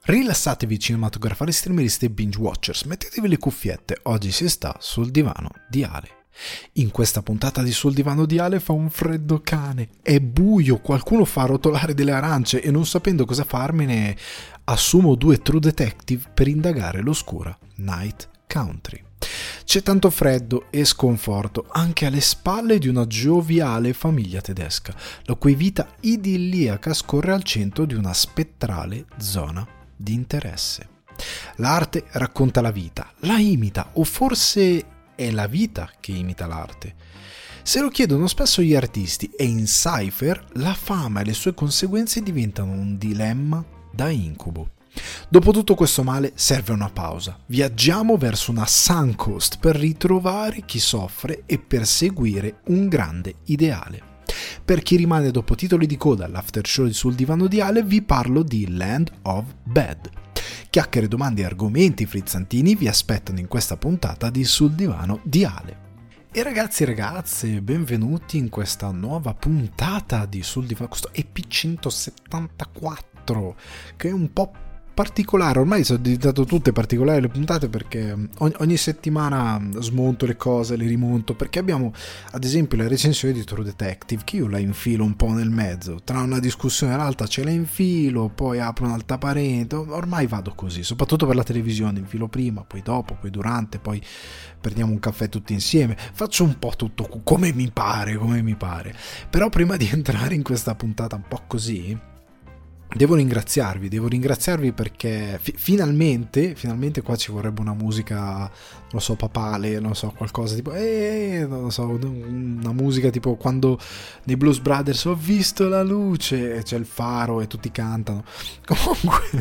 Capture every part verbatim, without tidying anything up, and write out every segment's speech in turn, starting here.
Rilassatevi cinematografari, streameristi e binge watchers, mettetevi le cuffiette, oggi si sta sul divano di Ale. In questa puntata di Sul divano di Ale fa un freddo cane, è buio, qualcuno fa rotolare delle arance e non sapendo cosa farmene assumo due true detective per indagare l'oscura Night Country. C'è tanto freddo e sconforto anche alle spalle di una gioviale famiglia tedesca, la cui vita idilliaca scorre al centro di una spettrale zona di interesse. L'arte racconta la vita, la imita, o forse è la vita che imita l'arte? Se lo chiedono spesso gli artisti, e in Cypher la fama e le sue conseguenze diventano un dilemma da incubo. Dopo tutto questo male serve una pausa. Viaggiamo verso una sunk cost per ritrovare chi soffre e perseguire un grande ideale. Per chi rimane dopo titoli di coda all'after show sul divano di Ale, vi parlo di Land of Bad. Chiacchiere, domande e argomenti frizzantini vi aspettano in questa puntata di Sul divano di Ale. E ragazzi e ragazze, benvenuti in questa nuova puntata di Sul divano, questo E P centosettantaquattro, che è un po' particolare. Ormai sono diventate tutte particolari le puntate perché ogni, ogni settimana smonto le cose, le rimonto, perché abbiamo ad esempio la recensione di True Detective che io la infilo un po' nel mezzo, tra una discussione e l'altra ce la infilo, poi apro un'altra parente, ormai vado così, soprattutto per la televisione, infilo prima, poi dopo, poi durante, poi prendiamo un caffè tutti insieme, faccio un po' tutto come mi pare, come mi pare. Però prima di entrare in questa puntata un po' così, Devo ringraziarvi, devo ringraziarvi perché fi- finalmente, finalmente qua ci vorrebbe una musica, non lo so, papale, non so, qualcosa tipo, eh, non lo so, una musica tipo quando nei Blues Brothers ho visto la luce, e c'è il faro e tutti cantano. Comunque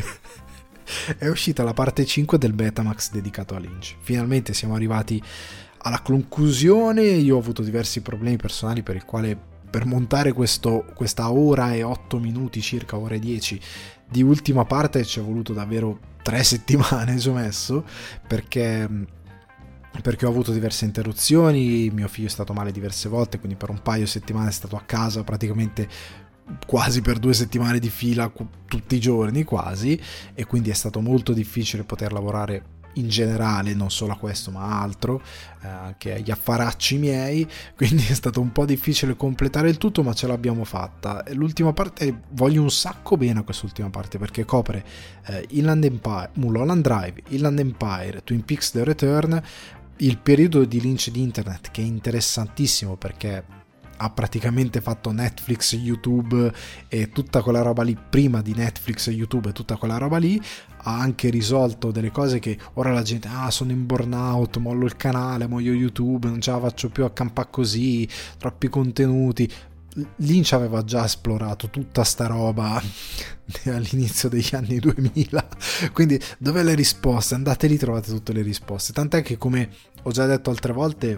è uscita la parte cinque del Betamax dedicato a Lynch. Finalmente siamo arrivati alla conclusione, io ho avuto diversi problemi personali per il quale per montare questo, questa ora e otto minuti, circa ora e dieci di ultima parte ci è voluto davvero tre settimane, ci ho messo, perché, perché ho avuto diverse interruzioni, mio figlio è stato male diverse volte, quindi per un paio di settimane è stato a casa praticamente quasi per due settimane di fila tutti i giorni quasi, e quindi è stato molto difficile poter lavorare in generale, non solo a questo ma altro, eh, anche agli affaracci miei, quindi è stato un po' difficile completare il tutto, ma ce l'abbiamo fatta. L'ultima parte voglio un sacco bene a quest'ultima parte perché copre eh, Inland Empire, Mulholland Drive, Inland Empire, Twin Peaks The Return, il periodo di Lynch di internet, che è interessantissimo perché ha praticamente fatto Netflix, YouTube e tutta quella roba lì prima di Netflix, YouTube e tutta quella roba lì. Ha anche risolto delle cose che ora la gente, ah, sono in burnout, mollo il canale, muoio YouTube, non ce la faccio più a campare così, troppi contenuti. Lynch aveva già esplorato tutta sta roba all'inizio degli anni duemila, quindi dov'è le risposte? Andate lì, trovate tutte le risposte, tant'è che, come ho già detto altre volte,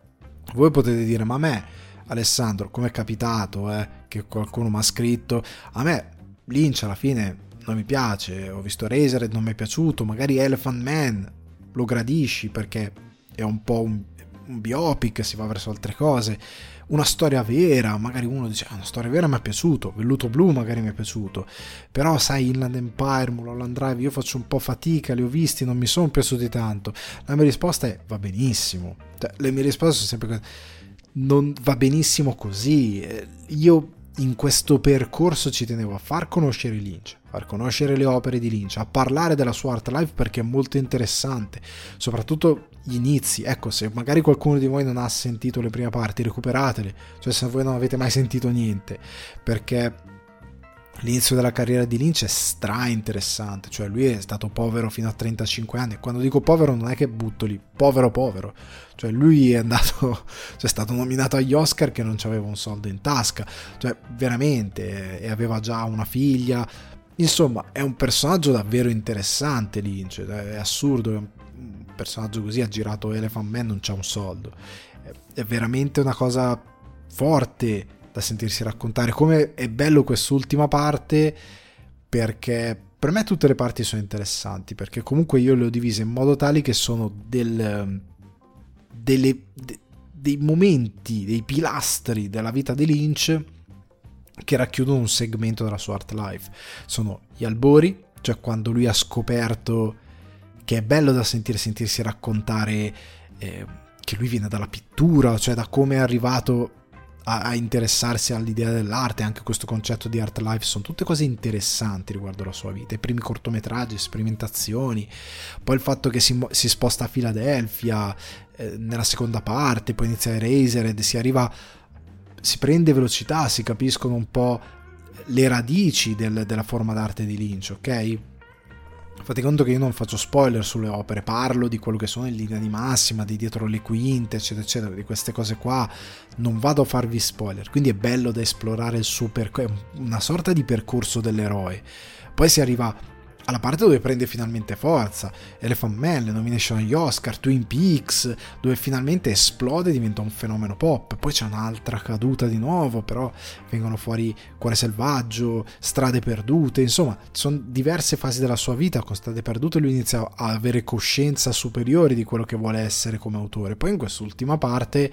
voi potete dire, ma a me Alessandro, come è capitato eh, che qualcuno mi ha scritto, a me Lynch alla fine non mi piace, ho visto Eraserhead, non mi è piaciuto, magari Elephant Man lo gradisci perché è un po' un, un biopic, si va verso altre cose, una storia vera, magari uno dice ah, una storia vera mi è piaciuto, Velluto Blu magari mi è piaciuto, però sai, Inland Empire, Mulholland Drive io faccio un po' fatica, li ho visti, non mi sono piaciuti tanto. La mia risposta è va benissimo, cioè, le mie risposte sono sempre così. Non va benissimo così. Io in questo percorso ci tenevo a far conoscere Lynch, far conoscere le opere di Lynch, a parlare della sua art life perché è molto interessante, soprattutto gli inizi. Ecco, se magari qualcuno di voi non ha sentito le prime parti, recuperatele, cioè se voi non avete mai sentito niente, perché l'inizio della carriera di Lynch è stra interessante, cioè lui è stato povero fino a trentacinque anni, e quando dico povero non è che butto lì, povero povero, cioè lui è andato, cioè è stato nominato agli Oscar che non c'aveva un soldo in tasca, cioè veramente, e aveva già una figlia, insomma è un personaggio davvero interessante Lynch, è assurdo, è un personaggio così, ha girato Elephant Man, non c'ha un soldo, è veramente una cosa forte da sentirsi raccontare. Come è bello quest'ultima parte, perché per me tutte le parti sono interessanti, perché comunque io le ho divise in modo tale che sono del, delle, de, dei momenti, dei pilastri della vita di Lynch che racchiudono un segmento della sua art life. Sono gli albori, cioè quando lui ha scoperto che è bello da sentire, sentirsi raccontare eh, che lui viene dalla pittura, cioè da come è arrivato a, a interessarsi all'idea dell'arte, anche questo concetto di art life, sono tutte cose interessanti riguardo la sua vita, i primi cortometraggi, sperimentazioni, poi il fatto che si, si sposta a Filadelfia eh, nella seconda parte, poi inizia Eraserhead, si arriva, si prende velocità, si capiscono un po' le radici del, della forma d'arte di Lynch, ok? Fate conto che io non faccio spoiler sulle opere, parlo di quello che sono in linea di massima, di dietro le quinte, eccetera, eccetera, di queste cose qua, non vado a farvi spoiler, quindi è bello da esplorare il suo percorso, una sorta di percorso dell'eroe. Poi si arriva alla parte dove prende finalmente forza, Elephant Man, le nomination agli Oscar, Twin Peaks, dove finalmente esplode e diventa un fenomeno pop. Poi c'è un'altra caduta di nuovo, però vengono fuori Cuore selvaggio, Strade perdute, insomma ci sono diverse fasi della sua vita. Con Strade perdute lui inizia a avere coscienza superiore di quello che vuole essere come autore. Poi in quest'ultima parte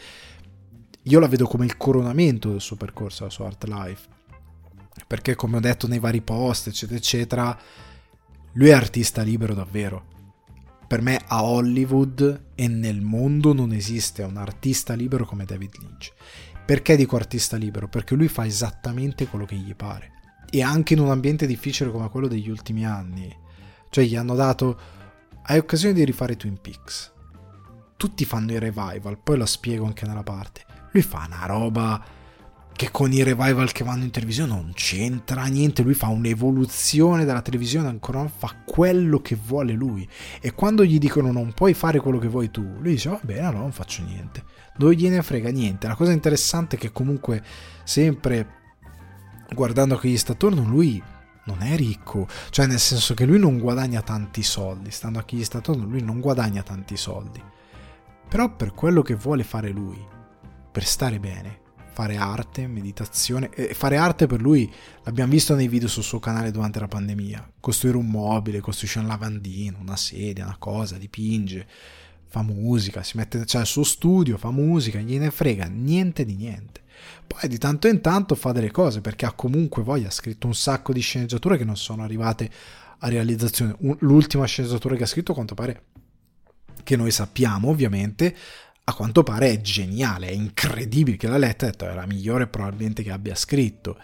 io la vedo come il coronamento del suo percorso, della sua art life, perché come ho detto nei vari post eccetera eccetera, lui è artista libero davvero. Per me a Hollywood e nel mondo non esiste un artista libero come David Lynch. Perché dico artista libero? Perché lui fa esattamente quello che gli pare. E anche in un ambiente difficile come quello degli ultimi anni. Cioè gli hanno dato... Hai occasione di rifare Twin Peaks. Tutti fanno i revival, poi lo spiego anche nella parte. Lui fa una roba che con i revival che vanno in televisione non c'entra niente. Lui fa un'evoluzione della televisione, ancora fa quello che vuole lui, e quando gli dicono non puoi fare quello che vuoi tu, lui dice va bene, allora non faccio niente, non gliene frega niente. La cosa interessante è che comunque sempre guardando a chi gli sta attorno, lui non è ricco, cioè nel senso che lui non guadagna tanti soldi, stando a chi gli sta attorno lui non guadagna tanti soldi, però per quello che vuole fare lui, per stare bene, fare arte, meditazione, e fare arte per lui l'abbiamo visto nei video sul suo canale durante la pandemia, costruire un mobile, costruisce un lavandino, una sedia, una cosa, dipinge, fa musica, si mette, cioè il suo studio, fa musica, gliene frega niente di niente. Poi di tanto in tanto fa delle cose perché ha comunque voglia, ha scritto un sacco di sceneggiature che non sono arrivate a realizzazione. L'ultima sceneggiatura che ha scritto, a quanto pare, che noi sappiamo ovviamente, a quanto pare è geniale, è incredibile, che l'ha letta e ha detto è la migliore probabilmente che abbia scritto.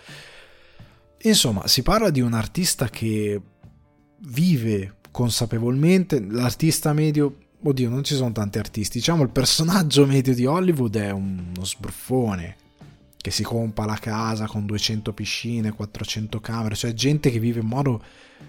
Insomma, si parla di un artista che vive consapevolmente. L'artista medio, oddio, non ci sono tanti artisti, diciamo il personaggio medio di Hollywood è uno sbruffone che si compra la casa con duecento piscine, quattrocento camere, cioè gente che vive in modo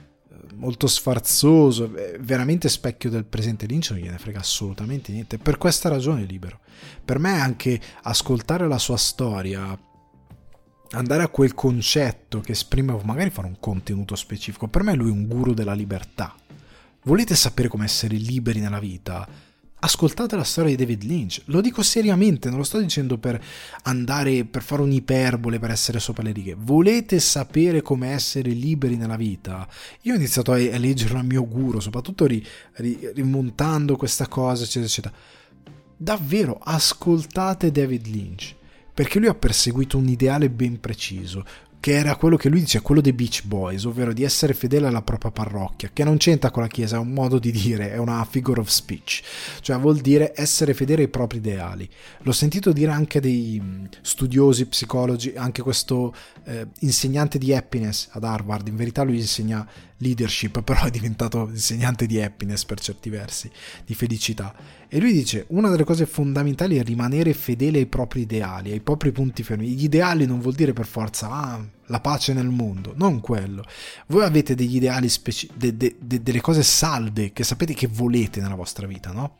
molto sfarzoso, veramente specchio del presente. Lynch non gliene frega assolutamente niente, per questa ragione è libero. Per me anche ascoltare la sua storia, andare a quel concetto che esprime, magari fare un contenuto specifico, per me lui è un guru della libertà. Volete sapere come essere liberi nella vita? Ascoltate la storia di David Lynch, lo dico seriamente, non lo sto dicendo per andare, per fare un'iperbole, per essere sopra le righe. Volete sapere come essere liberi nella vita? Io ho iniziato a, a leggerlo al mio guru, soprattutto ri, ri, rimontando questa cosa, eccetera, eccetera. Davvero, ascoltate David Lynch, perché lui ha perseguito un ideale ben preciso, che era quello che lui dice, quello dei Beach Boys, ovvero di essere fedele alla propria parrocchia, che non c'entra con la chiesa, è un modo di dire, è una figure of speech, cioè vuol dire essere fedele ai propri ideali. L'ho sentito dire anche dei studiosi, psicologi, anche questo eh, insegnante di happiness ad Harvard, in verità lui insegna leadership, però è diventato insegnante di happiness per certi versi, di felicità, e lui dice una delle cose fondamentali è rimanere fedele ai propri ideali, ai propri punti fermi. Gli ideali non vuol dire per forza ah, la pace nel mondo, non quello. Voi avete degli ideali speci- de- de- de- delle cose salde che sapete che volete nella vostra vita, no?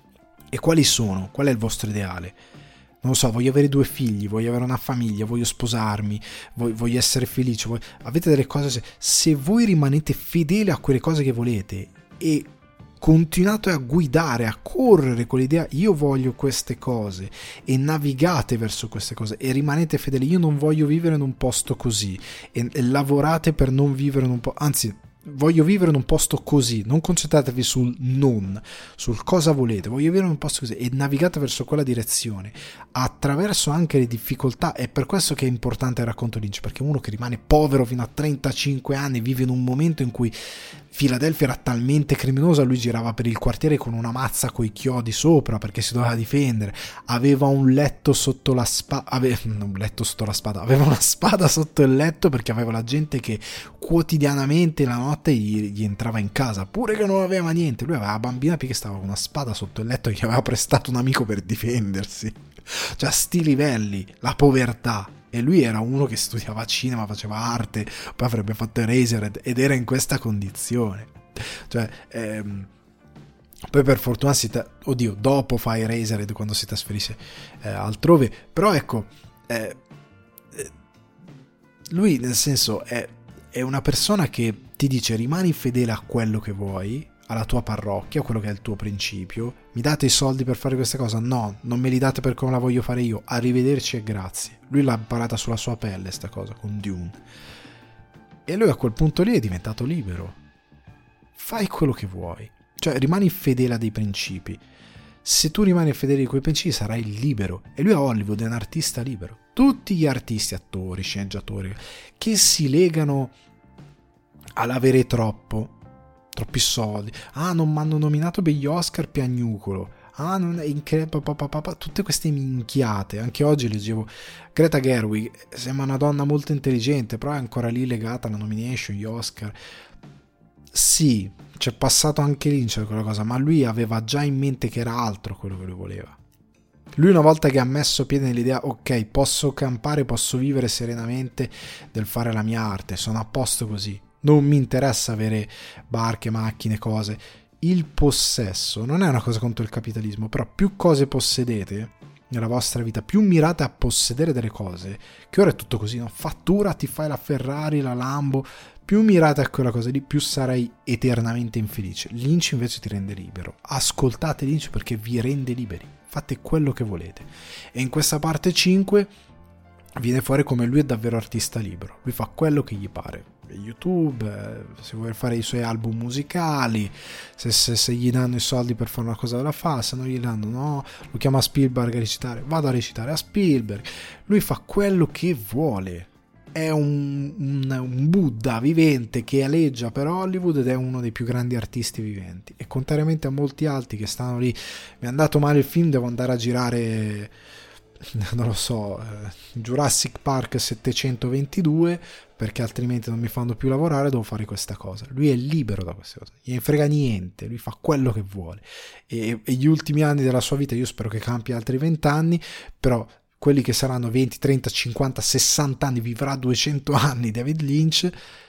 E quali sono? Qual è il vostro ideale? Non lo so, voglio avere due figli, voglio avere una famiglia, voglio sposarmi, voglio, voglio essere felice, voglio... avete delle cose. Se voi rimanete fedeli a quelle cose che volete e continuate a guidare, a correre con l'idea io voglio queste cose, e navigate verso queste cose e rimanete fedeli, io non voglio vivere in un posto così, e, e lavorate per non vivere in un posto, anzi voglio vivere in un posto così, non concentratevi sul non, sul cosa volete, voglio vivere in un posto così, e navigate verso quella direzione attraverso anche le difficoltà. È per questo che è importante il racconto Lynch, perché uno che rimane povero fino a trentacinque anni vive in un momento in cui Filadelfia era talmente criminosa, lui girava per il quartiere con una mazza coi chiodi sopra perché si doveva difendere, aveva un letto sotto la spada, aveva un letto sotto la spada, aveva una spada sotto il letto perché aveva la gente che quotidianamente la notte gli, gli entrava in casa, pure che non aveva niente. Lui aveva la bambina che stava con una spada sotto il letto che gli aveva prestato un amico per difendersi, cioè a sti livelli, la povertà. E lui era uno che studiava cinema, faceva arte, poi avrebbe fatto Eraserhead ed era in questa condizione. Cioè, ehm, poi per fortuna si ta- oddio, dopo fa Eraserhead quando si trasferisce eh, altrove, però ecco, eh, eh, lui nel senso è, è una persona che ti dice rimani fedele a quello che vuoi, alla tua parrocchia, quello che è il tuo principio. Mi date i soldi per fare questa cosa? No, non me li date per come la voglio fare io. Arrivederci e grazie. Lui l'ha imparata sulla sua pelle sta cosa con Dune, e lui a quel punto lì è diventato libero. Fai quello che vuoi, cioè rimani fedele a dei principi. Se tu rimani fedele a quei principi sarai libero. E lui a Hollywood è un artista libero. Tutti gli artisti, attori, sceneggiatori che si legano all'avere troppo troppi soldi, ah non mi hanno nominato per gli Oscar, piagnucolo, ah non è incredibile, tutte queste minchiate. Anche oggi leggevo Greta Gerwig, sembra una donna molto intelligente, però è ancora lì legata alla nomination, gli Oscar. Sì, c'è passato anche Lynch quella cosa, ma lui aveva già in mente che era altro quello che lui voleva. Lui una volta che ha messo piede nell'idea, ok, posso campare, posso vivere serenamente del fare la mia arte, sono a posto così, non mi interessa avere barche, macchine, cose. Il possesso non è una cosa contro il capitalismo, però più cose possedete nella vostra vita, più mirate a possedere delle cose, che ora è tutto così, no? Fattura, ti fai la Ferrari, la Lambo, più mirate a quella cosa lì, più sarai eternamente infelice. Lynch invece ti rende libero. Ascoltate Lynch perché vi rende liberi, fate quello che volete. E in questa parte cinque viene fuori come lui è davvero artista libero, lui fa quello che gli pare. YouTube, eh, se vuole fare i suoi album musicali, se, se, se gli danno i soldi per fare una cosa la fa, se non gli danno no, lo chiama Spielberg a recitare, vado a recitare a Spielberg. Lui fa quello che vuole, è un, un, un Buddha vivente che aleggia per Hollywood ed è uno dei più grandi artisti viventi. E contrariamente a molti altri che stanno lì, mi è andato male il film, devo andare a girare, non lo so, Jurassic Park settecentoventidue perché altrimenti non mi fanno più lavorare, devo fare questa cosa. Lui è libero da queste cose, gli frega niente, lui fa quello che vuole. E, e gli ultimi anni della sua vita, io spero che campi altri venti anni, però quelli che saranno venti, trenta, cinquanta, sessanta anni, vivrà duecento anni David Lynch,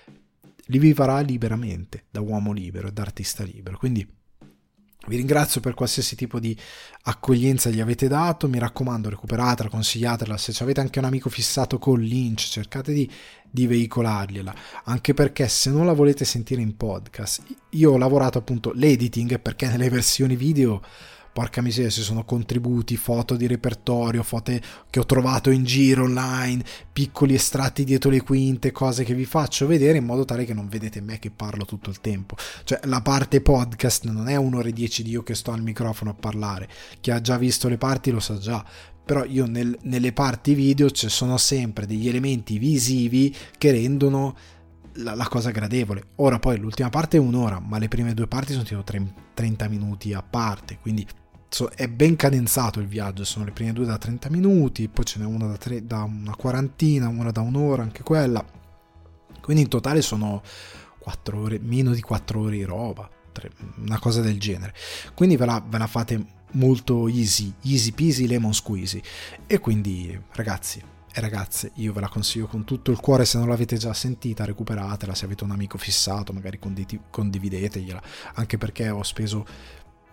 li vivrà liberamente, da uomo libero e da artista libero. Quindi vi ringrazio per qualsiasi tipo di accoglienza gli avete dato, mi raccomando recuperatela, consigliatela, se avete anche un amico fissato con Lynch cercate di, di veicolargliela, anche perché se non la volete sentire in podcast, io ho lavorato appunto l'editing, perché nelle versioni video porca miseria, ci sono contributi, foto di repertorio, foto che ho trovato in giro online, piccoli estratti dietro le quinte, cose che vi faccio vedere in modo tale che non vedete me che parlo tutto il tempo. Cioè la parte podcast non è un'ora e dieci di io che sto al microfono a parlare, chi ha già visto le parti lo sa già, però io nel, nelle parti video ci sono sempre degli elementi visivi che rendono la, la cosa gradevole. Ora poi l'ultima parte è un'ora, ma le prime due parti sono tipo trenta minuti a parte, quindi è ben cadenzato il viaggio, sono le prime due da trenta minuti, poi ce n'è una da, tre, da una quarantina, una da un'ora, anche quella, quindi in totale sono quattro ore, meno di quattro ore di roba, tre, una cosa del genere, quindi ve la, ve la fate molto easy, easy peasy lemon squeezy. E quindi ragazzi e ragazze, io ve la consiglio con tutto il cuore, se non l'avete già sentita recuperatela, se avete un amico fissato magari condividetegliela, anche perché ho speso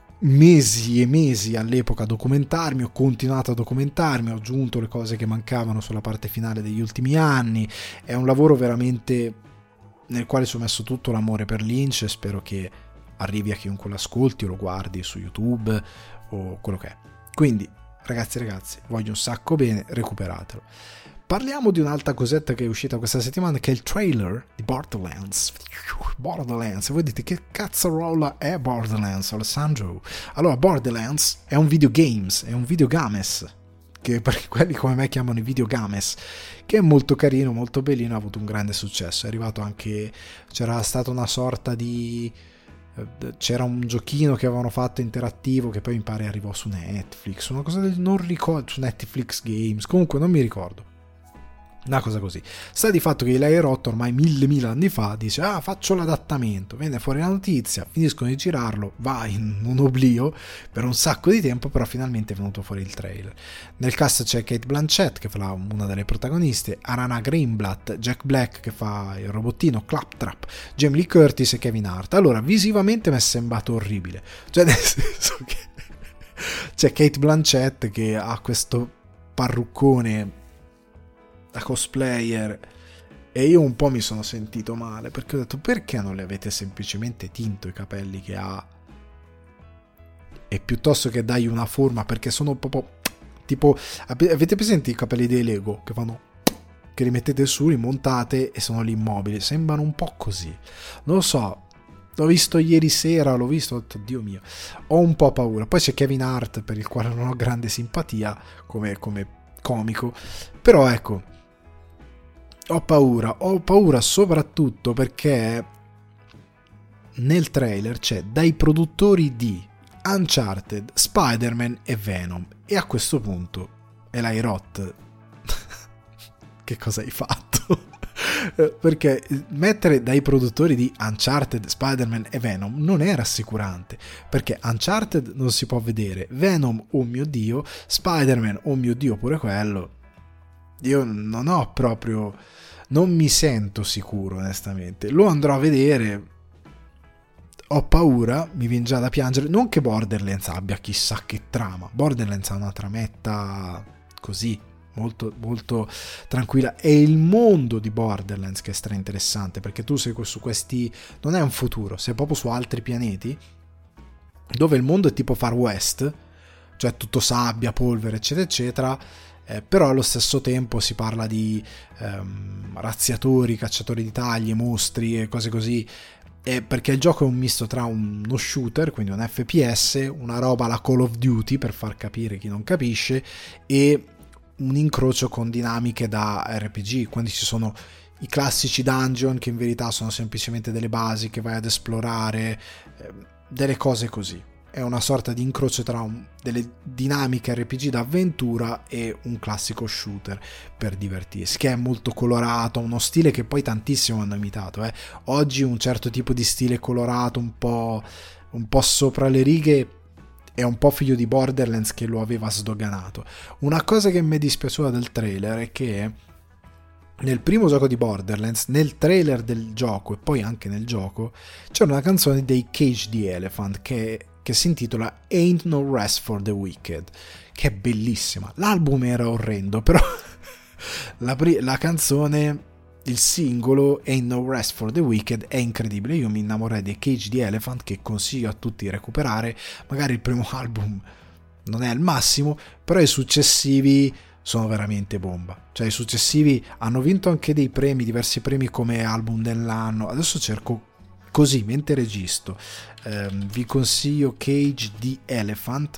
mesi e mesi all'epoca a documentarmi, ho continuato a documentarmi, ho aggiunto le cose che mancavano sulla parte finale degli ultimi anni, è un lavoro veramente nel quale ci ho messo tutto l'amore per Lynch e spero che arrivi a chiunque l'ascolti o lo guardi su YouTube o quello che è. Quindi ragazzi e ragazzi, voglio un sacco bene, recuperatelo. parliamo di un'altra cosetta che è uscita questa settimana, che è il trailer di Borderlands. Borderlands, voi dite che cazzarola è Borderlands, Alessandro? Allora, Borderlands è un videogames, è un videogames, che per quelli come me chiamano i videogames, che è molto carino, molto bellino, ha avuto un grande successo. È arrivato anche, c'era stata una sorta di, c'era un giochino che avevano fatto interattivo che poi mi pare arrivò su Netflix, una cosa del, non ricordo, su Netflix Games, comunque non mi ricordo, una cosa così. Sta di fatto che l'A R otto ormai mille mila anni fa dice ah faccio l'adattamento, viene fuori la notizia, finiscono di girarlo, va in un oblio per un sacco di tempo, però finalmente è venuto fuori il trailer. Nel cast c'è Cate Blanchett che fa una delle protagoniste, Arana Greenblatt, Jack Black che fa il robottino, Claptrap, Jamie Lee Curtis e Kevin Hart. Allora visivamente mi è sembrato orribile, cioè nel senso che c'è Cate Blanchett che ha questo parruccone da cosplayer e io un po' mi sono sentito male perché ho detto perché non le avete semplicemente tinto i capelli che ha e piuttosto che dai una forma, perché sono proprio tipo, avete presente i capelli dei Lego che fanno, che li mettete su, li montate e sono lì immobili, sembrano un po' così, non lo so, l'ho visto ieri sera, l'ho visto, ho detto Dio mio, ho un po' paura. Poi c'è Kevin Hart per il quale non ho grande simpatia come, come comico, però ecco, ho paura, ho paura soprattutto perché nel trailer c'è dai produttori di Uncharted, Spider-Man e Venom, e a questo punto Eli Roth che cosa hai fatto? Perché mettere dai produttori di Uncharted, Spider-Man e Venom non è rassicurante, perché Uncharted non si può vedere, Venom oh mio dio, Spider-Man oh mio dio pure quello. Io non ho proprio, non mi sento sicuro onestamente, lo andrò a vedere, ho paura, mi viene già da piangere. Non che Borderlands abbia chissà che trama, Borderlands ha una trametta così molto molto tranquilla, è il mondo di Borderlands che è stra interessante, perché tu sei su questi, non è un futuro, sei proprio su altri pianeti dove il mondo è tipo Far West, cioè tutto sabbia, polvere eccetera eccetera. Eh, però allo stesso tempo si parla di ehm, razziatori, cacciatori di taglie, mostri e cose così, eh, perché il gioco è un misto tra uno shooter, quindi un F P S, una roba alla Call of Duty per far capire chi non capisce, e un incrocio con dinamiche da R P G, quindi ci sono i classici dungeon che in verità sono semplicemente delle basi che vai ad esplorare, eh, delle cose così. È una sorta di incrocio tra un, delle dinamiche R P G d'avventura e un classico shooter per divertirsi, che è molto colorato, uno stile che poi tantissimo hanno imitato. Eh. Oggi un certo tipo di stile colorato, un po', un po' sopra le righe, è un po' figlio di Borderlands che lo aveva sdoganato. Una cosa che mi è dispiaciuta del trailer è che nel primo gioco di Borderlands, nel trailer del gioco e poi anche nel gioco, c'è una canzone dei Cage the Elephant che che si intitola Ain't No Rest for the Wicked, che è bellissima. L'album era orrendo, però la, la canzone, il singolo Ain't No Rest for the Wicked è incredibile. Io mi innamorai dei Cage the Elephant, che consiglio a tutti di recuperare. Magari il primo album non è il massimo, però i successivi sono veramente bomba. Cioè i successivi hanno vinto anche dei premi, diversi premi come album dell'anno. Adesso cerco così mentre registro, ehm, vi consiglio Cage the Elephant,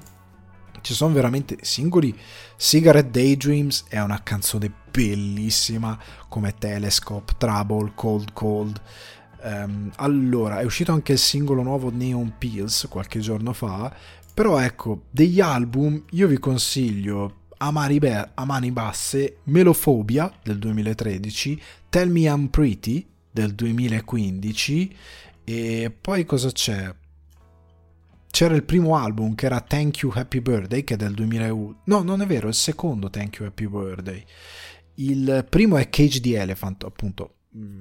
ci sono veramente singoli. Cigarette Daydreams è una canzone bellissima, come Telescope, Trouble, Cold Cold. Um, allora è uscito anche il singolo nuovo Neon Pills qualche giorno fa, però ecco, degli album io vi consiglio a mani, be- a mani basse Melofobia del duemilatredici, Tell Me I'm Pretty del duemilaquindici, e poi cosa c'è? C'era il primo album che era Thank You Happy Birthday, che è del duemilauno. No, non è vero, è il secondo Thank You Happy Birthday. Il primo è Cage the Elephant, appunto,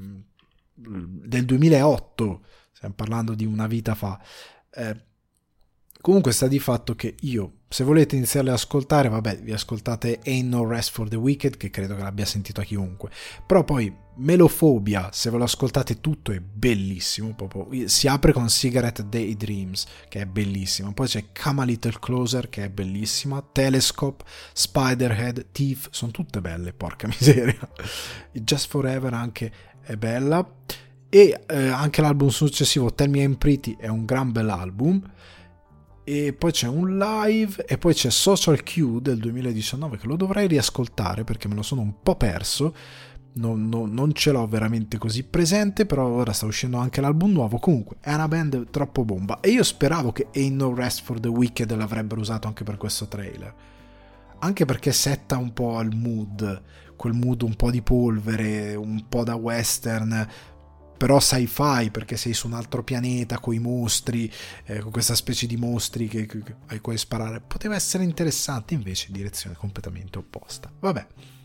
del duemilaotto, stiamo parlando di una vita fa. Eh, comunque sta di fatto che io, se volete iniziare ad ascoltare, vabbè, vi ascoltate Ain't No Rest for the Wicked, che credo che l'abbia sentito a chiunque, però poi Melofobia, se ve lo ascoltate tutto è bellissimo, proprio. Si apre con Cigarette Daydreams, che è bellissima, poi c'è Come a Little Closer, che è bellissima, Telescope, Spiderhead, Thief, sono tutte belle, porca miseria. Just Forever anche è bella, e eh, anche l'album successivo Tell Me I'm Pretty è un gran bell'album. E poi c'è un live, e poi c'è Social Q del duemiladiciannove, che lo dovrei riascoltare perché me lo sono un po' perso. Non, non, non ce l'ho veramente così presente, però ora sta uscendo anche l'album nuovo. Comunque è una band troppo bomba, e io speravo che Ain't No Rest for the Wicked l'avrebbero usato anche per questo trailer, anche perché setta un po' il mood, quel mood un po' di polvere, un po' da western, però sci-fi, perché sei su un altro pianeta con i mostri, eh, con questa specie di mostri che, che, che, ai quali sparare. Poteva essere interessante, invece direzione completamente opposta. Vabbè,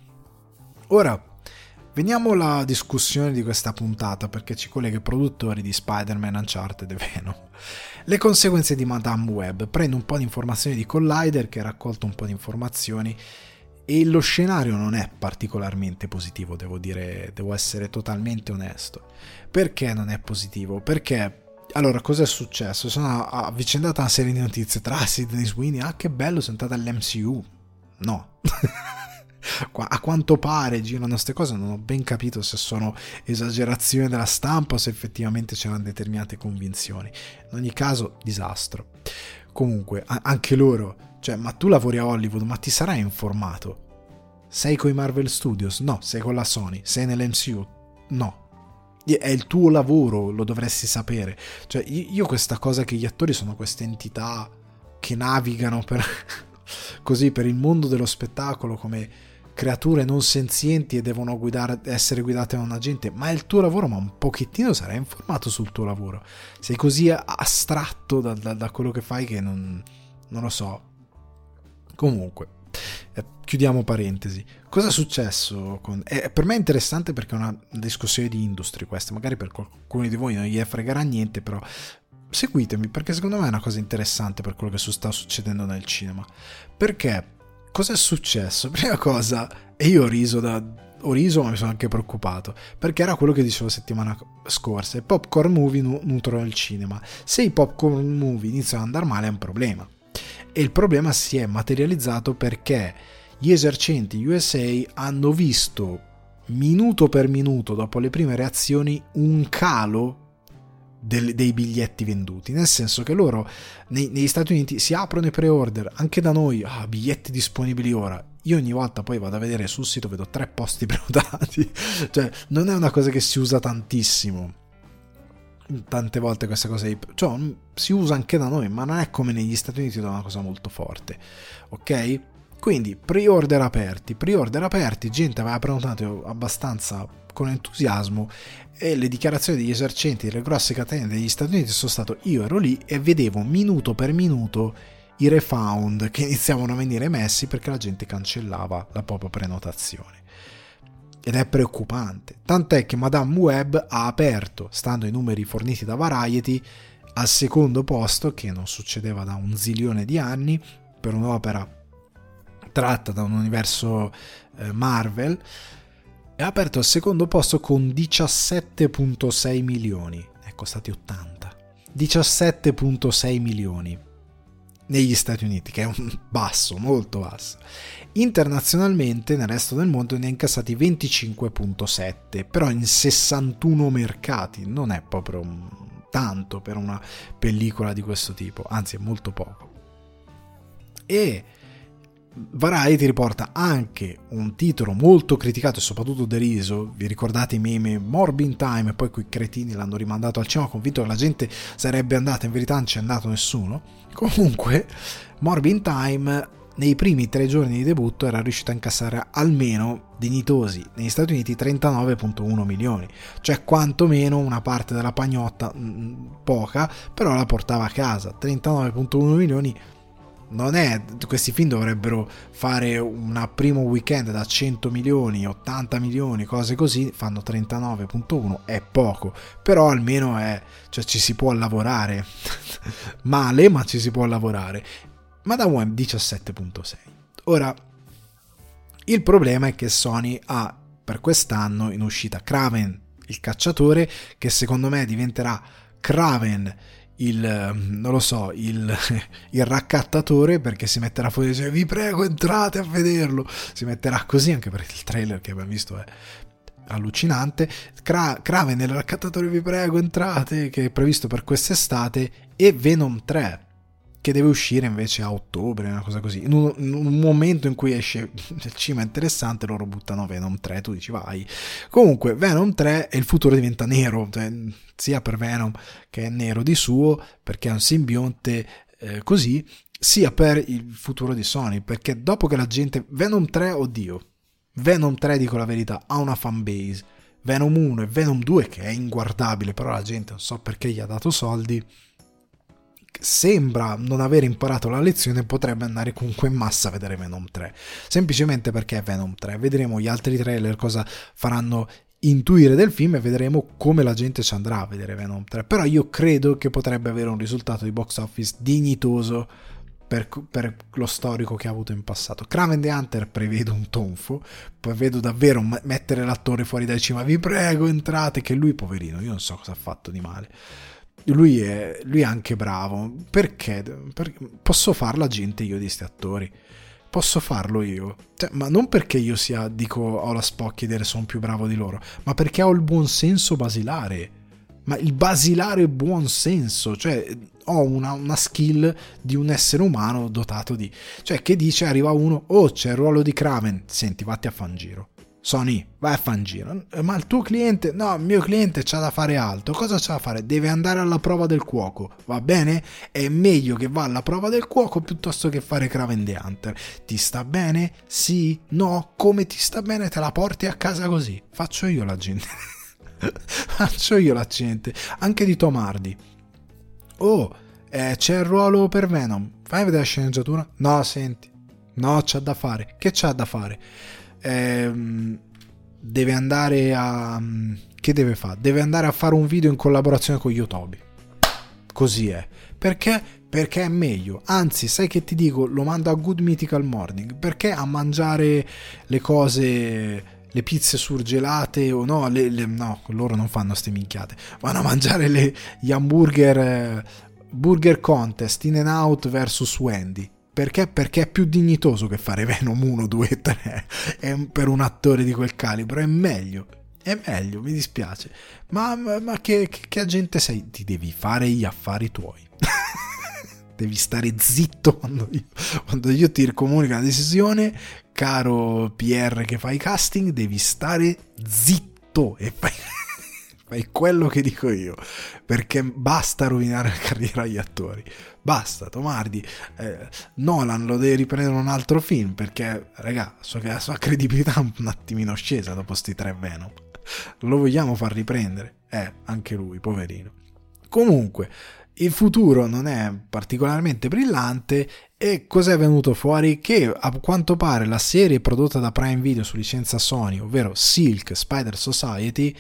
ora veniamo alla discussione di questa puntata, perché ci collega i produttori di Spider-Man, Uncharted e Venom. Le conseguenze di Madame Web. Prendo un po' di informazioni di Collider, che ha raccolto un po' di informazioni, e lo scenario non è particolarmente positivo, devo dire, devo essere totalmente onesto. Perché non è positivo? Perché, allora, cosa è successo? Sono avvicendata una serie di notizie tra Sydney Sweeney, ah che bello, sono entrata all'M C U. No. A quanto pare girano queste cose, non ho ben capito se sono esagerazioni della stampa o se effettivamente c'erano determinate convinzioni. In ogni caso, disastro. Comunque, anche loro, cioè, ma tu lavori a Hollywood, ma ti sarai informato? Sei con i Marvel Studios? No. Sei con la Sony? Sei nell'M C U? No. È il tuo lavoro, lo dovresti sapere. Cioè, io questa cosa che gli attori sono queste entità che navigano per così per il mondo dello spettacolo come creature non senzienti e devono guidare, essere guidate da un agente, ma è il tuo lavoro, ma un pochettino sarai informato sul tuo lavoro. Sei così astratto da, da, da quello che fai che non, non lo so. Comunque, eh, chiudiamo parentesi. Cosa è successo? Con... Eh, per me è interessante perché è una discussione di industry questa, magari per qualcuno di voi non gli fregherà niente, però seguitemi, perché secondo me è una cosa interessante per quello che sta succedendo nel cinema. Perché cosa è successo? Prima cosa, e io ho riso, da, ho riso ma mi sono anche preoccupato, perché era quello che dicevo settimana scorsa: i popcorn movie nu- nutrono il cinema. Se i popcorn movie iniziano ad andare male è un problema, e il problema si è materializzato perché gli esercenti U S A hanno visto minuto per minuto, dopo le prime reazioni, un calo Del, dei biglietti venduti, nel senso che loro nei, negli Stati Uniti si aprono i pre-order, anche da noi, ah, biglietti disponibili ora. Io ogni volta poi vado a vedere sul sito, vedo tre posti prenotati, cioè non è una cosa che si usa tantissimo, tante volte questa cosa, cioè si usa anche da noi, ma non è come negli Stati Uniti, dove è una cosa molto forte, ok? Quindi pre-order aperti, pre-order aperti, gente aveva prenotato abbastanza con entusiasmo, e le dichiarazioni degli esercenti delle grosse catene degli Stati Uniti sono stato: io ero lì e vedevo minuto per minuto i refund che iniziavano a venire emessi perché la gente cancellava la propria prenotazione, ed è preoccupante, tant'è che Madame Web ha aperto, stando ai numeri forniti da Variety, al secondo posto, che non succedeva da un zilione di anni per un'opera tratta da un universo eh, Marvel. È aperto al secondo posto con diciassette virgola sei milioni, è costati ottanta, diciassette virgola sei milioni negli Stati Uniti, che è un basso, molto basso. Internazionalmente, nel resto del mondo, ne ha incassati venticinque virgola sette, però in sessantuno mercati, non è proprio tanto per una pellicola di questo tipo, anzi è molto poco. E Variety riporta anche un titolo molto criticato e soprattutto deriso. Vi ricordate i meme Morbid Time? E poi quei cretini l'hanno rimandato al cinema convinto che la gente sarebbe andata, in verità non c'è andato nessuno. Comunque Morbid Time nei primi tre giorni di debutto era riuscito a incassare almeno dignitosi negli Stati Uniti trentanove virgola uno milioni, cioè quantomeno una parte della pagnotta, mh, poca, però la portava a casa. trentanove virgola uno milioni non è, questi film dovrebbero fare un primo weekend da cento milioni, ottanta milioni, cose così, fanno trentanove virgola uno, è poco, però almeno è, cioè ci si può lavorare male, ma ci si può lavorare. Madame Web diciassette virgola sei. Ora il problema è che Sony ha per quest'anno in uscita Kraven il cacciatore, che secondo me diventerà Kraven il, non lo so, il, il raccattatore, perché si metterà fuori e dice vi prego entrate a vederlo, si metterà così, anche perché il trailer che abbiamo visto è allucinante. Cra- Kraven il raccattatore, vi prego entrate, che è previsto per quest'estate, e Venom tre che deve uscire invece a ottobre, una cosa così, in un, in un momento in cui esce il cinema interessante loro buttano Venom tre, tu dici vai. Comunque Venom tre e il futuro diventa nero, cioè, sia per Venom che è nero di suo perché è un simbionte, eh, così, sia per il futuro di Sony, perché dopo che la gente Venom tre, oddio Venom tre, dico la verità, ha una fanbase. Venom uno e Venom due che è inguardabile, però la gente non so perché gli ha dato soldi, sembra non aver imparato la lezione, potrebbe andare comunque in massa a vedere Venom tre, semplicemente perché è Venom tre. Vedremo gli altri trailer cosa faranno intuire del film e vedremo come la gente ci andrà a vedere Venom tre, però io credo che potrebbe avere un risultato di box office dignitoso per, per lo storico che ha avuto in passato. Kraven the Hunter prevedo un tonfo, poi vedo davvero mettere l'attore fuori dai cinema, vi prego entrate, che lui poverino, io non so cosa ha fatto di male. Lui è, lui è anche bravo, perché? Perché posso farla gente io di sti attori, posso farlo io, cioè, ma non perché io sia, dico, ho la spocchia di dire sono più bravo di loro, ma perché ho il buon senso basilare, ma il basilare buon senso, cioè ho una, una skill di un essere umano dotato di, cioè che dice, arriva uno, oh c'è il ruolo di Kraven, senti vatti a fan giro, Sony, vai a fan giro, ma il tuo cliente, no, il mio cliente c'ha da fare altro, cosa c'ha da fare? Deve andare alla prova del cuoco, va bene? È meglio che va alla prova del cuoco piuttosto che fare Kraven the Hunter. Ti sta bene? Sì? No? Come ti sta bene? Te la porti a casa così? Faccio io la gente. Faccio io la gente. Anche di Tom Hardy. Oh, eh, c'è il ruolo per Venom, fai vedere la sceneggiatura? No, senti, no, c'ha da fare. Che c'ha da fare? Ehm, deve andare a che deve fare? Deve andare a fare un video in collaborazione con Yotobi. Così è. Perché? Perché è meglio. Anzi, sai che ti dico? Lo mando a Good Mythical Morning. Perché a mangiare le cose, le pizze surgelate o no, le, le, no, loro non fanno ste minchiate. Vanno a mangiare le, gli hamburger, eh, Burger Contest, In and Out versus Wendy. Perché? Perché è più dignitoso che fare Venom uno, due, tre. È per un attore di quel calibro è meglio. È meglio, mi dispiace. Ma, ma, ma che, che, che agente sei? Ti devi fare gli affari tuoi. Devi stare zitto quando io, quando io ti comunico la decisione, caro P R che fai casting, devi stare zitto e fai... fai quello che dico io, perché basta rovinare la carriera agli attori, basta. Tom Hardy, eh, Nolan lo deve riprendere un altro film, perché raga, so che la sua credibilità è un attimino scesa dopo sti tre Venom, lo vogliamo far riprendere, eh, anche lui, poverino. Comunque il futuro non è particolarmente brillante, e cos'è venuto fuori? Che a quanto pare la serie prodotta da Prime Video su licenza Sony, ovvero Silk Spider Society,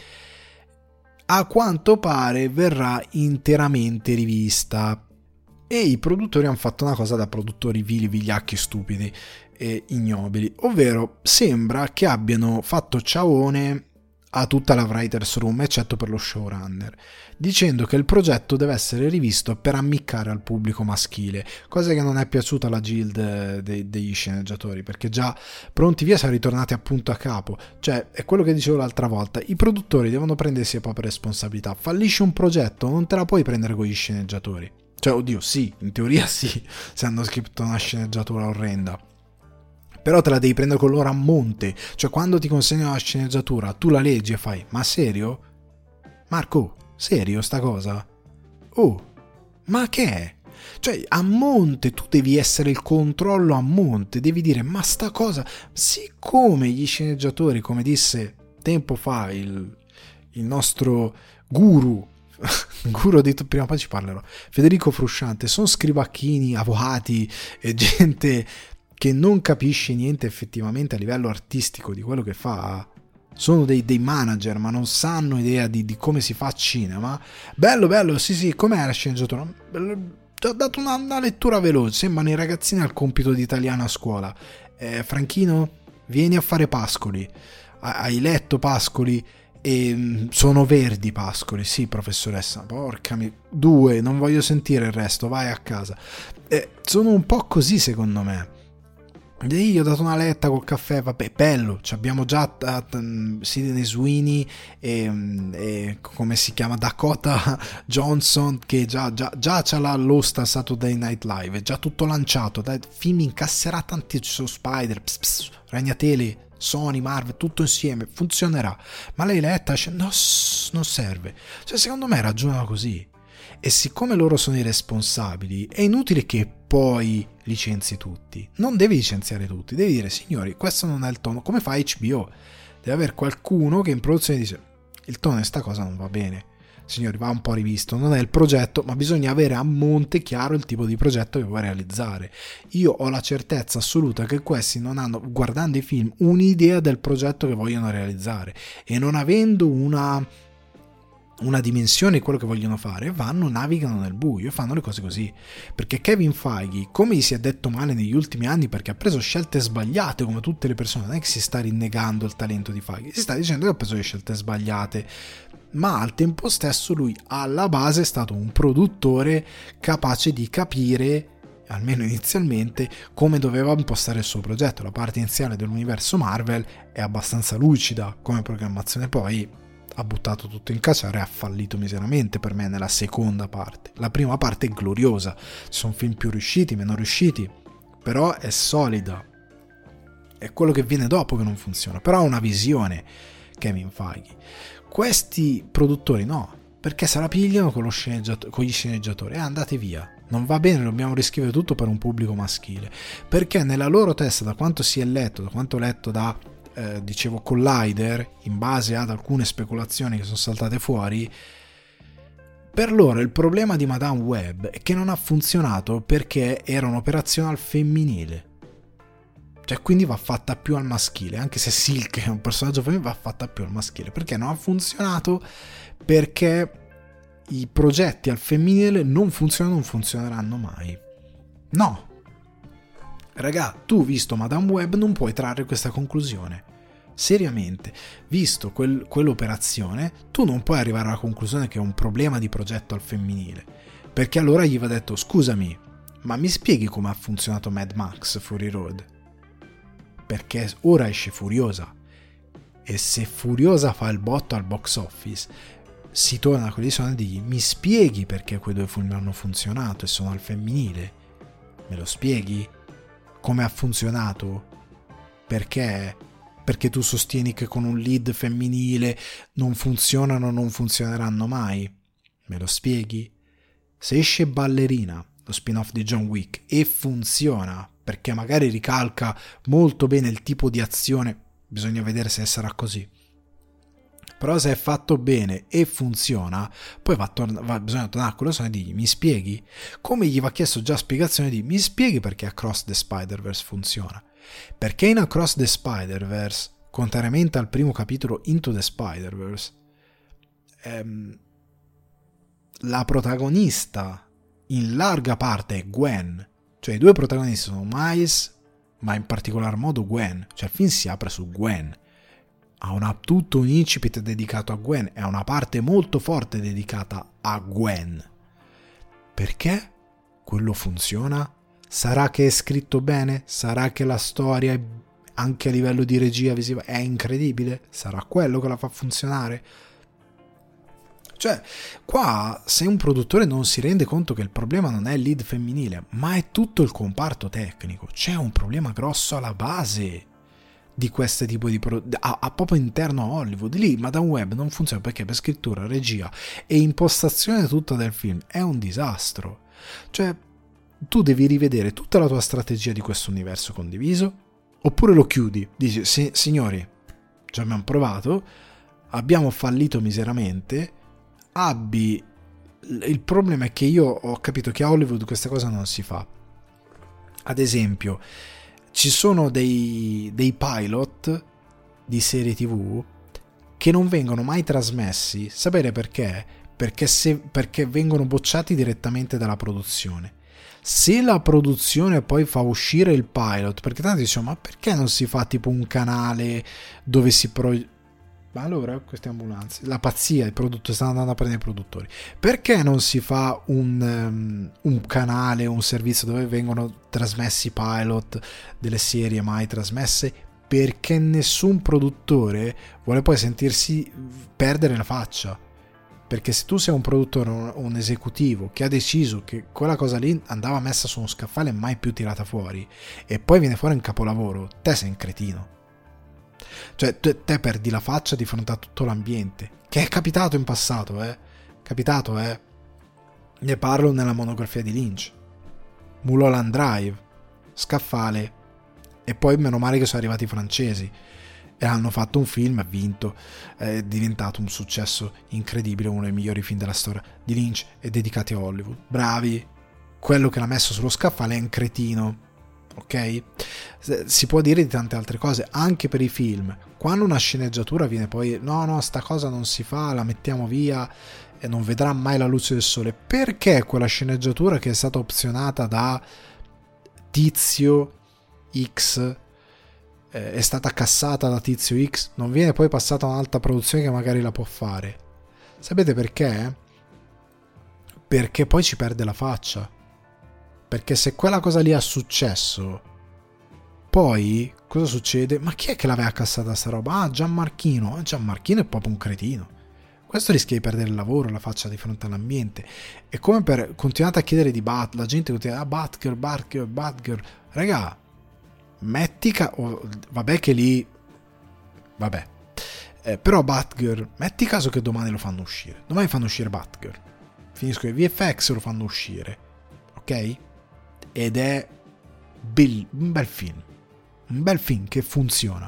a quanto pare verrà interamente rivista, e i produttori hanno fatto una cosa da produttori vili, vigliacchi, stupidi e ignobili, ovvero sembra che abbiano fatto ciaone a tutta la writers room eccetto per lo showrunner, dicendo che il progetto deve essere rivisto per ammiccare al pubblico maschile, cosa che non è piaciuta alla guild de- degli sceneggiatori, perché già Pronti Via siamo ritornati appunto a capo. Cioè è quello che dicevo l'altra volta, i produttori devono prendersi le proprie responsabilità. Fallisce un progetto, non te la puoi prendere con gli sceneggiatori, cioè oddio sì, in teoria sì, se hanno scritto una sceneggiatura orrenda, però te la devi prendere con loro a monte. Cioè quando ti consegnano la sceneggiatura tu la leggi e fai, ma serio? Marco, serio sta cosa? Oh, ma che è? Cioè a monte tu devi essere il controllo a monte, devi dire ma sta cosa, siccome gli sceneggiatori, come disse tempo fa il, il nostro guru guru di prima o poi ci parlerò, Federico Frusciante, sono scrivacchini, avvocati e gente che non capisce niente effettivamente a livello artistico di quello che fa, sono dei, dei manager ma non sanno idea di, di come si fa cinema. Bello bello, sì sì, com'è la sceneggiatura? Ti ho dato una, una lettura veloce, sembrano i ragazzini al compito di italiano a scuola. eh, Franchino, vieni a fare Pascoli, hai letto Pascoli? E sono verdi Pascoli, sì professoressa, porca mi... due, non voglio sentire il resto, vai a casa. Eh, sono un po' così secondo me. Io ho dato una letta col caffè, vabbè, bello, abbiamo già uh, Sidney Sweeney e, e come si chiama, Dakota Johnson, che già, già, già c'ha la losta Saturday Night Live, è già tutto lanciato, dai, film incasserà tanti, ci sono Spider, pss, pss, Ragnateli, Sony, Marvel, tutto insieme, funzionerà. Ma lei letta dice, no, non serve. Cioè, secondo me ragionano così. E siccome loro sono i responsabili, è inutile che poi licenzi tutti. Non devi licenziare tutti, devi dire, signori, questo non è il tono. Come fa H B O? Deve avere qualcuno che in produzione dice, il tono di sta cosa non va bene. Signori, va un po' rivisto, non è il progetto, ma bisogna avere a monte chiaro il tipo di progetto che vuoi realizzare. Io ho la certezza assoluta che questi non hanno, guardando i film, un'idea del progetto che vogliono realizzare, e non avendo una, una dimensione di quello che vogliono fare, vanno, navigano nel buio e fanno le cose così. Perché Kevin Feige, come gli si è detto male negli ultimi anni perché ha preso scelte sbagliate come tutte le persone, non è che si sta rinnegando il talento di Feige, si sta dicendo che ha preso le scelte sbagliate, ma al tempo stesso lui alla base è stato un produttore capace di capire, almeno inizialmente, come doveva impostare il suo progetto. La parte iniziale dell'universo Marvel è abbastanza lucida come programmazione, poi ha buttato tutto in caciara e ha fallito miseramente per me nella seconda parte. La prima parte è gloriosa, ci sono film più riusciti, meno riusciti, però è solida. È quello che viene dopo che non funziona, però ha una visione Kevin Feige. Questi produttori no, perché se la pigliano con, lo sceneggiato- con gli sceneggiatori e eh, andate via, non va bene, dobbiamo riscrivere tutto per un pubblico maschile, perché nella loro testa, da quanto si è letto, da quanto ho letto da eh, dicevo Collider, in base ad alcune speculazioni che sono saltate fuori, per loro il problema di Madame Web è che non ha funzionato perché era un'operazione al femminile. Cioè, quindi va fatta più al maschile, anche se Silk è un personaggio femminile, va fatta più al maschile, perché non ha funzionato, perché i progetti al femminile non funzionano, non funzioneranno mai. No. Raga, tu visto Madame Web non puoi trarre questa conclusione. Seriamente, visto quel, quell'operazione, tu non puoi arrivare alla conclusione che è un problema di progetto al femminile, perché allora gli va detto, scusami, ma mi spieghi come ha funzionato Mad Max Fury Road? Perché ora esce Furiosa, e se Furiosa fa il botto al box office si torna a quelli sono e digli, mi spieghi perché quei due film hanno funzionato e sono al femminile? Me lo spieghi? Come ha funzionato? Perché? Perché tu sostieni che con un lead femminile non funzionano, non funzioneranno mai? Me lo spieghi? Se esce Ballerina, lo spin-off di John Wick, e funziona perché magari ricalca molto bene il tipo di azione, bisogna vedere se sarà così, però se è fatto bene e funziona, poi va torna- va, bisogna tornare a quello e dirgli, mi spieghi? Come gli va chiesto già spiegazione di, mi spieghi perché Across the Spider-Verse funziona? Perché in Across the Spider-Verse, contrariamente al primo capitolo Into the Spider-Verse, ehm, la protagonista in larga parte è Gwen. Cioè i due protagonisti sono Miles, ma in particolar modo Gwen. Cioè il film si apre su Gwen. Ha una, tutto un incipit dedicato a Gwen. È una parte molto forte dedicata a Gwen. Perché? Quello funziona? Sarà che è scritto bene? Sarà che la storia, anche a livello di regia visiva, è incredibile? Sarà quello che la fa funzionare? Cioè, qua se un produttore non si rende conto che il problema non è il lead femminile, ma è tutto il comparto tecnico, c'è un problema grosso alla base di questo tipo di pro- a, a proprio interno a Hollywood. Lì Madame Web non funziona perché per scrittura, regia e impostazione tutta del film è un disastro. Cioè, tu devi rivedere tutta la tua strategia di questo universo condiviso, oppure lo chiudi, dici, sì, signori, ci abbiamo provato, abbiamo fallito miseramente. Abbi, il problema è che io ho capito che a Hollywood questa cosa non si fa. Ad esempio, ci sono dei, dei pilot di serie tv che non vengono mai trasmessi. Sapete perché? Perché, se, perché vengono bocciati direttamente dalla produzione. Se la produzione poi fa uscire il pilot, perché tanti dicono, ma perché non si fa tipo un canale dove si pro... ma allora queste ambulanze, la pazzia, il prodotto, stanno andando a prendere i produttori, perché non si fa un, um, un canale, un servizio dove vengono trasmessi pilot delle serie mai trasmesse? Perché nessun produttore vuole poi sentirsi perdere la faccia. Perché se tu sei un produttore o un esecutivo che ha deciso che quella cosa lì andava messa su uno scaffale e mai più tirata fuori, e poi viene fuori un capolavoro, te sei un cretino. Cioè te, te perdi la faccia di fronte a tutto l'ambiente, che è capitato in passato, eh capitato, eh ne parlo nella monografia di Lynch. Mulholland Drive, scaffale, e poi meno male che sono arrivati i francesi e hanno fatto un film, ha vinto, è diventato un successo incredibile, uno dei migliori film della storia di Lynch e dedicati a Hollywood. Bravi. Quello che l'ha messo sullo scaffale è un cretino, ok? Si può dire di tante altre cose anche per i film. Quando una sceneggiatura viene poi no no sta cosa non si fa, la mettiamo via e non vedrà mai la luce del sole, perché quella sceneggiatura che è stata opzionata da tizio X è stata cassata da tizio X, non viene poi passata a un'altra produzione che magari la può fare? Sapete perché? Perché poi ci perde la faccia. Perché se quella cosa lì ha successo, poi cosa succede? Ma chi è che l'aveva cassata sta roba? Ah, Gianmarchino. Gianmarchino è proprio un cretino. Questo rischia di perdere il lavoro, la faccia di fronte all'ambiente. E come per continuate a chiedere di Bat, la gente continua a Batgirl, Batgirl, Batgirl. Raga, metti ca- oh, vabbè che lì vabbè eh, però Batgirl, metti caso che domani lo fanno uscire, domani fanno uscire Batgirl, finisco i V F X, lo fanno uscire, ok? Ed è bel- un bel film un bel film che funziona,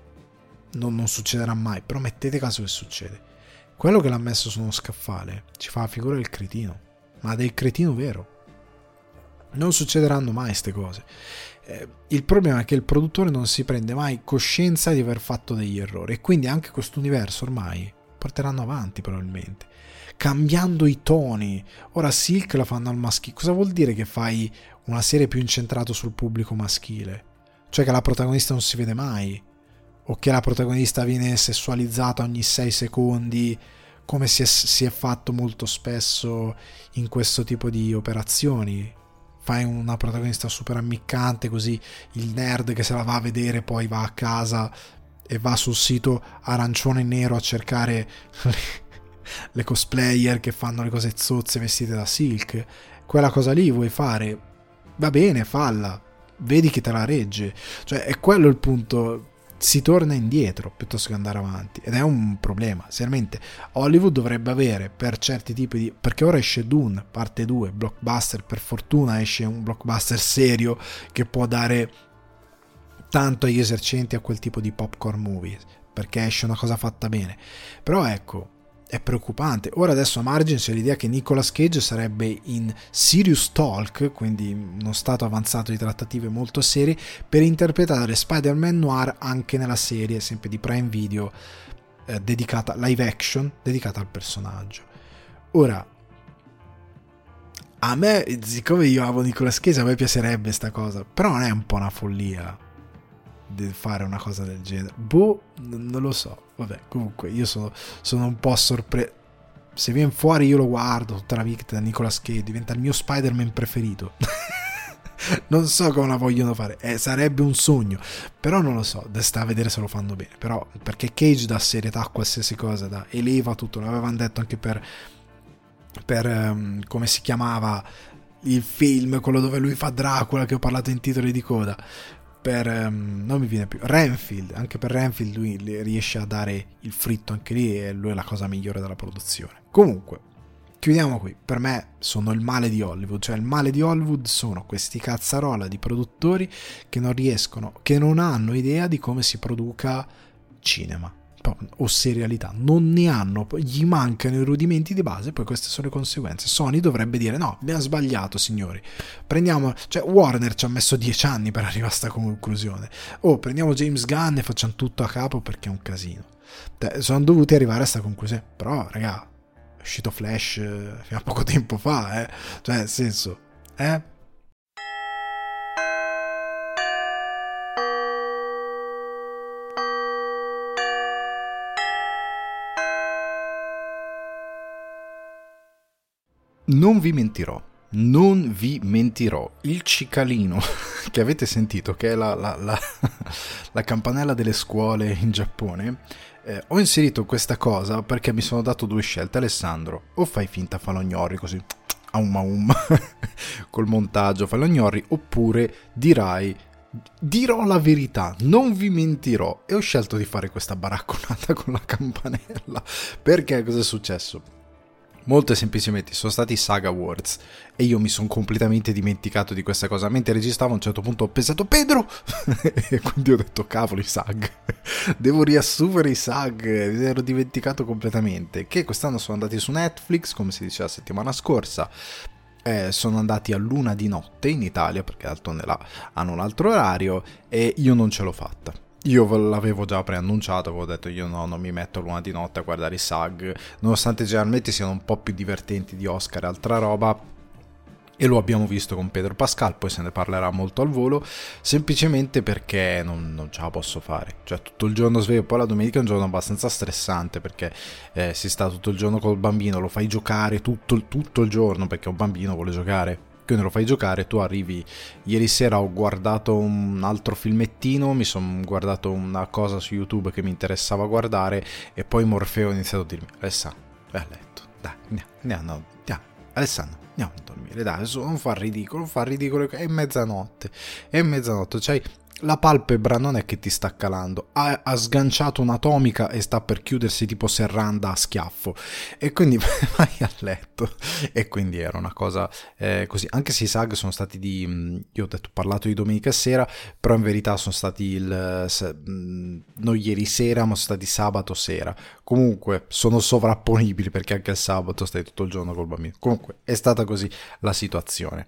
non, non succederà mai, però mettete caso che succede. Quello che l'ha messo su uno scaffale ci fa la figura del cretino, ma del cretino vero. Non succederanno mai queste cose. Eh, il problema è che il produttore non si prende mai coscienza di aver fatto degli errori, e quindi anche questo universo ormai porteranno avanti probabilmente cambiando i toni. Ora Silk la fanno al maschile. Cosa vuol dire che fai una serie più incentrata sul pubblico maschile? Cioè che la protagonista non si vede mai, o che la protagonista viene sessualizzata ogni sei secondi, come si è, si è fatto molto spesso in questo tipo di operazioni. Fai una protagonista super ammiccante, così il nerd che se la va a vedere poi va a casa e va sul sito arancione e nero a cercare le, le cosplayer che fanno le cose zozze vestite da Silk. Quella cosa lì vuoi fare? Va bene, falla, vedi che te la regge. Cioè è quello il punto. Si torna indietro piuttosto che andare avanti, ed è un problema. Seriamente Hollywood dovrebbe avere per certi tipi di, perché ora esce Dune parte due, blockbuster, per fortuna esce un blockbuster serio che può dare tanto agli esercenti a quel tipo di popcorn movie, perché esce una cosa fatta bene. Però ecco, è preoccupante. Ora adesso a margine c'è l'idea che Nicolas Cage sarebbe in Serious Talk, quindi uno stato avanzato di trattative molto serie, per interpretare Spider-Man Noir anche nella serie, sempre di Prime Video, eh, dedicata, live action, dedicata al personaggio. Ora, a me, siccome io amo Nicolas Cage, a me piacerebbe sta cosa, però non è un po' una follia di fare una cosa del genere? Boh, non lo so. Vabbè, comunque io sono, sono un po' sorpreso. Se viene fuori io lo guardo tutta la vita da Nicolas Cage, diventa il mio Spider-Man preferito. Non so come la vogliono fare, eh, sarebbe un sogno, però non lo so, sta a vedere se lo fanno bene. Però perché Cage dà serietà a qualsiasi cosa, da eleva tutto. L'avevano detto anche per per um, come si chiamava il film, quello dove lui fa Dracula, che ho parlato in titoli di coda, per um, non mi viene più, Renfield. Anche per Renfield lui riesce a dare il fritto anche lì, e lui è la cosa migliore della produzione. Comunque chiudiamo qui. Per me sono il male di Hollywood, cioè il male di Hollywood sono questi cazzarola di produttori che non riescono, che non hanno idea di come si produca cinema o serialità, non ne hanno, gli mancano i rudimenti di base. Poi queste sono le conseguenze. Sony dovrebbe dire no, abbiamo sbagliato signori, prendiamo, cioè Warner ci ha messo dieci anni per arrivare a sta conclusione, oh prendiamo James Gunn e facciamo tutto a capo perché è un casino. Sono dovuti arrivare a sta conclusione. Però raga, è uscito Flash fino a poco tempo fa, eh? Cioè nel senso, Eh? Non vi mentirò, non vi mentirò, il cicalino che avete sentito, che è la, la, la, la campanella delle scuole in Giappone, eh, ho inserito questa cosa perché mi sono dato due scelte. Alessandro, o fai finta falognorri così, aum aum, col montaggio falognorri, oppure dirai, dirò la verità, non vi mentirò. E ho scelto di fare questa baracconata con la campanella, perché cosa è successo? Molto semplicemente sono stati i Sag Awards e io mi sono completamente dimenticato di questa cosa. Mentre registravo a un certo punto ho pensato Pedro e quindi ho detto cavolo i Sag, devo riassumere i Sag, mi ero dimenticato completamente. Che quest'anno sono andati su Netflix, come si diceva la settimana scorsa. Eh, sono andati a luna di notte in Italia perché d'altronde là hanno un altro orario e io non ce l'ho fatta. Io l'avevo già preannunciato, avevo detto io no, non mi metto l'una di notte a guardare i Sag, nonostante generalmente siano un po' più divertenti di Oscar e altra roba, e lo abbiamo visto con Pedro Pascal, poi se ne parlerà molto al volo, semplicemente perché non, non ce la posso fare, cioè tutto il giorno sveglio, poi la domenica è un giorno abbastanza stressante perché eh, si sta tutto il giorno col bambino, lo fai giocare tutto, tutto il giorno perché un bambino vuole giocare. Quindi lo fai giocare, tu arrivi. Ieri sera ho guardato un altro filmettino, mi sono guardato una cosa su YouTube che mi interessava guardare e poi Morfeo ha iniziato a dirmi Alessandro, vai a letto, dai, andiamo, andiamo, andiamo, Alessandro, andiamo a dormire, dai, adesso non fa ridicolo, non fa ridicolo, è mezzanotte, è mezzanotte, cioè la palpebra non è che ti sta calando, ha, ha sganciato un'atomica e sta per chiudersi tipo serranda a schiaffo e quindi vai a letto. E quindi era una cosa eh, così, anche se i Sag sono stati di, io ho detto ho parlato di domenica sera, però in verità sono stati il se, non ieri sera ma sono stati sabato sera, comunque sono sovrapponibili perché anche il sabato stai tutto il giorno col bambino. Comunque è stata così la situazione.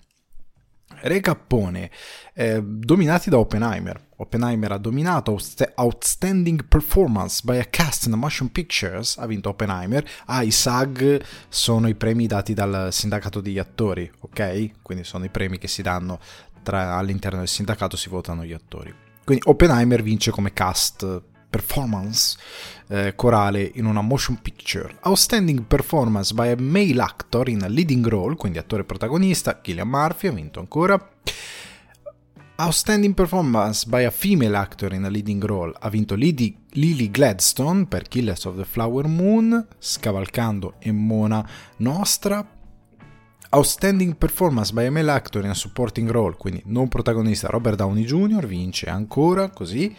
Recappone, eh, dominati da Oppenheimer. Oppenheimer ha dominato Outstanding Performance by a Cast in a Motion Pictures, ha vinto Oppenheimer. Ah, i Sag sono i premi dati dal sindacato degli attori, ok? Quindi sono i premi che si danno tra, all'interno del sindacato, si votano gli attori. Quindi Oppenheimer vince come cast performance eh, corale in una motion picture. Outstanding performance by a male actor in a leading role, quindi attore protagonista, Cillian Murphy ha vinto ancora. Outstanding performance by a female actor in a leading role ha vinto Lily, Lily Gladstone per Killers of the Flower Moon, scavalcando e Mona Nostra. Outstanding performance by a male actor in a supporting role, quindi non protagonista, Robert Downey junior vince ancora così.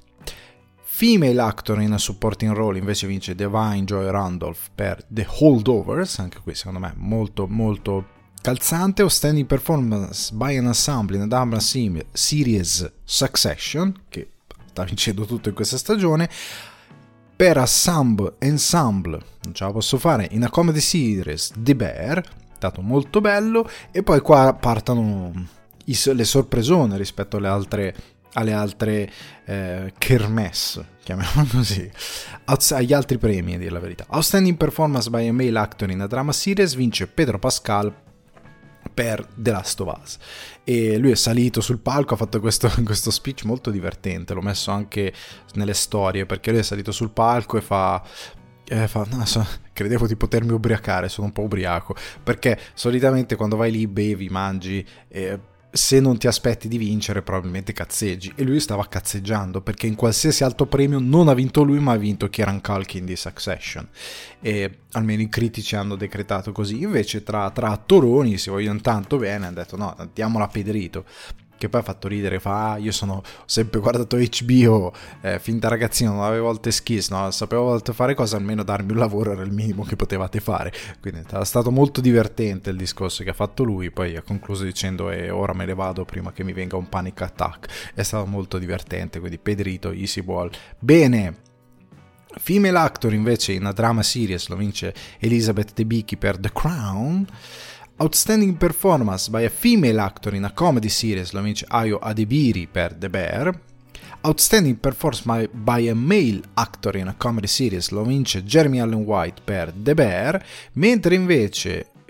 Female actor in a supporting role invece vince Da'Vine Joy Randolph per The Holdovers, anche qui secondo me molto molto calzante. Outstanding performance by an ensemble in a drama series Succession, che sta vincendo tutto in questa stagione. Per ensemble, ensemble non ce la posso fare, in a comedy series The Bear, stato molto bello. E poi qua partono i, le sorpresone rispetto alle altre alle altre eh, kermesse, chiamiamolo così, agli altri premi, a dire la verità. Outstanding performance by a male actor in a drama series vince Pedro Pascal per The Last of Us, e lui è salito sul palco, ha fatto questo, questo speech molto divertente, l'ho messo anche nelle storie, perché lui è salito sul palco e fa Eh, fa, no, so, credevo di potermi ubriacare, sono un po' ubriaco, perché solitamente quando vai lì bevi, mangi, eh, se non ti aspetti di vincere probabilmente cazzeggi, e lui stava cazzeggiando perché in qualsiasi altro premio non ha vinto lui ma ha vinto Kieran Culkin di Succession, e almeno i critici hanno decretato così. Invece tra, tra attoroni si vogliono tanto bene, hanno detto no, diamola a Pedrito, che poi ha fatto ridere, fa ah, io sono ho sempre guardato H B O, eh, fin da ragazzino non avevo volte skills, no, sapevo volte fare cose, almeno darmi un lavoro era il minimo che potevate fare. Quindi è stato molto divertente il discorso che ha fatto lui, poi ha concluso dicendo e eh, ora me ne vado prima che mi venga un panic attack. È stato molto divertente, quindi Pedrito, easy ball. Bene. Female actor invece in a drama series lo vince Elizabeth Debicki per The Crown. Outstanding performance by a female actor in a comedy series lo vince Ayo Adebiri per The Bear. Outstanding performance by a male actor in a comedy series lo vince Jeremy Allen White per The Bear, mentre invece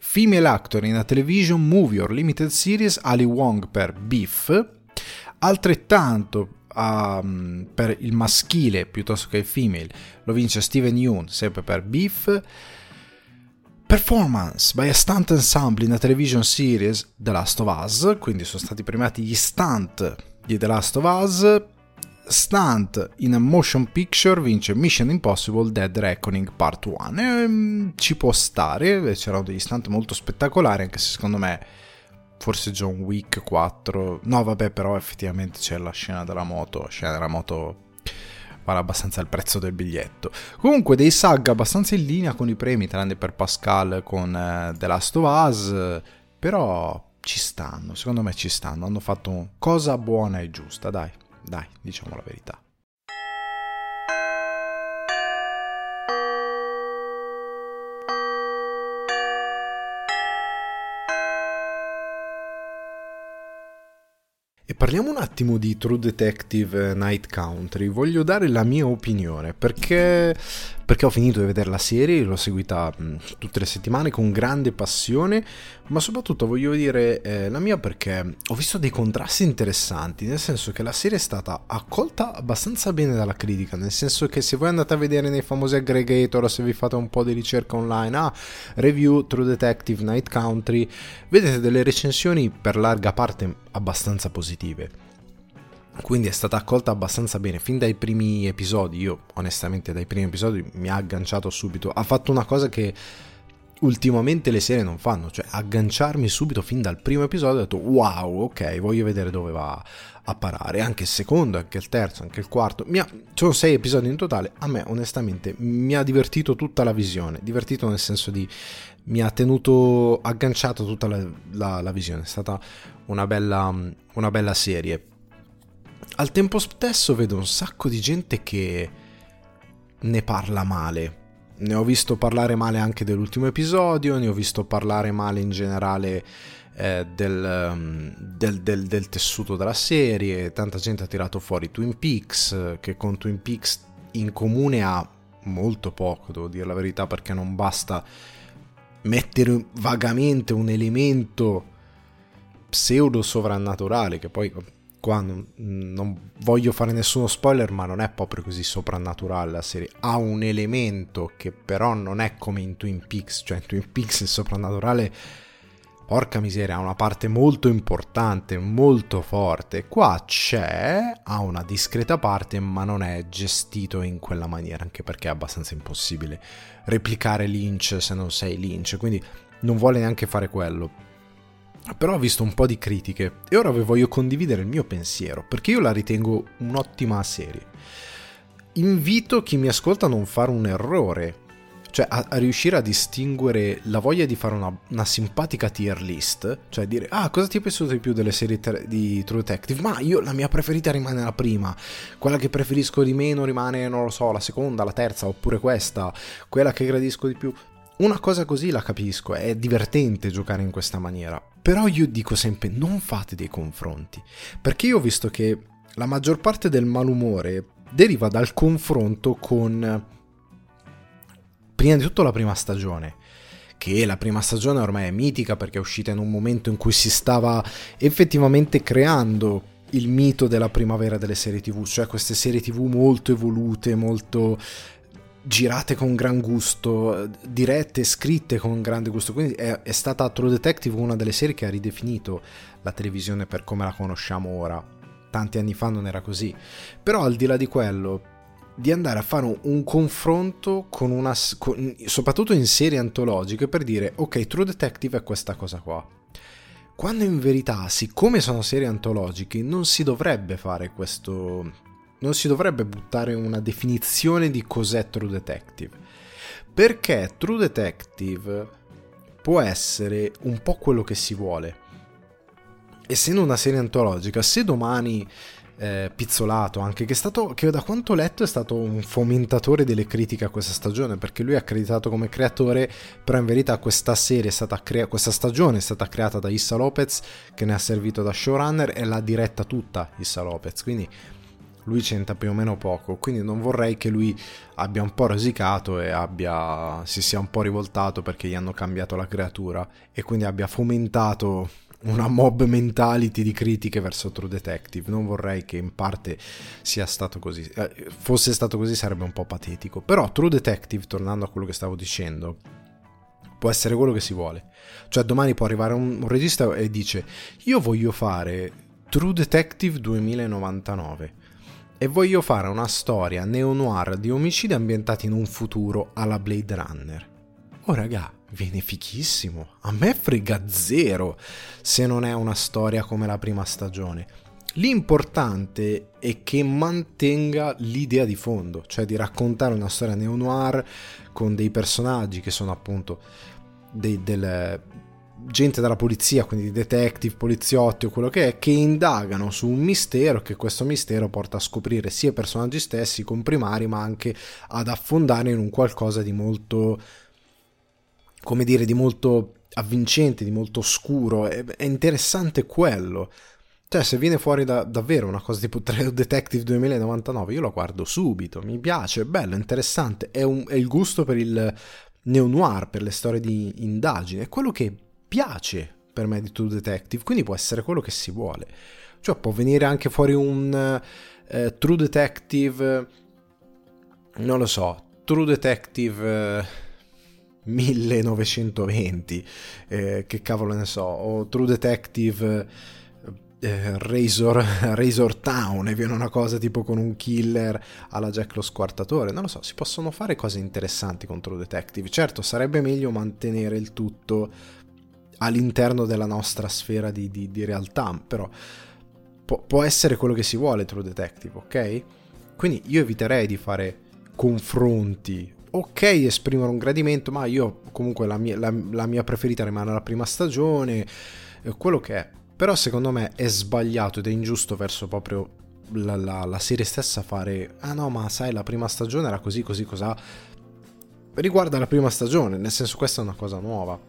Female Actor in a Television Movie or Limited Series, Ali Wong per Beef. Altrettanto um, per il maschile piuttosto che il female lo vince Steven Yeun, sempre per Beef. Performance by a Stunt Ensemble in a Television Series, The Last of Us, quindi sono stati premiati gli stunt di The Last of Us. Stunt in a Motion Picture vince Mission Impossible Dead Reckoning Part uno. E, ci può stare, c'erano degli stunt molto spettacolari, anche se secondo me forse John Wick quattro, no vabbè, però effettivamente c'è la scena della moto, la scena della moto vale abbastanza il prezzo del biglietto. Comunque dei S A G abbastanza in linea con i premi, tranne per Pascal con uh, The Last of Us, però ci stanno, secondo me ci stanno, hanno fatto cosa buona e giusta, dai, dai, diciamo la verità. E parliamo un attimo di True Detective Night Country. Voglio dare la mia opinione perché, perché ho finito di vedere la serie, l'ho seguita mh, tutte le settimane con grande passione, ma soprattutto voglio dire eh, la mia perché ho visto dei contrasti interessanti, nel senso che la serie è stata accolta abbastanza bene dalla critica, nel senso che se voi andate a vedere nei famosi aggregator, se vi fate un po' di ricerca online, ah, review True Detective Night Country, vedete delle recensioni per larga parte abbastanza positive. Quindi è stata accolta abbastanza bene fin dai primi episodi. Io onestamente dai primi episodi mi ha agganciato subito, ha fatto una cosa che ultimamente le serie non fanno, cioè agganciarmi subito fin dal primo episodio. Ho detto wow, ok, voglio vedere dove va a parare, anche il secondo, anche il terzo, anche il quarto. Mi ha... sono sei episodi in totale, a me onestamente mi ha divertito tutta la visione, divertito nel senso di mi ha tenuto agganciato tutta la, la, la visione, è stata una bella, una bella serie. Al tempo stesso vedo un sacco di gente che ne parla male. Ne ho visto parlare male anche dell'ultimo episodio, ne ho visto parlare male in generale eh, del, del, del, del tessuto della serie. Tanta gente ha tirato fuori Twin Peaks, che con Twin Peaks in comune ha molto poco, devo dire la verità, perché non basta mettere vagamente un elemento pseudo sovrannaturale, che poi qua non, non voglio fare nessuno spoiler, ma non è proprio così soprannaturale la serie, ha un elemento che però non è come in Twin Peaks, cioè in Twin Peaks il soprannaturale, porca miseria, ha una parte molto importante, molto forte. Qua c'è, ha una discreta parte, ma non è gestito in quella maniera, anche perché è abbastanza impossibile replicare Lynch se non sei Lynch, quindi non vuole neanche fare quello. Però ho visto un po' di critiche e ora vi voglio condividere il mio pensiero, perché io la ritengo un'ottima serie. Invito chi mi ascolta a non fare un errore, cioè a, a riuscire a distinguere la voglia di fare una, una simpatica tier list, cioè dire ah, cosa ti è piaciuto di più delle serie ter- di True Detective? Ma io la mia preferita rimane la prima, quella che preferisco di meno rimane, non lo so, la seconda, la terza, oppure questa, quella che gradisco di più. Una cosa così la capisco, è divertente giocare in questa maniera, però io dico sempre non fate dei confronti, perché io ho visto che la maggior parte del malumore deriva dal confronto con, prima di tutto, la prima stagione, che la prima stagione ormai è mitica perché è uscita in un momento in cui si stava effettivamente creando il mito della primavera delle serie tv, cioè queste serie tv molto evolute, molto girate con gran gusto, dirette, scritte con grande gusto, quindi è, è stata True Detective una delle serie che ha ridefinito la televisione per come la conosciamo ora. Tanti anni fa non era così, però al di là di quello, di andare a fare un, un confronto con una, con, soprattutto in serie antologiche, per dire ok, True Detective è questa cosa qua, quando in verità, siccome sono serie antologiche, non si dovrebbe fare questo, non si dovrebbe buttare una definizione di cos'è True Detective, perché True Detective può essere un po' quello che si vuole. Essendo una serie antologica, se domani eh, Pizzolato, anche che è stato, che da quanto ho letto è stato un fomentatore delle critiche a questa stagione, perché lui è accreditato come creatore, però in verità questa serie è stata crea- questa stagione è stata creata da Issa Lopez, che ne ha servito da showrunner, e l'ha diretta tutta Issa Lopez, quindi lui c'entra più o meno poco, quindi non vorrei che lui abbia un po' rosicato e abbia si sia un po' rivoltato perché gli hanno cambiato la creatura e quindi abbia fomentato una mob mentality di critiche verso True Detective. Non vorrei che in parte sia stato così, eh, fosse stato così sarebbe un po' patetico. Però True Detective, tornando a quello che stavo dicendo, può essere quello che si vuole. Cioè domani può arrivare un, un regista e dice: io voglio fare True Detective duemilanovantanove e voglio fare una storia neo-noir di omicidi ambientati in un futuro alla Blade Runner. Oh raga, viene fichissimo. A me frega zero se non è una storia come la prima stagione. L'importante è che mantenga l'idea di fondo, cioè di raccontare una storia neo-noir con dei personaggi che sono appunto dei, del, gente della polizia, quindi detective, poliziotti o quello che è, che indagano su un mistero, che questo mistero porta a scoprire sia i personaggi stessi, i comprimari, ma anche ad affondare in un qualcosa di molto, come dire, di molto avvincente, di molto oscuro. È, è interessante quello. Cioè, se viene fuori da, davvero una cosa tipo True Detective duemilanovantanove, io lo guardo subito, mi piace, è bello, è interessante, è, un, è il gusto per il neo-noir, per le storie di indagine, è quello che piace per me di True Detective, quindi può essere quello che si vuole. Cioè, può venire anche fuori un uh, True Detective, non lo so, True Detective... Uh, millenovecentoventi, eh, che cavolo ne so, o True Detective eh, Razor, Razor Town, e viene una cosa tipo con un killer alla Jack lo Squartatore, non lo so, si possono fare cose interessanti con True Detective. Certo, sarebbe meglio mantenere il tutto all'interno della nostra sfera di, di, di realtà, però può, può essere quello che si vuole True Detective, ok? Quindi io eviterei di fare confronti. Ok, esprimono un gradimento, ma io comunque la mia, la, la mia preferita rimane la prima stagione, eh, quello che è. Però secondo me è sbagliato ed è ingiusto verso proprio la, la, la serie stessa fare: ah no, ma sai, la prima stagione era così, così, cos'ha. Riguarda la prima stagione, nel senso, questa è una cosa nuova.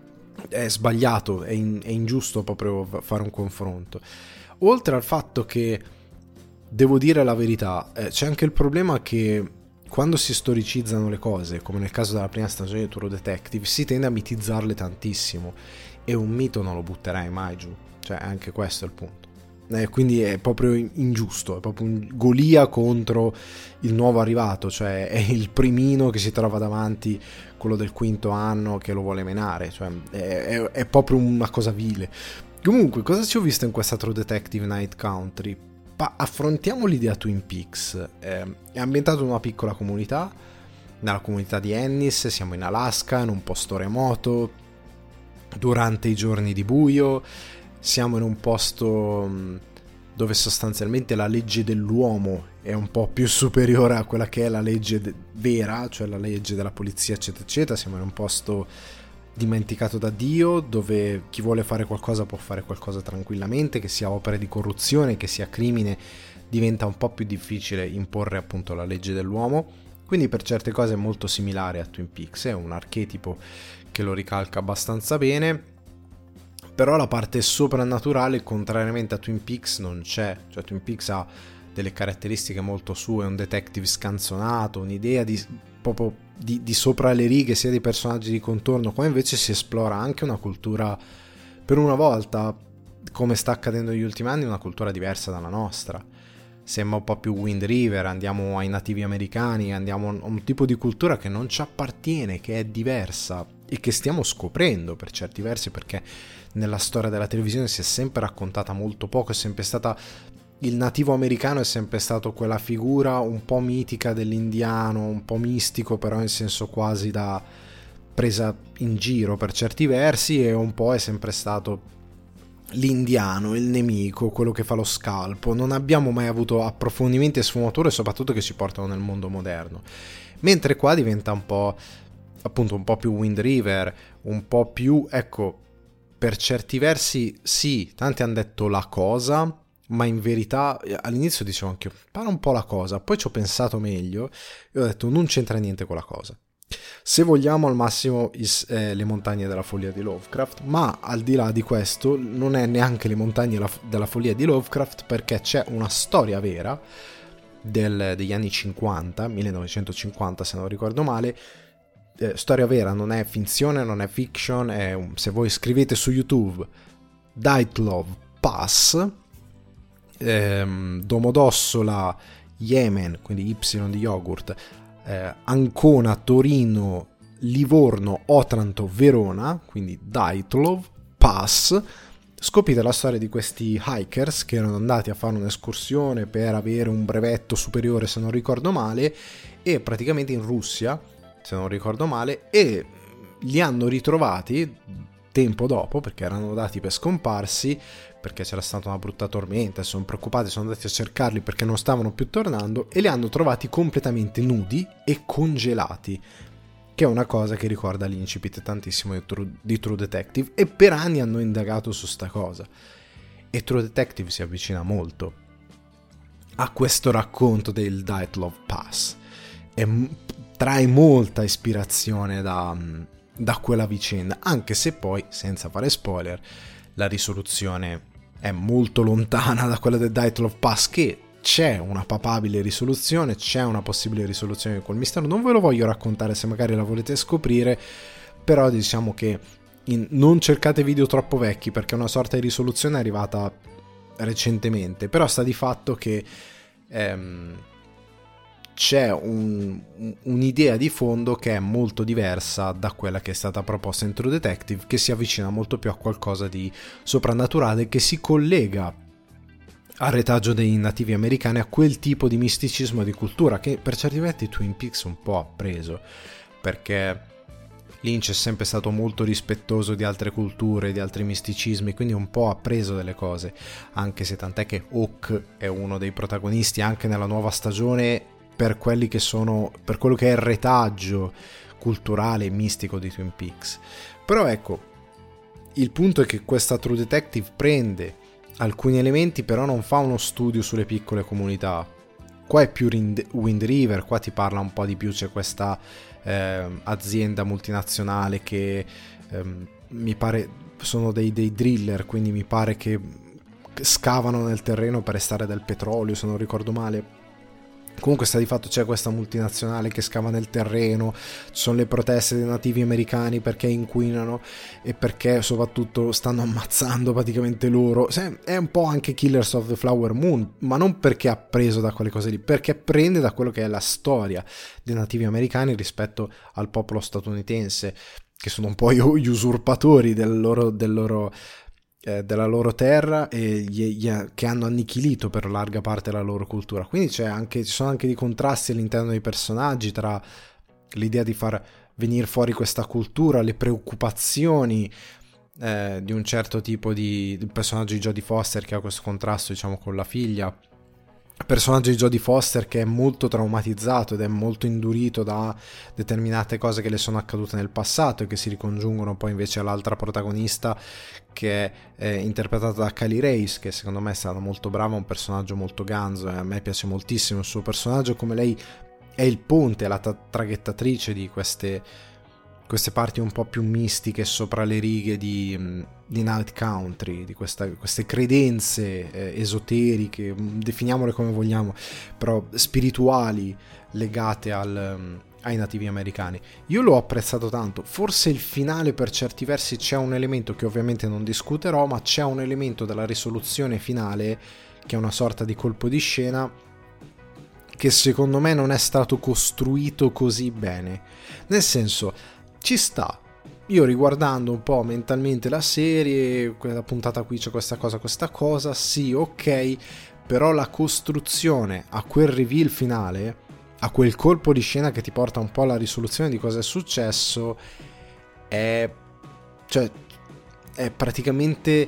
È sbagliato, è, in, è ingiusto proprio fare un confronto. Oltre al fatto che, devo dire la verità, eh, c'è anche il problema che quando si storicizzano le cose, come nel caso della prima stagione di True Detective, si tende a mitizzarle tantissimo e un mito non lo butterai mai giù, cioè anche questo è il punto. Eh, quindi è proprio ingiusto, è proprio un Golia contro il nuovo arrivato, cioè è il primino che si trova davanti, quello del quinto anno che lo vuole menare, cioè è, è, è proprio una cosa vile. Comunque, cosa ci ho visto in questa True Detective Night Country? Pa- affrontiamo l'idea Twin Peaks. Eh, è ambientato in una piccola comunità, nella comunità di Ennis, siamo in Alaska, in un posto remoto, durante i giorni di buio, siamo in un posto dove sostanzialmente la legge dell'uomo è un po' più superiore a quella che è la legge de- vera, cioè la legge della polizia, eccetera, eccetera. Siamo in un posto dimenticato da Dio, dove chi vuole fare qualcosa può fare qualcosa tranquillamente, che sia opera di corruzione, che sia crimine, diventa un po' più difficile imporre appunto la legge dell'uomo. Quindi per certe cose è molto similare a Twin Peaks, è un archetipo che lo ricalca abbastanza bene, però la parte soprannaturale, contrariamente a Twin Peaks, non c'è. Cioè Twin Peaks ha delle caratteristiche molto sue, un detective scanzonato, un'idea di proprio Di, di sopra le righe, sia dei personaggi di contorno. Qua invece si esplora anche una cultura, per una volta, come sta accadendo negli ultimi anni, una cultura diversa dalla nostra. Sembra un po' più Wind River, andiamo ai nativi americani, andiamo a un tipo di cultura che non ci appartiene, che è diversa e che stiamo scoprendo per certi versi, perché nella storia della televisione si è sempre raccontata molto poco, è sempre stata... Il nativo americano è sempre stato quella figura un po' mitica dell'indiano, un po' mistico, però in senso quasi da presa in giro per certi versi, e un po' è sempre stato l'indiano, il nemico, quello che fa lo scalpo. Non abbiamo mai avuto approfondimenti e sfumature, soprattutto che ci portano nel mondo moderno. Mentre qua diventa un po', appunto, un po' più Wind River, un po' più, ecco, per certi versi sì, tanti hanno detto la cosa, ma in verità all'inizio dicevo anche parla un po' la cosa, poi ci ho pensato meglio e ho detto non c'entra niente con la cosa. Se vogliamo, al massimo is, eh, le montagne della follia di Lovecraft, ma al di là di questo non è neanche le montagne la, della follia di Lovecraft, perché c'è una storia vera del, degli anni cinquanta, millenovecentocinquanta se non ricordo male, eh, storia vera, non è finzione, non è fiction, è un, se voi scrivete su YouTube Dyatlov Pass, ehm, Domodossola, Yemen, quindi Y di yogurt, eh, Ancona, Torino, Livorno, Otranto, Verona, quindi Dyatlov Pass, scoprite la storia di questi hikers che erano andati a fare un'escursione per avere un brevetto superiore se non ricordo male, e praticamente in Russia se non ricordo male, e li hanno ritrovati tempo dopo perché erano dati per scomparsi, perché c'era stata una brutta tormenta, sono preoccupati, sono andati a cercarli perché non stavano più tornando, e li hanno trovati completamente nudi e congelati, che è una cosa che ricorda l'incipit tantissimo di True, di True Detective, e per anni hanno indagato su sta cosa, e True Detective si avvicina molto a questo racconto del Dyatlov Pass e trae molta ispirazione da, da quella vicenda, anche se poi, senza fare spoiler, la risoluzione è molto lontana da quella del Dyatlov Pass, che c'è una papabile risoluzione, c'è una possibile risoluzione di quel mistero, non ve lo voglio raccontare se magari la volete scoprire, però diciamo che in, non cercate video troppo vecchi perché una sorta di risoluzione è arrivata recentemente, però sta di fatto che ehm, c'è un, un'idea di fondo che è molto diversa da quella che è stata proposta in True Detective, che si avvicina molto più a qualcosa di soprannaturale, che si collega al retaggio dei nativi americani, a quel tipo di misticismo e di cultura che per certi versi Twin Peaks un po' ha preso, perché Lynch è sempre stato molto rispettoso di altre culture, di altri misticismi, quindi un po' ha preso delle cose, anche se tant'è che Hawk è uno dei protagonisti anche nella nuova stagione per quelli che sono, per quello che è il retaggio culturale e mistico di Twin Peaks. Però ecco, il punto è che questa True Detective prende alcuni elementi, però non fa uno studio sulle piccole comunità. Qua è più Wind River, qua ti parla un po' di più, c'è questa eh, azienda multinazionale che eh, mi pare sono dei, dei driller, quindi mi pare che scavano nel terreno per estrarre del petrolio, se non ricordo male. Comunque sta di fatto, c'è questa multinazionale che scava nel terreno, ci sono le proteste dei nativi americani perché inquinano e perché soprattutto stanno ammazzando praticamente loro. È un po' anche Killers of the Flower Moon, ma non perché ha preso da quelle cose lì, perché prende da quello che è la storia dei nativi americani rispetto al popolo statunitense, che sono un po' gli usurpatori del loro, del loro Eh, della loro terra e gli, gli, che hanno annichilito per larga parte la loro cultura. Quindi c'è anche, ci sono anche dei contrasti all'interno dei personaggi tra l'idea di far venire fuori questa cultura, le preoccupazioni eh, di un certo tipo di, di personaggio di Jodie Foster che ha questo contrasto, diciamo, con la figlia, personaggio di Jodie Foster che è molto traumatizzato ed è molto indurito da determinate cose che le sono accadute nel passato e che si ricongiungono poi invece all'altra protagonista che è eh, interpretata da Kylie Race, che secondo me è stata molto brava, un personaggio molto ganzo e a me piace moltissimo il suo personaggio, come lei è il ponte, la tra- traghettatrice di queste queste parti un po' più mistiche sopra le righe di, di Night Country, di questa, queste credenze eh, esoteriche, definiamole come vogliamo, però spirituali, legate al, ai nativi americani. Io l'ho apprezzato tanto, forse il finale per certi versi c'è un elemento che ovviamente non discuterò, ma c'è un elemento della risoluzione finale che è una sorta di colpo di scena che secondo me non è stato costruito così bene, nel senso, ci sta, io riguardando un po' mentalmente la serie, quella puntata qui c'è questa cosa, questa cosa, sì, ok, però la costruzione a quel reveal finale, a quel colpo di scena che ti porta un po' alla risoluzione di cosa è successo, è, cioè, è praticamente,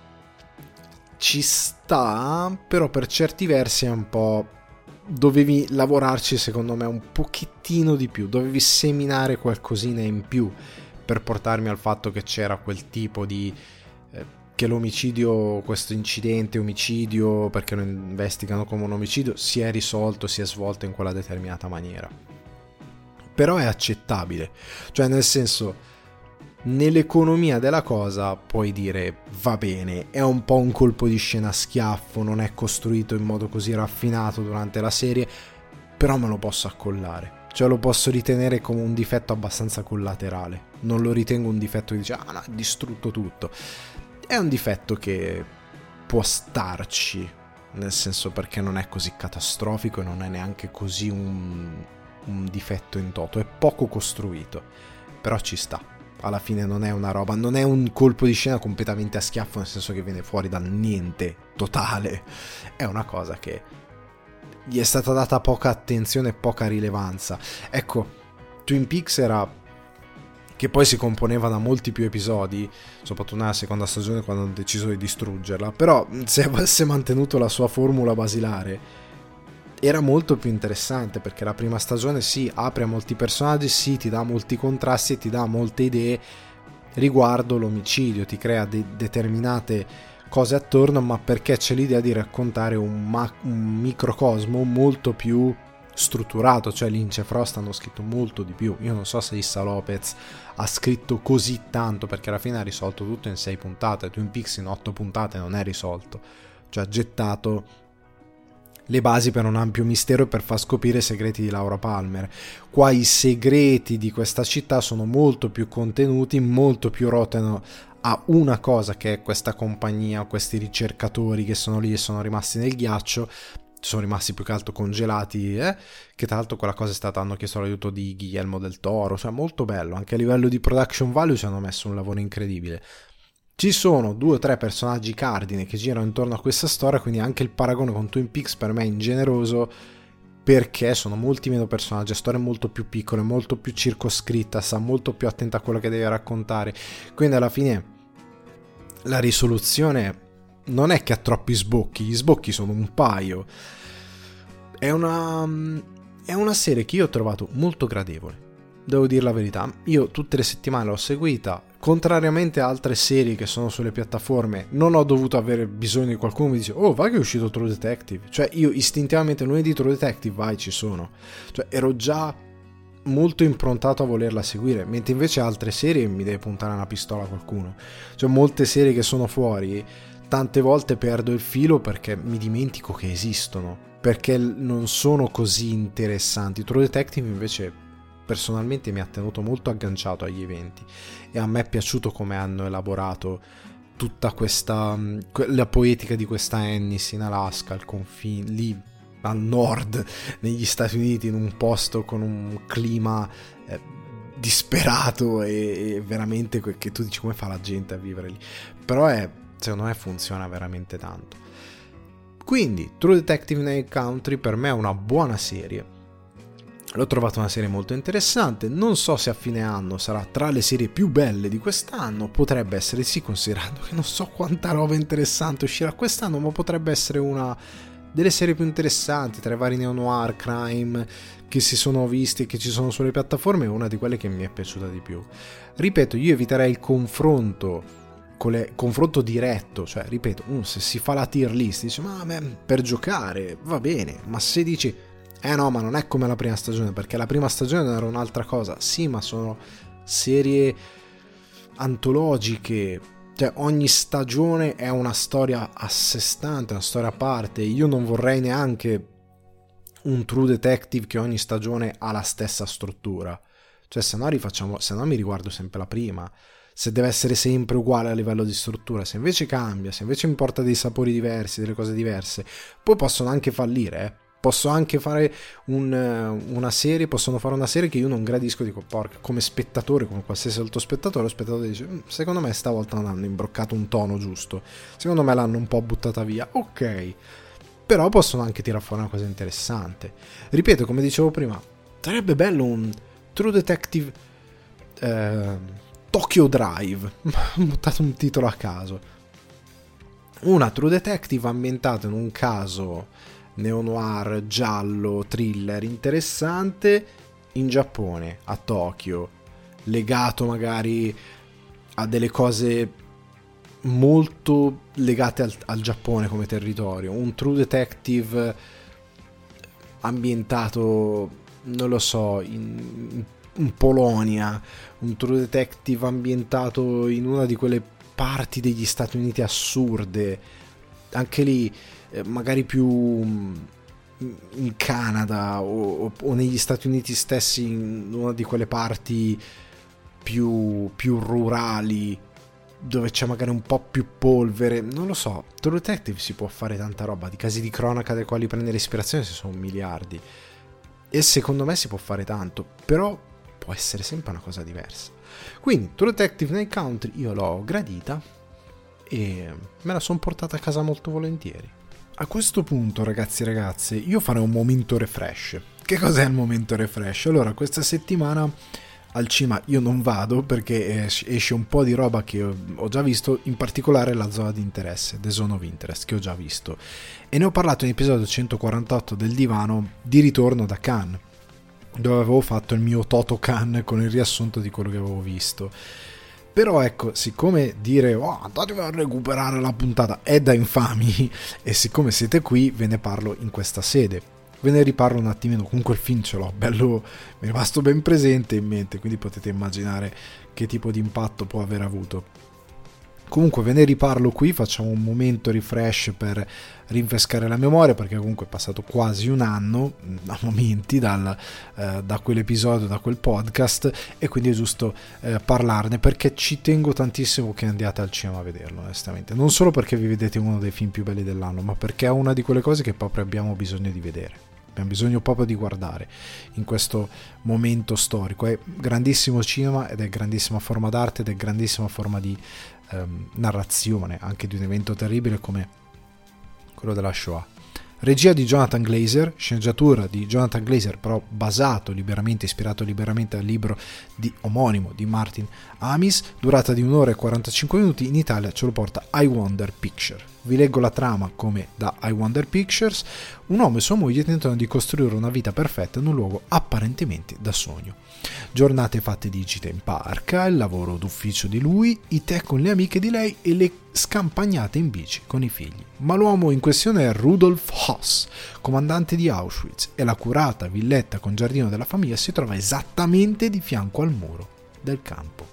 ci sta, però per certi versi è un po', dovevi lavorarci secondo me un pochettino di più, dovevi seminare qualcosina in più per portarmi al fatto che c'era quel tipo di eh, che l'omicidio, questo incidente omicidio, perché lo investigano come un omicidio, si è risolto, si è svolto in quella determinata maniera, però è accettabile, cioè nel senso nell'economia della cosa puoi dire va bene, è un po' un colpo di scena a schiaffo, non è costruito in modo così raffinato durante la serie, però me lo posso accollare, cioè lo posso ritenere come un difetto abbastanza collaterale, non lo ritengo un difetto che dice ah no, è distrutto tutto, è un difetto che può starci, nel senso perché non è così catastrofico e non è neanche così un, un difetto in toto, è poco costruito, però ci sta. Alla fine non è una roba, non è un colpo di scena completamente a schiaffo, nel senso che viene fuori dal niente totale, è una cosa che gli è stata data poca attenzione e poca rilevanza. Ecco, Twin Peaks era, che poi si componeva da molti più episodi, soprattutto nella seconda stagione quando hanno deciso di distruggerla, però se avesse mantenuto la sua formula basilare era molto più interessante, perché la prima stagione sì, apre a molti personaggi, sì, ti dà molti contrasti e ti dà molte idee riguardo l'omicidio, ti crea de- determinate cose attorno, ma perché c'è l'idea di raccontare un, ma- un microcosmo molto più strutturato, cioè Lynch e Frost hanno scritto molto di più. Io non so se Issa Lopez ha scritto così tanto, perché alla fine ha risolto tutto in sei puntate, Twin Peaks in otto puntate non è risolto, cioè ha gettato le basi per un ampio mistero e per far scoprire i segreti di Laura Palmer. Qua i segreti di questa città sono molto più contenuti, molto più rotano a una cosa, che è questa compagnia, questi ricercatori che sono lì e sono rimasti nel ghiaccio, sono rimasti più che altro congelati, eh? Che tra l'altro quella cosa è stata, hanno chiesto l'aiuto di Guillermo del Toro, cioè molto bello, anche a livello di production value ci hanno messo un lavoro incredibile. Ci sono due o tre personaggi cardine che girano intorno a questa storia, quindi anche il paragone con Twin Peaks per me è ingeneroso, perché sono molti meno personaggi, la storia è molto più piccola, molto più circoscritta, sta molto più attenta a quello che deve raccontare, quindi alla fine la risoluzione non è che ha troppi sbocchi, gli sbocchi sono un paio, è una, è una serie che io ho trovato molto gradevole. Devo dire la verità, io tutte le settimane l'ho seguita, contrariamente a altre serie che sono sulle piattaforme non ho dovuto avere bisogno di qualcuno che mi dice oh vai che è uscito True Detective, cioè io istintivamente lunedì True Detective vai ci sono, cioè ero già molto improntato a volerla seguire, mentre invece altre serie mi deve puntare una pistola a qualcuno, cioè molte serie che sono fuori tante volte perdo il filo perché mi dimentico che esistono, perché non sono così interessanti. True Detective invece personalmente mi ha tenuto molto agganciato agli eventi e a me è piaciuto come hanno elaborato tutta questa la poetica di questa Ennis in Alaska, al confine lì al nord negli Stati Uniti, in un posto con un clima eh, disperato e, e veramente che tu dici come fa la gente a vivere lì, però è, secondo me funziona veramente tanto. Quindi True Detective Night Country per me è una buona serie. L'ho trovata una serie molto interessante, non so se a fine anno sarà tra le serie più belle di quest'anno, potrebbe essere sì, considerando che non so quanta roba interessante uscirà quest'anno, ma potrebbe essere una delle serie più interessanti tra i vari neo-noir, crime che si sono visti e che ci sono sulle piattaforme, è una di quelle che mi è piaciuta di più. Ripeto, io eviterei il confronto con le, confronto diretto, cioè ripeto, uh, se si fa la tier list dice ma beh, per giocare va bene, ma se dici eh no, ma non è come la prima stagione, perché la prima stagione era un'altra cosa. Sì, ma sono serie antologiche, cioè ogni stagione è una storia a sé stante, una storia a parte. Io non vorrei neanche un True Detective che ogni stagione ha la stessa struttura, cioè se no rifacciamo, se no mi riguardo sempre la prima, se deve essere sempre uguale a livello di struttura. Se invece cambia, se invece mi porta dei sapori diversi, delle cose diverse, poi possono anche fallire, eh posso anche fare un, una serie, possono fare una serie che io non gradisco, dico porca, come spettatore, come qualsiasi altro spettatore, lo spettatore dice secondo me stavolta non hanno imbroccato un tono giusto, secondo me l'hanno un po' buttata via, ok, però possono anche tirare fuori una cosa interessante. Ripeto, come dicevo prima, sarebbe bello un True Detective eh, Tokyo Drive, ho buttato un titolo a caso, una True Detective ambientata in un caso neo-noir, giallo, thriller interessante in Giappone, a Tokyo, legato magari a delle cose molto legate al, al Giappone come territorio, un True Detective ambientato, non lo so, in, in Polonia, un True Detective ambientato in una di quelle parti degli Stati Uniti assurde, anche lì eh, magari più in Canada o, o negli Stati Uniti stessi, in una di quelle parti più, più rurali, dove c'è magari un po' più polvere, non lo so. True Detective si può fare tanta roba, di casi di cronaca dai quali prendere ispirazione ci sono miliardi, e secondo me si può fare tanto, però può essere sempre una cosa diversa. Quindi True Detective Night Country io l'ho gradita e me la sono portata a casa molto volentieri. A questo punto, ragazzi e ragazze, io farei un momento refresh. Che cos'è il momento refresh? Allora, questa settimana al cinema io non vado perché esce un po' di roba che ho già visto, in particolare La Zona di Interesse, The Zone of Interest, che ho già visto. E ne ho parlato in episodio centoquarantotto del divano di ritorno da Cannes, dove avevo fatto il mio Toto Cannes con il riassunto di quello che avevo visto. Però ecco, siccome dire oh, andatevi a recuperare la puntata è da infami, e siccome siete qui ve ne parlo in questa sede, ve ne riparlo un attimino. Comunque il film ce l'ho bello, mi è rimasto ben presente in mente, quindi potete immaginare che tipo di impatto può aver avuto. Comunque ve ne riparlo qui, facciamo un momento refresh per rinfrescare la memoria, perché comunque è passato quasi un anno a momenti dal, eh, da quell'episodio, da quel podcast, e quindi è giusto eh, parlarne, perché ci tengo tantissimo che andiate al cinema a vederlo, onestamente. Non solo perché vi vedete uno dei film più belli dell'anno, ma perché è una di quelle cose che proprio abbiamo bisogno di vedere. Abbiamo bisogno proprio di guardare in questo momento storico. È grandissimo cinema ed è grandissima forma d'arte ed è grandissima forma di ehm, narrazione anche di un evento terribile come quello della Shoah. Regia di Jonathan Glazer, sceneggiatura di Jonathan Glazer, però basato liberamente, ispirato liberamente al libro di omonimo di Martin Amis, durata di un'ora e quarantacinque minuti, in Italia ce lo porta I Wonder Picture. Vi leggo la trama come da I Wonder Pictures. Un uomo e sua moglie tentano di costruire una vita perfetta in un luogo apparentemente da sogno. Giornate fatte di gite in parca, il lavoro d'ufficio di lui, i tè con le amiche di lei e le scampagnate in bici con i figli. Ma l'uomo in questione è Rudolf Höss, comandante di Auschwitz, e la curata villetta con giardino della famiglia si trova esattamente di fianco al muro del campo.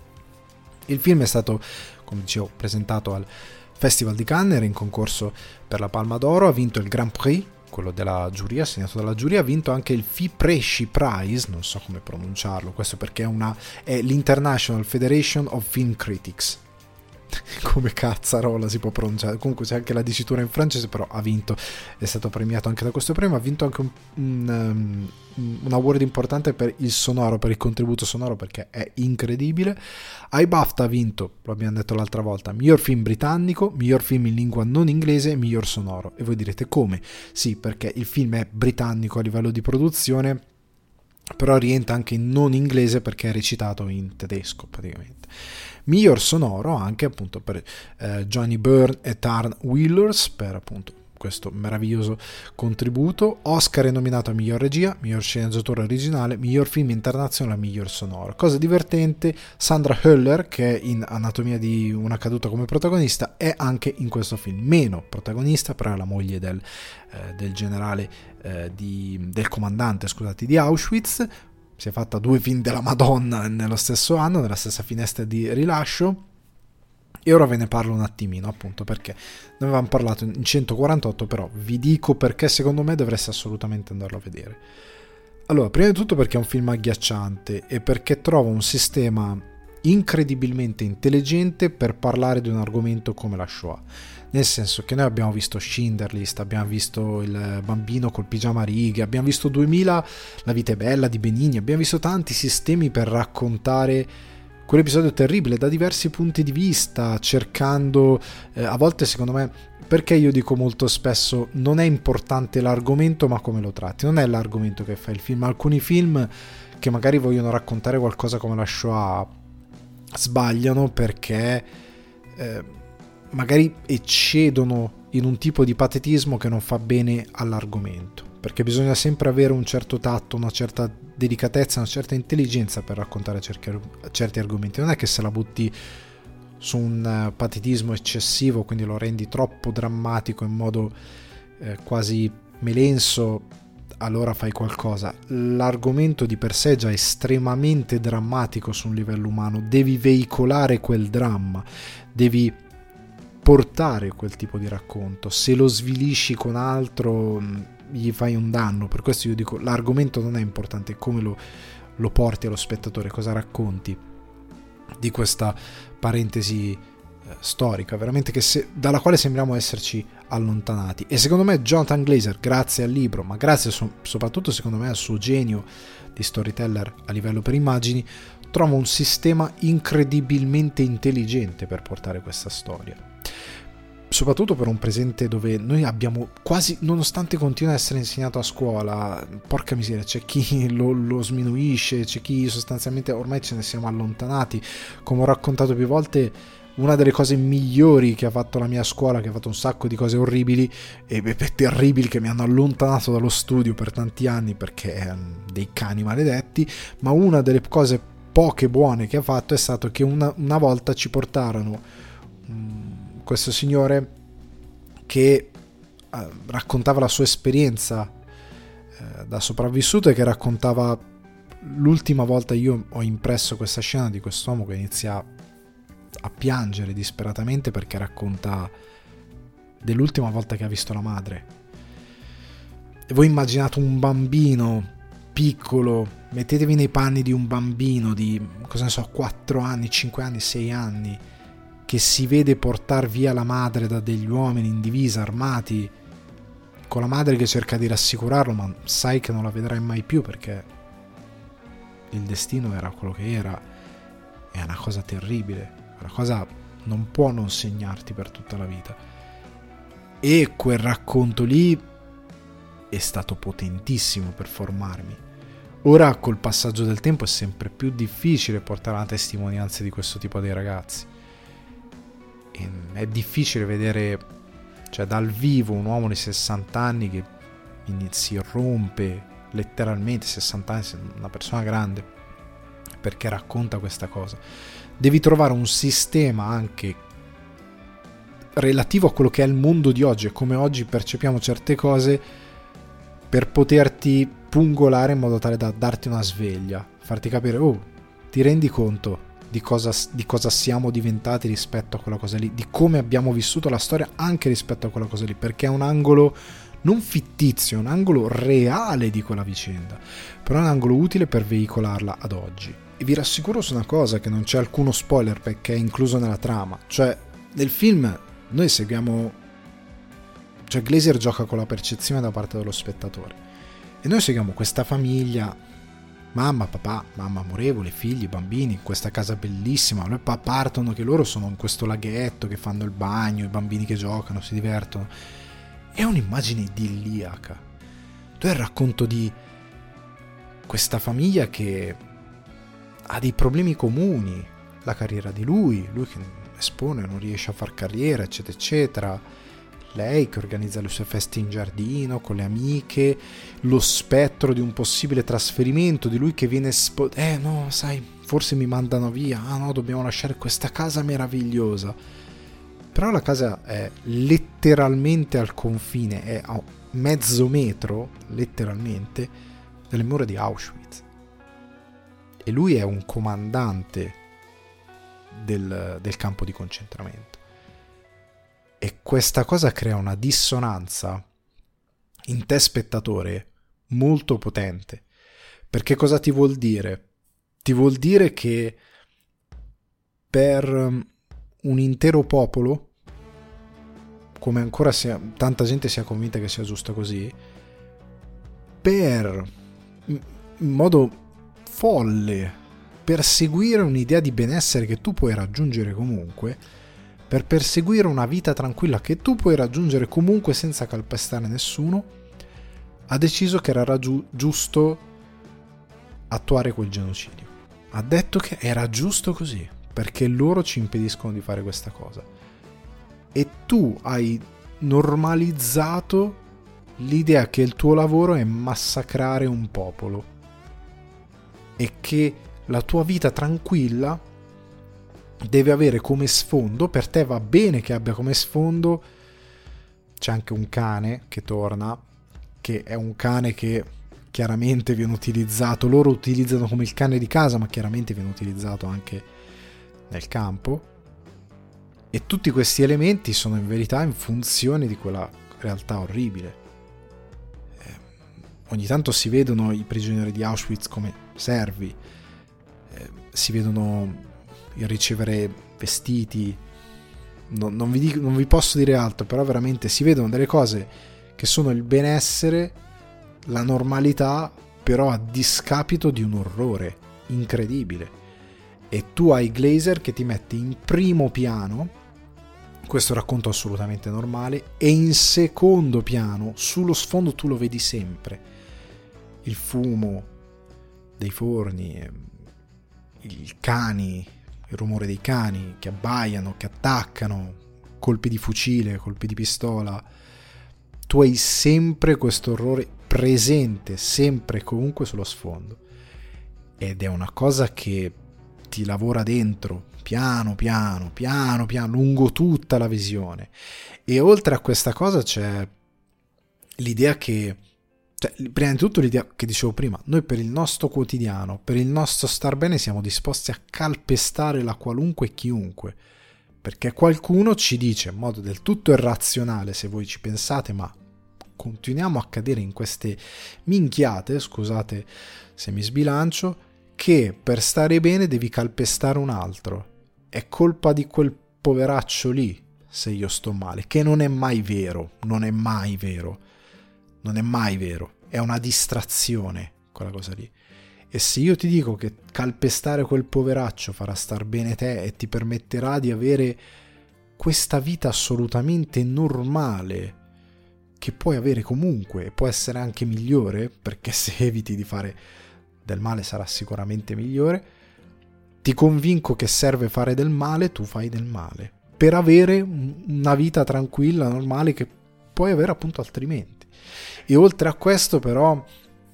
Il film è stato, come dicevo, presentato al Festival di Cannes, era in concorso per la Palma d'Oro, ha vinto il Grand Prix, quello della giuria, assegnato dalla giuria, ha vinto anche il Fipresci Prize, non so come pronunciarlo, questo perché è, una, è l'International Federation of Film Critics. Come cazzarola si può pronunciare, comunque c'è anche la dicitura in francese, però ha vinto, è stato premiato anche da questo premio, ha vinto anche un, un, un award importante per il sonoro, per il contributo sonoro, perché è incredibile. Ai BAFTA ha vinto, lo abbiamo detto l'altra volta, miglior film britannico, miglior film in lingua non inglese e miglior sonoro. E voi direte come? Sì, perché il film è britannico a livello di produzione, però rientra anche in non inglese perché è recitato in tedesco praticamente. Miglior sonoro anche appunto per eh, Johnny Byrne e Tarn Willers per appunto questo meraviglioso contributo. Oscar è nominato a miglior regia, miglior sceneggiatura originale, miglior film internazionale, miglior sonoro. Cosa divertente, Sandra Hüller, che è in Anatomia di una caduta come protagonista, è anche in questo film. Meno protagonista, però è la moglie del, eh, del generale eh, di, del comandante, scusate, di Auschwitz. Si è fatta due film della Madonna nello stesso anno, nella stessa finestra di rilascio. E ora ve ne parlo un attimino, appunto, perché ne avevamo parlato in centoquarantotto, però vi dico perché secondo me dovreste assolutamente andarlo a vedere. Allora, prima di tutto perché è un film agghiacciante e perché trova un sistema incredibilmente intelligente per parlare di un argomento come la Shoah. Nel senso che noi abbiamo visto Schindler List, abbiamo visto Il bambino col pigiama a righe, abbiamo visto duemila, La vita è bella di Benigni, abbiamo visto tanti sistemi per raccontare quell'episodio terribile da diversi punti di vista, cercando eh, a volte, secondo me, perché io dico molto spesso non è importante l'argomento ma come lo tratti, non è l'argomento che fa il film. Alcuni film che magari vogliono raccontare qualcosa come la Shoah sbagliano perché eh, magari eccedono in un tipo di patetismo che non fa bene all'argomento, perché bisogna sempre avere un certo tatto, una certa delicatezza, una certa intelligenza per raccontare certi, certi argomenti. Non è che se la butti su un patetismo eccessivo, quindi lo rendi troppo drammatico in modo eh, quasi melenso, allora fai qualcosa. L'argomento di per sé è già estremamente drammatico su un livello umano, devi veicolare quel dramma, devi portare quel tipo di racconto. Se lo svilisci con altro gli fai un danno. Per questo io dico, l'argomento non è importante, è come lo, lo porti allo spettatore, cosa racconti di questa parentesi eh, storica, veramente che se, dalla quale sembriamo esserci allontanati. E secondo me Jonathan Glazer, grazie al libro, ma grazie so, soprattutto secondo me al suo genio di storyteller a livello per immagini, trova un sistema incredibilmente intelligente per portare questa storia, soprattutto per un presente dove noi abbiamo quasi, nonostante continua a essere insegnato a scuola, porca miseria, c'è chi lo, lo sminuisce, c'è chi sostanzialmente ormai ce ne siamo allontanati. Come ho raccontato più volte, una delle cose migliori che ha fatto la mia scuola, che ha fatto un sacco di cose orribili e terribili che mi hanno allontanato dallo studio per tanti anni perché erano dei cani maledetti, ma una delle cose poche buone che ha fatto è stato che una, una volta ci portarono um, questo signore che uh, raccontava la sua esperienza uh, da sopravvissuto, e che raccontava l'ultima volta. Io ho impresso questa scena di quest'uomo che inizia a piangere disperatamente perché racconta dell'ultima volta che ha visto la madre. E voi immaginate un bambino piccolo, mettetevi nei panni di un bambino di, cosa ne so, quattro anni, cinque anni, sei anni, che si vede portar via la madre da degli uomini in divisa, armati, con la madre che cerca di rassicurarlo, ma sai che non la vedrai mai più perché il destino era quello che era. È una cosa terribile, una cosa non può non segnarti per tutta la vita. E quel racconto lì è stato potentissimo per formarmi. Ora col passaggio del tempo è sempre più difficile portare una testimonianza di questo tipo dei ragazzi. E è difficile vedere, cioè dal vivo, un uomo di sessanta anni che si irrompe letteralmente, sessanta anni, una persona grande, perché racconta questa cosa. Devi trovare un sistema anche relativo a quello che è il mondo di oggi e come oggi percepiamo certe cose, per poterti pungolare in modo tale da darti una sveglia, farti capire, oh, ti rendi conto di cosa, di cosa siamo diventati rispetto a quella cosa lì, di come abbiamo vissuto la storia anche rispetto a quella cosa lì, perché è un angolo non fittizio, è un angolo reale di quella vicenda, però è un angolo utile per veicolarla ad oggi. E vi rassicuro su una cosa, che non c'è alcuno spoiler perché è incluso nella trama, cioè nel film noi seguiamo, cioè Glazer gioca con la percezione da parte dello spettatore e noi seguiamo questa famiglia, mamma, papà, mamma amorevole, figli, bambini, in questa casa bellissima. Poi partono che loro sono in questo laghetto, che fanno il bagno, i bambini che giocano, si divertono. È un'immagine idilliaca. Tu hai il racconto di questa famiglia che ha dei problemi comuni, la carriera di lui, lui che espone, non riesce a far carriera, eccetera, eccetera. Lei che organizza le sue feste in giardino con le amiche, lo spettro di un possibile trasferimento, di lui che viene spo- eh no, sai, forse mi mandano via, ah no, dobbiamo lasciare questa casa meravigliosa. Però la casa è letteralmente al confine, è a mezzo metro, letteralmente, delle mura di Auschwitz. E lui è un comandante del, del campo di concentramento. E questa cosa crea una dissonanza in te spettatore molto potente. Perché cosa ti vuol dire? Ti vuol dire che per un intero popolo, come ancora sia, tanta gente sia convinta che sia giusto così, per, in modo folle, perseguire un'idea di benessere che tu puoi raggiungere comunque, per perseguire una vita tranquilla che tu puoi raggiungere comunque senza calpestare nessuno, ha deciso che era raggiu- giusto attuare quel genocidio. Ha detto che era giusto così, perché loro ci impediscono di fare questa cosa. E tu hai normalizzato l'idea che il tuo lavoro è massacrare un popolo e che la tua vita tranquilla deve avere come sfondo, per te va bene che abbia come sfondo, c'è anche un cane che torna, che è un cane che chiaramente viene utilizzato, loro utilizzano come il cane di casa, ma chiaramente viene utilizzato anche nel campo, e tutti questi elementi sono in verità in funzione di quella realtà orribile. Eh, ogni tanto si vedono i prigionieri di Auschwitz come servi, eh, si vedono il ricevere vestiti, no, non, vi dico, non vi posso dire altro, però veramente si vedono delle cose che sono il benessere, la normalità, però a discapito di un orrore incredibile. E tu hai Glazer che ti mette in primo piano questo racconto assolutamente normale, e in secondo piano, sullo sfondo tu lo vedi sempre, il fumo dei forni, i cani, il rumore dei cani che abbaiano, che attaccano, colpi di fucile, colpi di pistola. Tu hai sempre questo orrore presente, sempre e comunque sullo sfondo, ed è una cosa che ti lavora dentro piano piano piano piano lungo tutta la visione. E oltre a questa cosa c'è l'idea che, cioè, prima di tutto l'idea che dicevo prima, noi per il nostro quotidiano, per il nostro star bene siamo disposti a calpestare la qualunque e chiunque, perché qualcuno ci dice in modo del tutto irrazionale, se voi ci pensate, ma continuiamo a cadere in queste minchiate, scusate se mi sbilancio, che per stare bene devi calpestare un altro. È colpa di quel poveraccio lì se io sto male, che non è mai vero, non è mai vero, non è mai vero, è una distrazione quella cosa lì. E se io ti dico che calpestare quel poveraccio farà star bene te e ti permetterà di avere questa vita assolutamente normale che puoi avere comunque, e può essere anche migliore, perché se eviti di fare del male sarà sicuramente migliore, ti convinco che serve fare del male, tu fai del male per avere una vita tranquilla, normale, che puoi avere appunto altrimenti. E oltre a questo però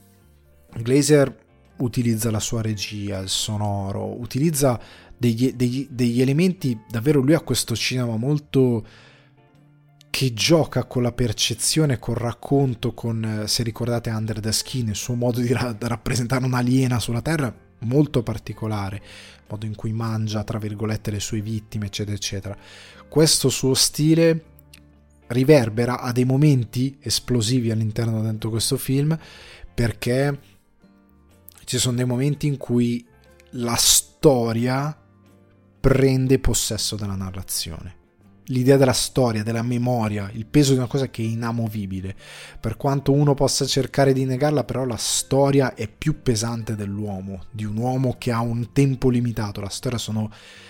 Glazer utilizza la sua regia, il sonoro, utilizza degli, degli, degli elementi, davvero lui ha questo cinema molto che gioca con la percezione, col racconto, con, se ricordate Under the Skin, il suo modo di ra- rappresentare un'aliena sulla Terra molto particolare, il modo in cui mangia tra virgolette le sue vittime, eccetera eccetera. Questo suo stile riverbera a dei momenti esplosivi all'interno di questo film, perché ci sono dei momenti in cui la storia prende possesso della narrazione. L'idea della storia, della memoria, il peso di una cosa che è inamovibile. Per quanto uno possa cercare di negarla, però la storia è più pesante dell'uomo, di un uomo che ha un tempo limitato. La storia sono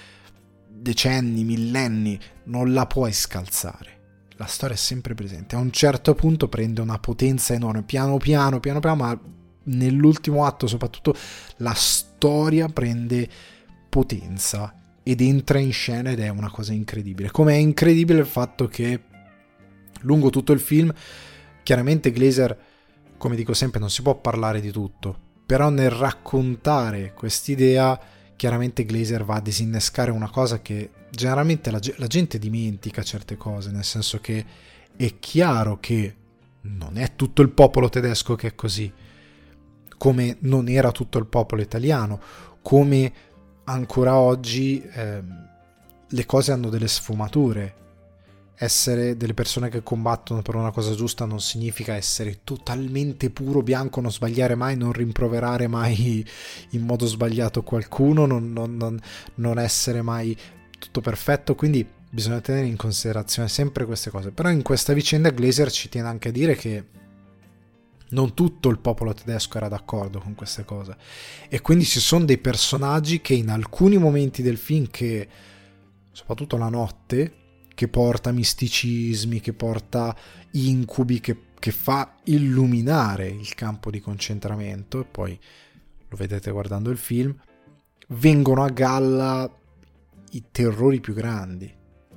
decenni, millenni, non la puoi scalzare. La storia è sempre presente. A un certo punto prende una potenza enorme, piano piano, piano piano, ma nell'ultimo atto soprattutto la storia prende potenza ed entra in scena, ed è una cosa incredibile. Come è incredibile il fatto che lungo tutto il film, chiaramente Glazer, come dico sempre, non si può parlare di tutto, però nel raccontare quest'idea chiaramente Glazer va a disinnescare una cosa che generalmente la, la gente dimentica certe cose, nel senso che è chiaro che non è tutto il popolo tedesco che è così, come non era tutto il popolo italiano, come ancora oggi eh, le cose hanno delle sfumature. Essere delle persone che combattono per una cosa giusta non significa essere totalmente puro bianco, non sbagliare mai, non rimproverare mai in modo sbagliato qualcuno, non, non, non, non essere mai tutto perfetto, quindi bisogna tenere in considerazione sempre queste cose. Però in questa vicenda Glazer ci tiene anche a dire che non tutto il popolo tedesco era d'accordo con queste cose, e quindi ci sono dei personaggi che in alcuni momenti del film, che soprattutto la notte, che porta misticismi, che porta incubi, che, che fa illuminare il campo di concentramento, e poi lo vedete guardando il film, vengono a galla i terrori più grandi,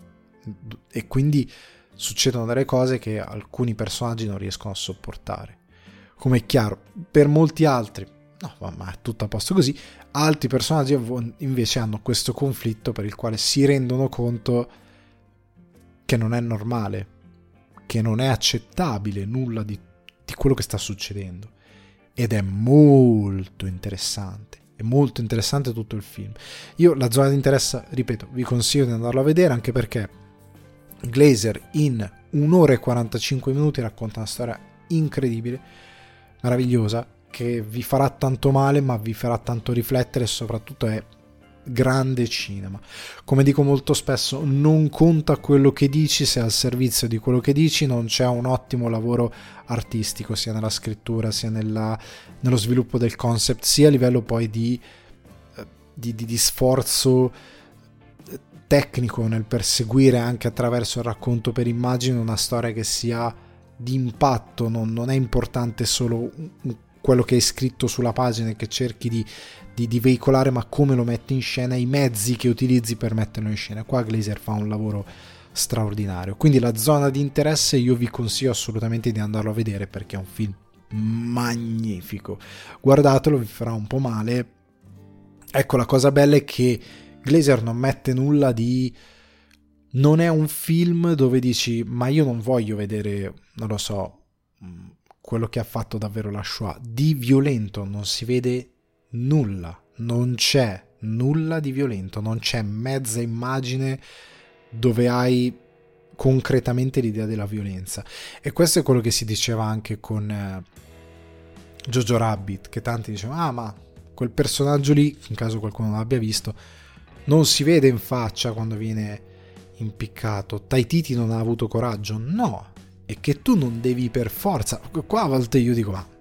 e quindi succedono delle cose che alcuni personaggi non riescono a sopportare. Come è chiaro, per molti altri no, ma è tutto a posto così, altri personaggi invece hanno questo conflitto per il quale si rendono conto che non è normale, che non è accettabile nulla di, di di quello che sta succedendo, ed è molto interessante, è molto interessante tutto il film. Io la zona di interesse, ripeto, vi consiglio di andarlo a vedere, anche perché Glazer in un'ora e quarantacinque minuti racconta una storia incredibile, meravigliosa, che vi farà tanto male ma vi farà tanto riflettere, e soprattutto è grande cinema. Come dico molto spesso, non conta quello che dici se al servizio di quello che dici non c'è un ottimo lavoro artistico, sia nella scrittura sia nella, nello sviluppo del concept, sia a livello poi di, di, di, di sforzo tecnico nel perseguire anche attraverso il racconto per immagine una storia che sia di impatto. Non, non è importante solo quello che hai scritto sulla pagina e che cerchi di Di, di veicolare, ma come lo metti in scena, i mezzi che utilizzi per metterlo in scena. Qua Glazer fa un lavoro straordinario, quindi la zona di interesse io vi consiglio assolutamente di andarlo a vedere, perché è un film magnifico, guardatelo, vi farà un po' male. Ecco, la cosa bella è che Glazer non mette nulla di, non è un film dove dici ma io non voglio vedere, non lo so, quello che ha fatto davvero la Shoah. Di violento non si vede nulla, non c'è nulla di violento, non c'è mezza immagine dove hai concretamente l'idea della violenza. E questo è quello che si diceva anche con eh, Jojo Rabbit, che tanti dicevano ah ma quel personaggio lì, in caso qualcuno non l'abbia visto, non si vede in faccia quando viene impiccato. Taititi non ha avuto coraggio? No, è che tu non devi per forza. Qua a volte io dico ma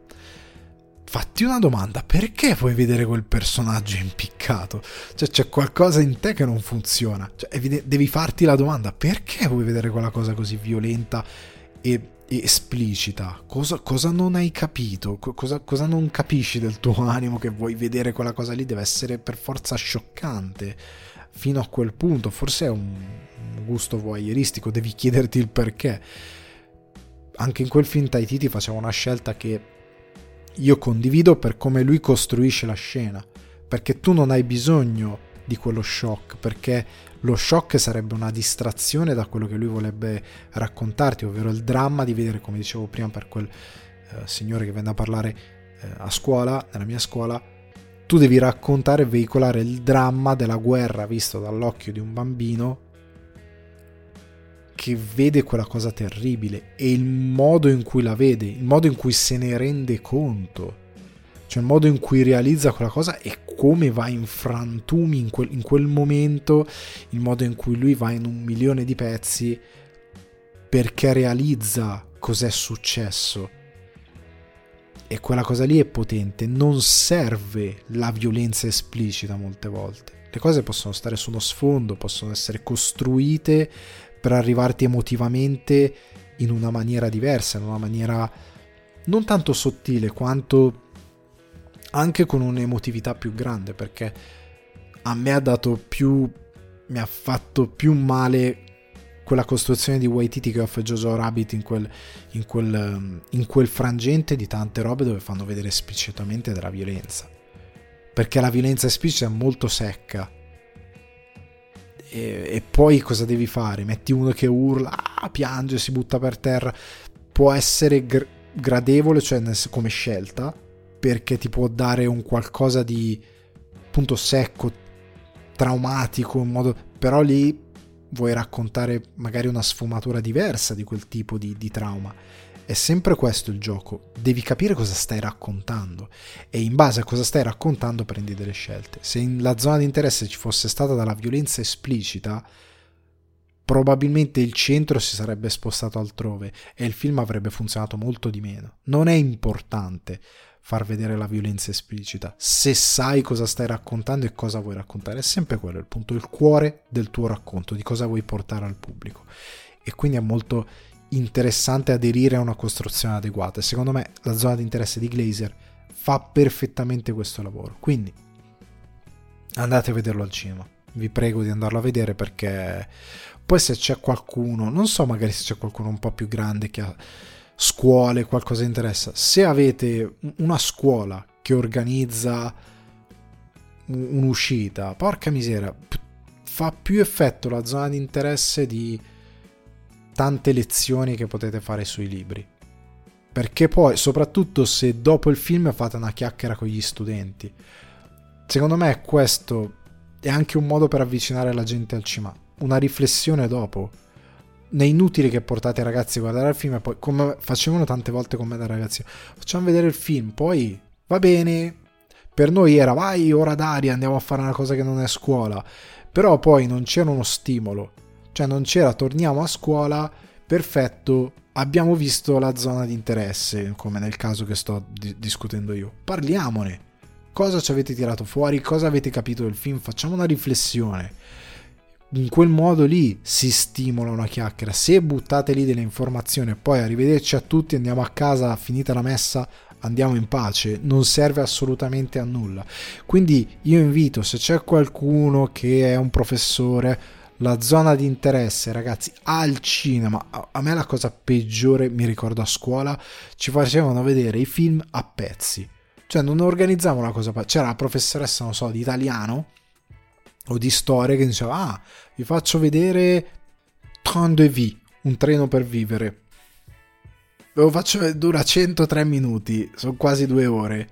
fatti una domanda, perché vuoi vedere quel personaggio impiccato? Cioè c'è qualcosa in te che non funziona, cioè, evidente, devi farti la domanda, perché vuoi vedere quella cosa così violenta e, e esplicita? Cosa, cosa non hai capito? Cosa, cosa non capisci del tuo animo che vuoi vedere quella cosa lì? Deve essere per forza scioccante fino a quel punto. Forse è un gusto voyeuristico, devi chiederti il perché. Anche in quel film Taititi faceva una scelta che io condivido per come lui costruisce la scena, perché tu non hai bisogno di quello shock, perché lo shock sarebbe una distrazione da quello che lui vorrebbe raccontarti, ovvero il dramma di vedere, come dicevo prima per quel eh, signore che venne a parlare eh, a scuola, nella mia scuola. Tu devi raccontare e veicolare il dramma della guerra visto dall'occhio di un bambino che vede quella cosa terribile, e il modo in cui la vede, il modo in cui se ne rende conto, cioè il modo in cui realizza quella cosa e come va in frantumi in quel, in quel momento, il modo in cui lui va in un milione di pezzi perché realizza cos'è successo. E quella cosa lì è potente. Non serve la violenza esplicita molte volte, le cose possono stare sullo sfondo, possono essere costruite per arrivarti emotivamente in una maniera diversa, in una maniera non tanto sottile quanto anche con un'emotività più grande, perché a me ha dato più, mi ha fatto più male quella costruzione di Waititi che offre Jojo Rabbit in quel, in quel, in quel frangente di tante robe dove fanno vedere esplicitamente della violenza, perché la violenza esplicita è molto secca. E, e poi cosa devi fare? Metti uno che urla, ah, piange, si butta per terra. Può essere gr- gradevole, cioè nel, come scelta, perché ti può dare un qualcosa di appunto secco, traumatico, in modo, però lì vuoi raccontare magari una sfumatura diversa di quel tipo di, di trauma. È sempre questo il gioco, devi capire cosa stai raccontando e in base a cosa stai raccontando prendi delle scelte. Se in la zona di interesse ci fosse stata della violenza esplicita, probabilmente il centro si sarebbe spostato altrove e il film avrebbe funzionato molto di meno. Non è importante far vedere la violenza esplicita se sai cosa stai raccontando e cosa vuoi raccontare. È sempre quello il punto, il cuore del tuo racconto, di cosa vuoi portare al pubblico, e quindi è molto interessante aderire a una costruzione adeguata, e secondo me la zona di interesse di Glazer fa perfettamente questo lavoro. Quindi andate a vederlo al cinema, vi prego di andarlo a vedere, perché poi se c'è qualcuno, non so, magari se c'è qualcuno un po' più grande che ha scuole, qualcosa interessa, se avete una scuola che organizza un'uscita, porca miseria, fa più effetto la zona di interesse di tante lezioni che potete fare sui libri. perché poi, soprattutto se dopo il film fate una chiacchiera con gli studenti, secondo me questo è anche un modo per avvicinare la gente al cinema, una riflessione dopo. È inutile che portate i ragazzi a guardare il film e poi, come facevano tante volte con me da ragazzi, facciamo vedere il film, poi va bene, per noi era vai ora d'aria, andiamo a fare una cosa che non è scuola, però poi non c'era uno stimolo, cioè non c'era torniamo a scuola, perfetto, abbiamo visto la zona di interesse, come nel caso che sto di- discutendo io, parliamone, cosa ci avete tirato fuori, cosa avete capito del film, facciamo una riflessione. In quel modo lì si stimola una chiacchiera. Se buttate lì delle informazioni e poi arrivederci a tutti, andiamo a casa, finita la messa, andiamo in pace, non serve assolutamente a nulla. Quindi io invito, se c'è qualcuno che è un professore, la zona di interesse, ragazzi, al cinema, a me la cosa peggiore, mi ricordo a scuola, ci facevano vedere i film a pezzi, cioè non organizzavamo una cosa, c'era la professoressa, non so, di italiano o di storia che diceva ah, vi faccio vedere Train de vie, un treno per vivere, ve lo faccio, dura centotré minuti, sono quasi due ore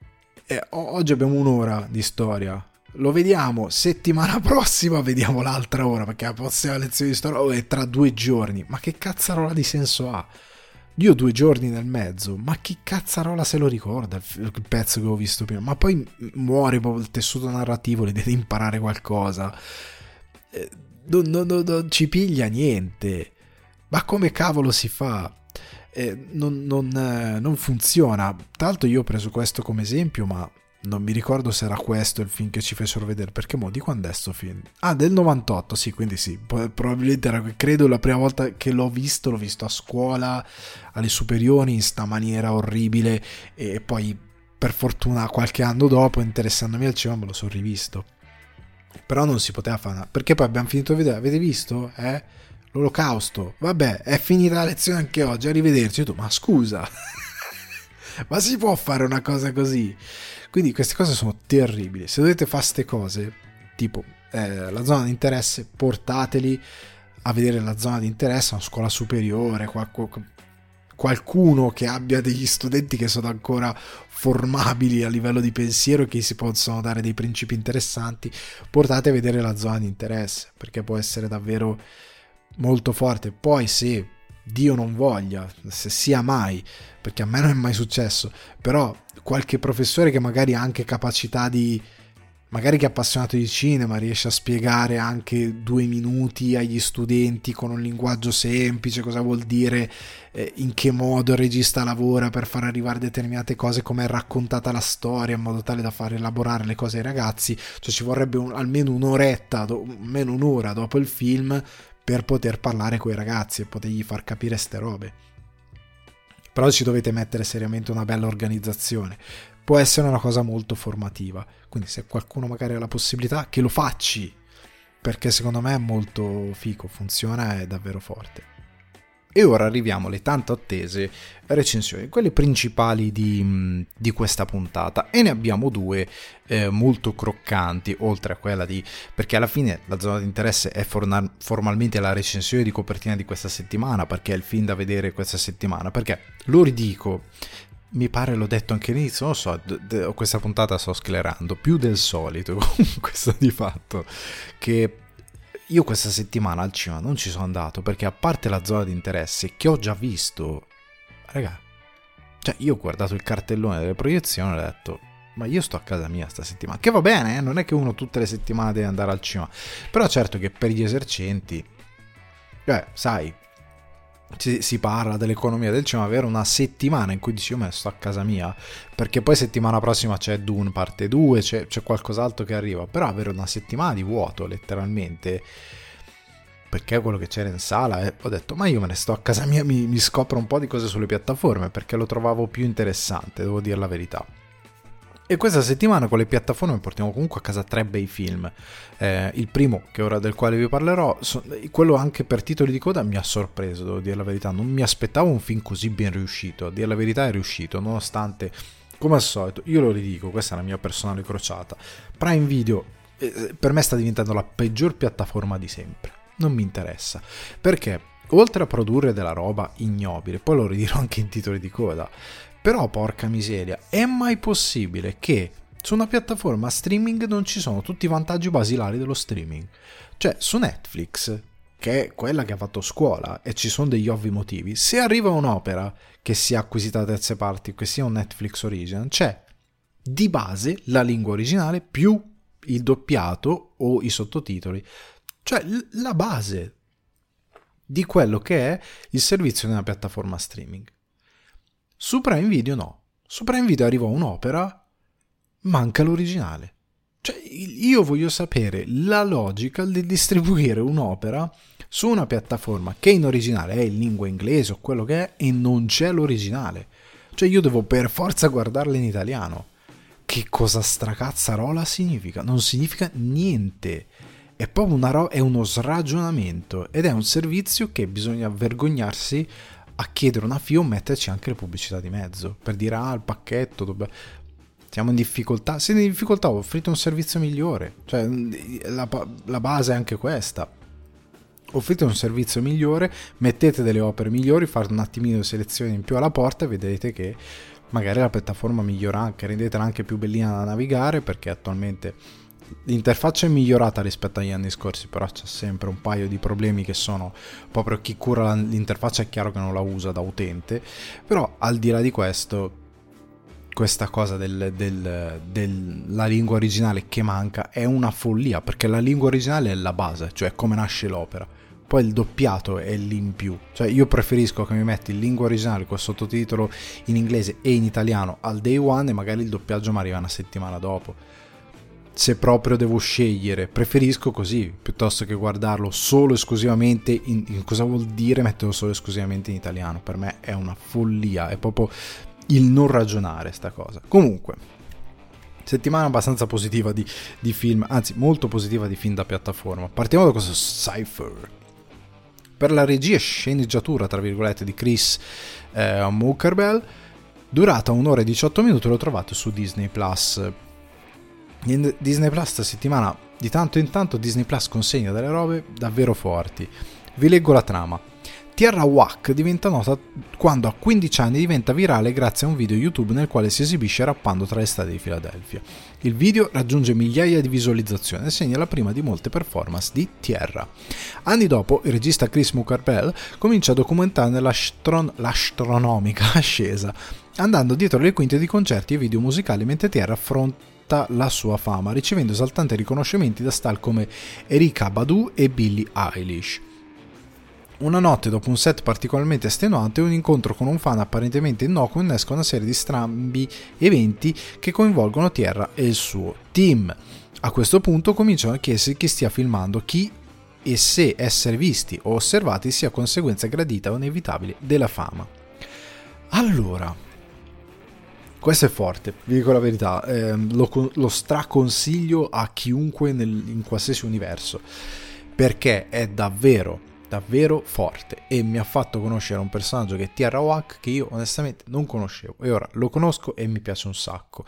e oggi abbiamo un'ora di storia, lo vediamo, settimana prossima vediamo l'altra ora, perché la prossima lezione di storia è tra due giorni, ma che cazzarola di senso ha? Io due giorni nel mezzo, ma chi cazzarola se lo ricorda il, il pezzo che ho visto prima? Ma poi muore proprio il tessuto narrativo, li devi imparare qualcosa, eh, non, non, non, non ci piglia niente, ma come cavolo si fa? Eh, non, non, eh, non funziona. Tra l'altro io ho preso questo come esempio, ma non mi ricordo se era questo il film che ci fecero vedere, perché mo di quando è sto film? Ah, del novantotto, sì, quindi sì, probabilmente era, credo, la prima volta che l'ho visto, l'ho visto a scuola, alle superiori, in sta maniera orribile, e poi per fortuna qualche anno dopo, interessandomi al cinema, me lo sono rivisto. Però non si poteva fare, perché poi abbiamo finito il video, avete visto? Eh? L'Olocausto, vabbè, è finita la lezione anche oggi, arrivederci. Tu, ma scusa, ma si può fare una cosa così? Quindi queste cose sono terribili. Se dovete fare queste cose, tipo eh, la zona di interesse, portateli a vedere la zona di interesse, una scuola superiore, qualcuno, qualcuno che abbia degli studenti che sono ancora formabili a livello di pensiero e che si possono dare dei principi interessanti, portate a vedere la zona di interesse, perché può essere davvero molto forte. Poi se Dio non voglia, se sia mai, perché a me non è mai successo, però qualche professore che magari ha anche capacità di, magari che è appassionato di cinema, riesce a spiegare anche due minuti agli studenti con un linguaggio semplice cosa vuol dire, eh, in che modo il regista lavora per far arrivare determinate cose, come è raccontata la storia, in modo tale da far elaborare le cose ai ragazzi, cioè ci vorrebbe un, almeno un'oretta, do, almeno un'ora dopo il film per poter parlare coi ragazzi e potergli far capire ste robe. Però ci dovete mettere seriamente una bella organizzazione, può essere una cosa molto formativa, quindi se qualcuno magari ha la possibilità, che lo facci, perché secondo me è molto figo, funziona, è davvero forte. E ora arriviamo alle tanto attese recensioni, quelle principali di, di questa puntata, e ne abbiamo due eh, molto croccanti, oltre a quella di, perché alla fine la zona di interesse è forna, formalmente la recensione di copertina di questa settimana, perché è il film da vedere questa settimana, perché lo ridico, mi pare l'ho detto anche all'inizio, non so, d- d- questa puntata sto sclerando più del solito, comunque sta di fatto che io questa settimana al cinema non ci sono andato, perché a parte la zona di interesse che ho già visto, raga, cioè io ho guardato il cartellone delle proiezioni e ho detto ma io sto a casa mia sta settimana, che va bene, eh? Non è che uno tutte le settimane deve andare al cinema, però certo che per gli esercenti, cioè sai, si, si parla dell'economia del cinema, avere una settimana in cui dici io me ne sto a casa mia, perché poi settimana prossima c'è Dune parte due, c'è, c'è qualcos'altro che arriva, però avere una settimana di vuoto letteralmente, perché è quello che c'era in sala, eh, ho detto ma io me ne sto a casa mia, mi, mi scopro un po' di cose sulle piattaforme, perché lo trovavo più interessante, devo dire la verità. E questa settimana con le piattaforme portiamo comunque a casa tre bei film. Eh, il primo, che ora del quale vi parlerò, so, quello anche per titoli di coda mi ha sorpreso, devo dire la verità. Non mi aspettavo un film così ben riuscito. A dire la verità è riuscito, nonostante, come al solito, io lo ridico, questa è la mia personale crociata. Prime Video eh, per me sta diventando la peggior piattaforma di sempre. Non mi interessa. Perché oltre a produrre della roba ignobile, poi lo ridirò anche in titoli di coda, però porca miseria, è mai possibile che su una piattaforma streaming non ci sono tutti i vantaggi basilari dello streaming? Cioè, su Netflix, che è quella che ha fatto scuola, e ci sono degli ovvi motivi, se arriva un'opera che sia acquisita da terze parti, che sia un Netflix original, c'è di base la lingua originale più il doppiato o i sottotitoli, cioè la base di quello che è il servizio di una piattaforma streaming. Su Prime Video no, su Prime Video arriva un'opera, manca l'originale. Cioè io voglio sapere la logica di distribuire un'opera su una piattaforma che in originale è in lingua inglese o quello che è e non c'è l'originale. Cioè io devo per forza guardarla in italiano. Che cosa stracazzarola significa? Non significa niente. È proprio una ro- è uno sragionamento ed è un servizio che bisogna vergognarsi a chiedere una F I O, metterci anche le pubblicità di mezzo per dire ah il pacchetto dobb- siamo in difficoltà. Siete in difficoltà, offrite un servizio migliore, cioè la, la base è anche questa, offrite un servizio migliore, mettete delle opere migliori, fate un attimino di selezione in più alla porta e vedrete che magari la piattaforma migliora anche, rendetela anche più bellina da navigare, perché attualmente l'interfaccia è migliorata rispetto agli anni scorsi, però c'è sempre un paio di problemi che sono proprio chi cura l'interfaccia è chiaro che non la usa da utente. Però al di là di questo, questa cosa del, del, della lingua originale che manca è una follia, perché la lingua originale è la base, cioè come nasce l'opera, poi il doppiato è lì in più. Cioè io preferisco che mi metti in lingua originale con sottotitolo in inglese e in italiano al day one e magari il doppiaggio mi arriva una settimana dopo. Se proprio devo scegliere, preferisco così piuttosto che guardarlo solo esclusivamente in, in cosa vuol dire metterlo solo esclusivamente in italiano. Per me è una follia, è proprio il non ragionare sta cosa. Comunque, settimana abbastanza positiva di, di film, anzi molto positiva di film da piattaforma. Partiamo da questo Cypher, per la regia e sceneggiatura tra virgolette di Chris eh, Muckerbell, durata un'ora e diciotto minuti. Lo trovate su Disney Plus. In Disney Plus questa settimana di tanto in tanto Disney Plus consegna delle robe davvero forti. Vi leggo la trama. Tierra Whack diventa nota quando a quindici anni diventa virale grazie a un video YouTube nel quale si esibisce rappando tra le strade di Filadelfia. Il video raggiunge migliaia di visualizzazioni e segna la prima di molte performance di Tierra. Anni dopo, il regista Chris Muckerbell comincia a documentare l'astron- l'astronomica ascesa, andando dietro le quinte di concerti e video musicali mentre Tierra affronta la sua fama, ricevendo esaltanti riconoscimenti da star come Erykah Badu e Billie Eilish. Una notte, dopo un set particolarmente estenuante e un incontro con un fan apparentemente innocuo, innesca una serie di strambi eventi che coinvolgono Tierra e il suo team. A questo punto cominciano a chiedersi chi stia filmando chi e se essere visti o osservati sia conseguenza gradita o inevitabile della fama. Allora, questo è forte, vi dico la verità, eh, lo, lo straconsiglio a chiunque nel, in qualsiasi universo, perché è davvero, davvero forte e mi ha fatto conoscere un personaggio che è Tierra Whack che io onestamente non conoscevo e ora lo conosco e mi piace un sacco.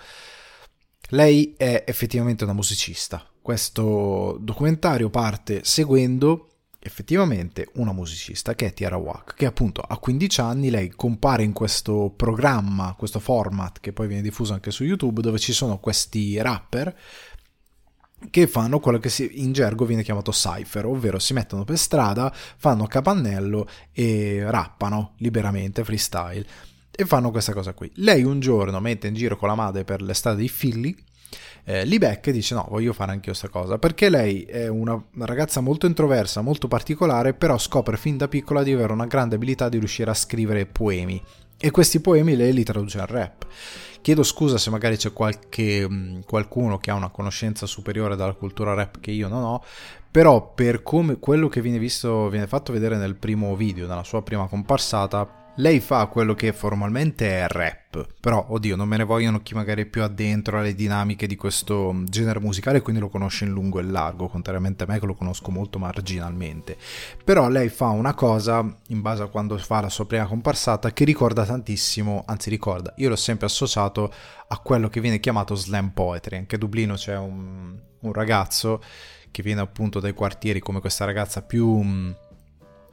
Lei è effettivamente una musicista. Questo documentario parte seguendo effettivamente una musicista che è Tierra Whack, che appunto a quindici anni lei compare in questo programma, questo format che poi viene diffuso anche su YouTube, dove ci sono questi rapper che fanno quello che si, in gergo viene chiamato cypher, ovvero si mettono per strada, fanno capannello e rappano liberamente, freestyle, e fanno questa cosa qui. Lei un giorno mette in giro con la madre per le strade di Philly, eh, li becca e dice no, voglio fare anche io questa cosa, perché lei è una, una ragazza molto introversa, molto particolare, però scopre fin da piccola di avere una grande abilità di riuscire a scrivere poemi, e questi poemi lei li traduce al rap. Chiedo scusa se magari c'è qualche qualcuno che ha una conoscenza superiore dalla cultura rap che io non ho, però per come quello che viene visto, viene fatto vedere nel primo video, nella sua prima comparsata, lei fa quello che formalmente è rap, però oddio, non me ne vogliono chi magari è più addentro alle dinamiche di questo genere musicale e quindi lo conosce in lungo e largo, contrariamente a me che lo conosco molto marginalmente. Però lei fa una cosa, in base a quando fa la sua prima comparsata, che ricorda tantissimo, anzi ricorda, io l'ho sempre associato a quello che viene chiamato slam poetry. Anche a Dublino c'è un, un ragazzo che viene appunto dai quartieri come questa ragazza più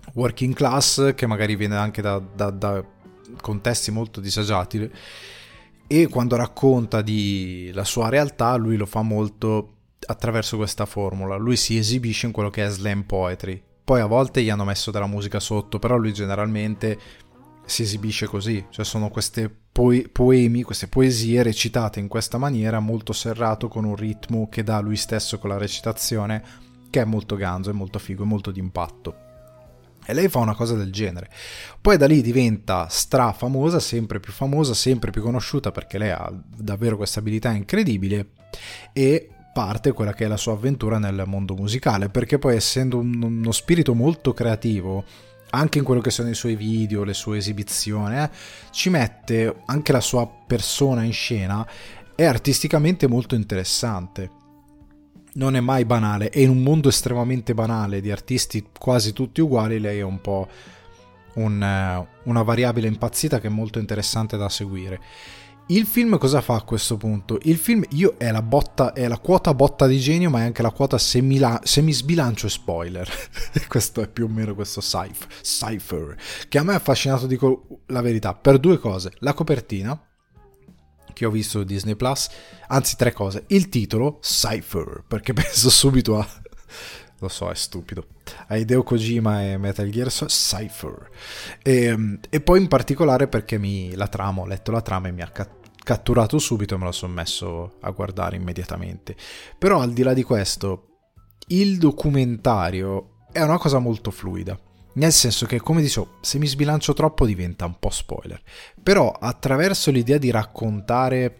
working class, che magari viene anche da, da, da contesti molto disagiati, e quando racconta di la sua realtà lui lo fa molto attraverso questa formula. Lui si esibisce in quello che è slam poetry, poi a volte gli hanno messo della musica sotto, però lui generalmente si esibisce così, cioè sono queste po- poemi, queste poesie recitate in questa maniera, molto serrato, con un ritmo che dà lui stesso con la recitazione, che è molto ganzo, è molto figo, è molto d'impatto. E lei fa una cosa del genere. Poi da lì diventa stra famosa, sempre più famosa, sempre più conosciuta, perché lei ha davvero questa abilità incredibile, e parte quella che è la sua avventura nel mondo musicale, perché poi, essendo un, uno spirito molto creativo, anche in quello che sono i suoi video, le sue esibizioni, eh, ci mette anche la sua persona in scena, è artisticamente molto interessante, non è mai banale, e in un mondo estremamente banale di artisti quasi tutti uguali, lei è un po' un, una variabile impazzita che è molto interessante da seguire. Il film cosa fa a questo punto? Il film io è la botta, è la quota botta di genio, ma è anche la quota semila, semisbilancio e spoiler. Questo è più o meno questo Cypher, che a me ha affascinato, dico la verità, per due cose: la copertina, che ho visto su Disney Plus, anzi tre cose: il titolo Cypher, perché penso subito a, lo so, è stupido, a Hideo Kojima e Metal Gear Cypher, e, e poi in particolare perché mi la trama, ho letto la trama e mi ha catturato subito e me lo sono messo a guardare immediatamente. Però al di là di questo, il documentario è una cosa molto fluida, nel senso che, come dicevo, se mi sbilancio troppo diventa un po' spoiler, però attraverso l'idea di raccontare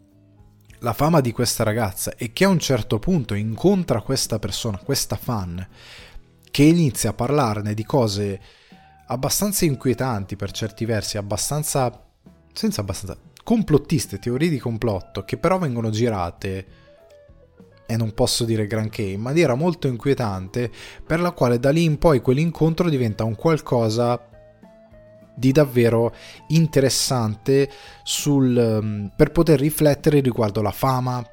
la fama di questa ragazza, e che a un certo punto incontra questa persona, questa fan, che inizia a parlarne di cose abbastanza inquietanti, per certi versi abbastanza, senza abbastanza, complottiste, teorie di complotto, che però vengono girate, e non posso dire granché, in maniera molto inquietante, per la quale da lì in poi quell'incontro diventa un qualcosa di davvero interessante sul, per poter riflettere riguardo la fama,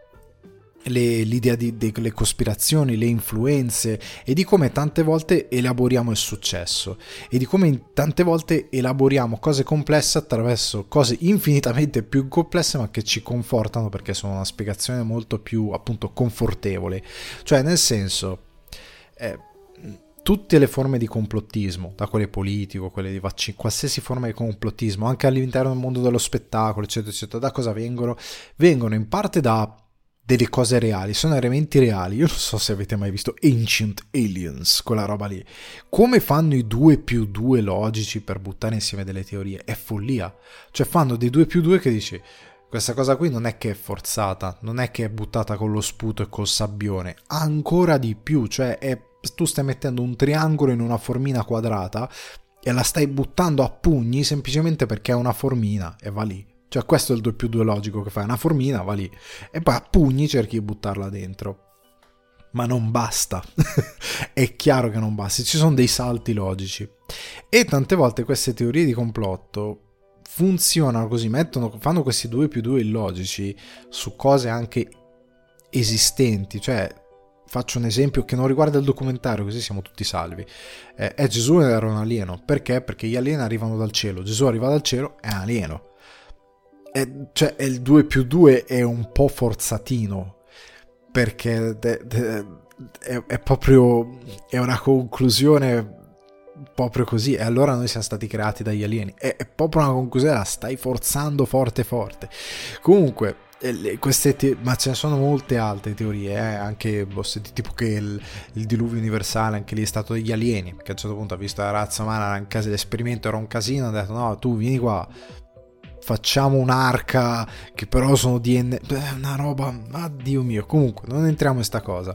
le, l'idea di, delle cospirazioni, le influenze, e di come tante volte elaboriamo il successo, e di come tante volte elaboriamo cose complesse attraverso cose infinitamente più complesse, ma che ci confortano perché sono una spiegazione molto più, appunto, confortevole. Cioè, nel senso, eh, tutte le forme di complottismo, da quelle politico, quelle di vaccini, qualsiasi forma di complottismo, anche all'interno del mondo dello spettacolo, eccetera, eccetera, da cosa vengono? Vengono in parte da delle cose reali, sono elementi reali. Io non so se avete mai visto Ancient Aliens, quella roba lì. Come fanno i due più due logici per buttare insieme delle teorie? È follia. Cioè fanno dei due più due che dici, questa cosa qui non è che è forzata, non è che è buttata con lo sputo e col sabbione, ancora di più, cioè è, tu stai mettendo un triangolo in una formina quadrata e la stai buttando a pugni semplicemente perché è una formina e va lì. Cioè questo è il due più due logico che fai, una formina, va lì, e poi a pugni cerchi di buttarla dentro. Ma non basta, è chiaro che non basta, ci sono dei salti logici. E tante volte queste teorie di complotto funzionano così, mettono, fanno questi due più due illogici su cose anche esistenti. Cioè, faccio un esempio che non riguarda il documentario, così siamo tutti salvi. Eh, è Gesù era un alieno. Perché? Perché gli alieni arrivano dal cielo. Gesù arriva dal cielo, è un alieno. È, cioè, il due più due è un po' forzatino, perché de, de, è, è proprio è una conclusione proprio così, e allora noi siamo stati creati dagli alieni. È, è proprio una conclusione, la stai forzando forte forte. Comunque, queste te- ma ce ne sono molte altre teorie, eh? Anche tipo che il, il diluvio universale anche lì è stato degli alieni, perché a un certo punto ha visto la razza umana, era un caso, l'esperimento era un casino, ha detto no, tu vieni qua, facciamo un'arca che però sono D N A, è una roba, addio mio. Comunque non entriamo in sta cosa.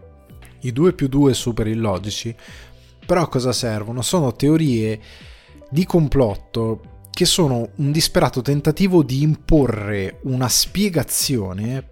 I due più due super illogici però a cosa servono? Sono teorie di complotto che sono un disperato tentativo di imporre una spiegazione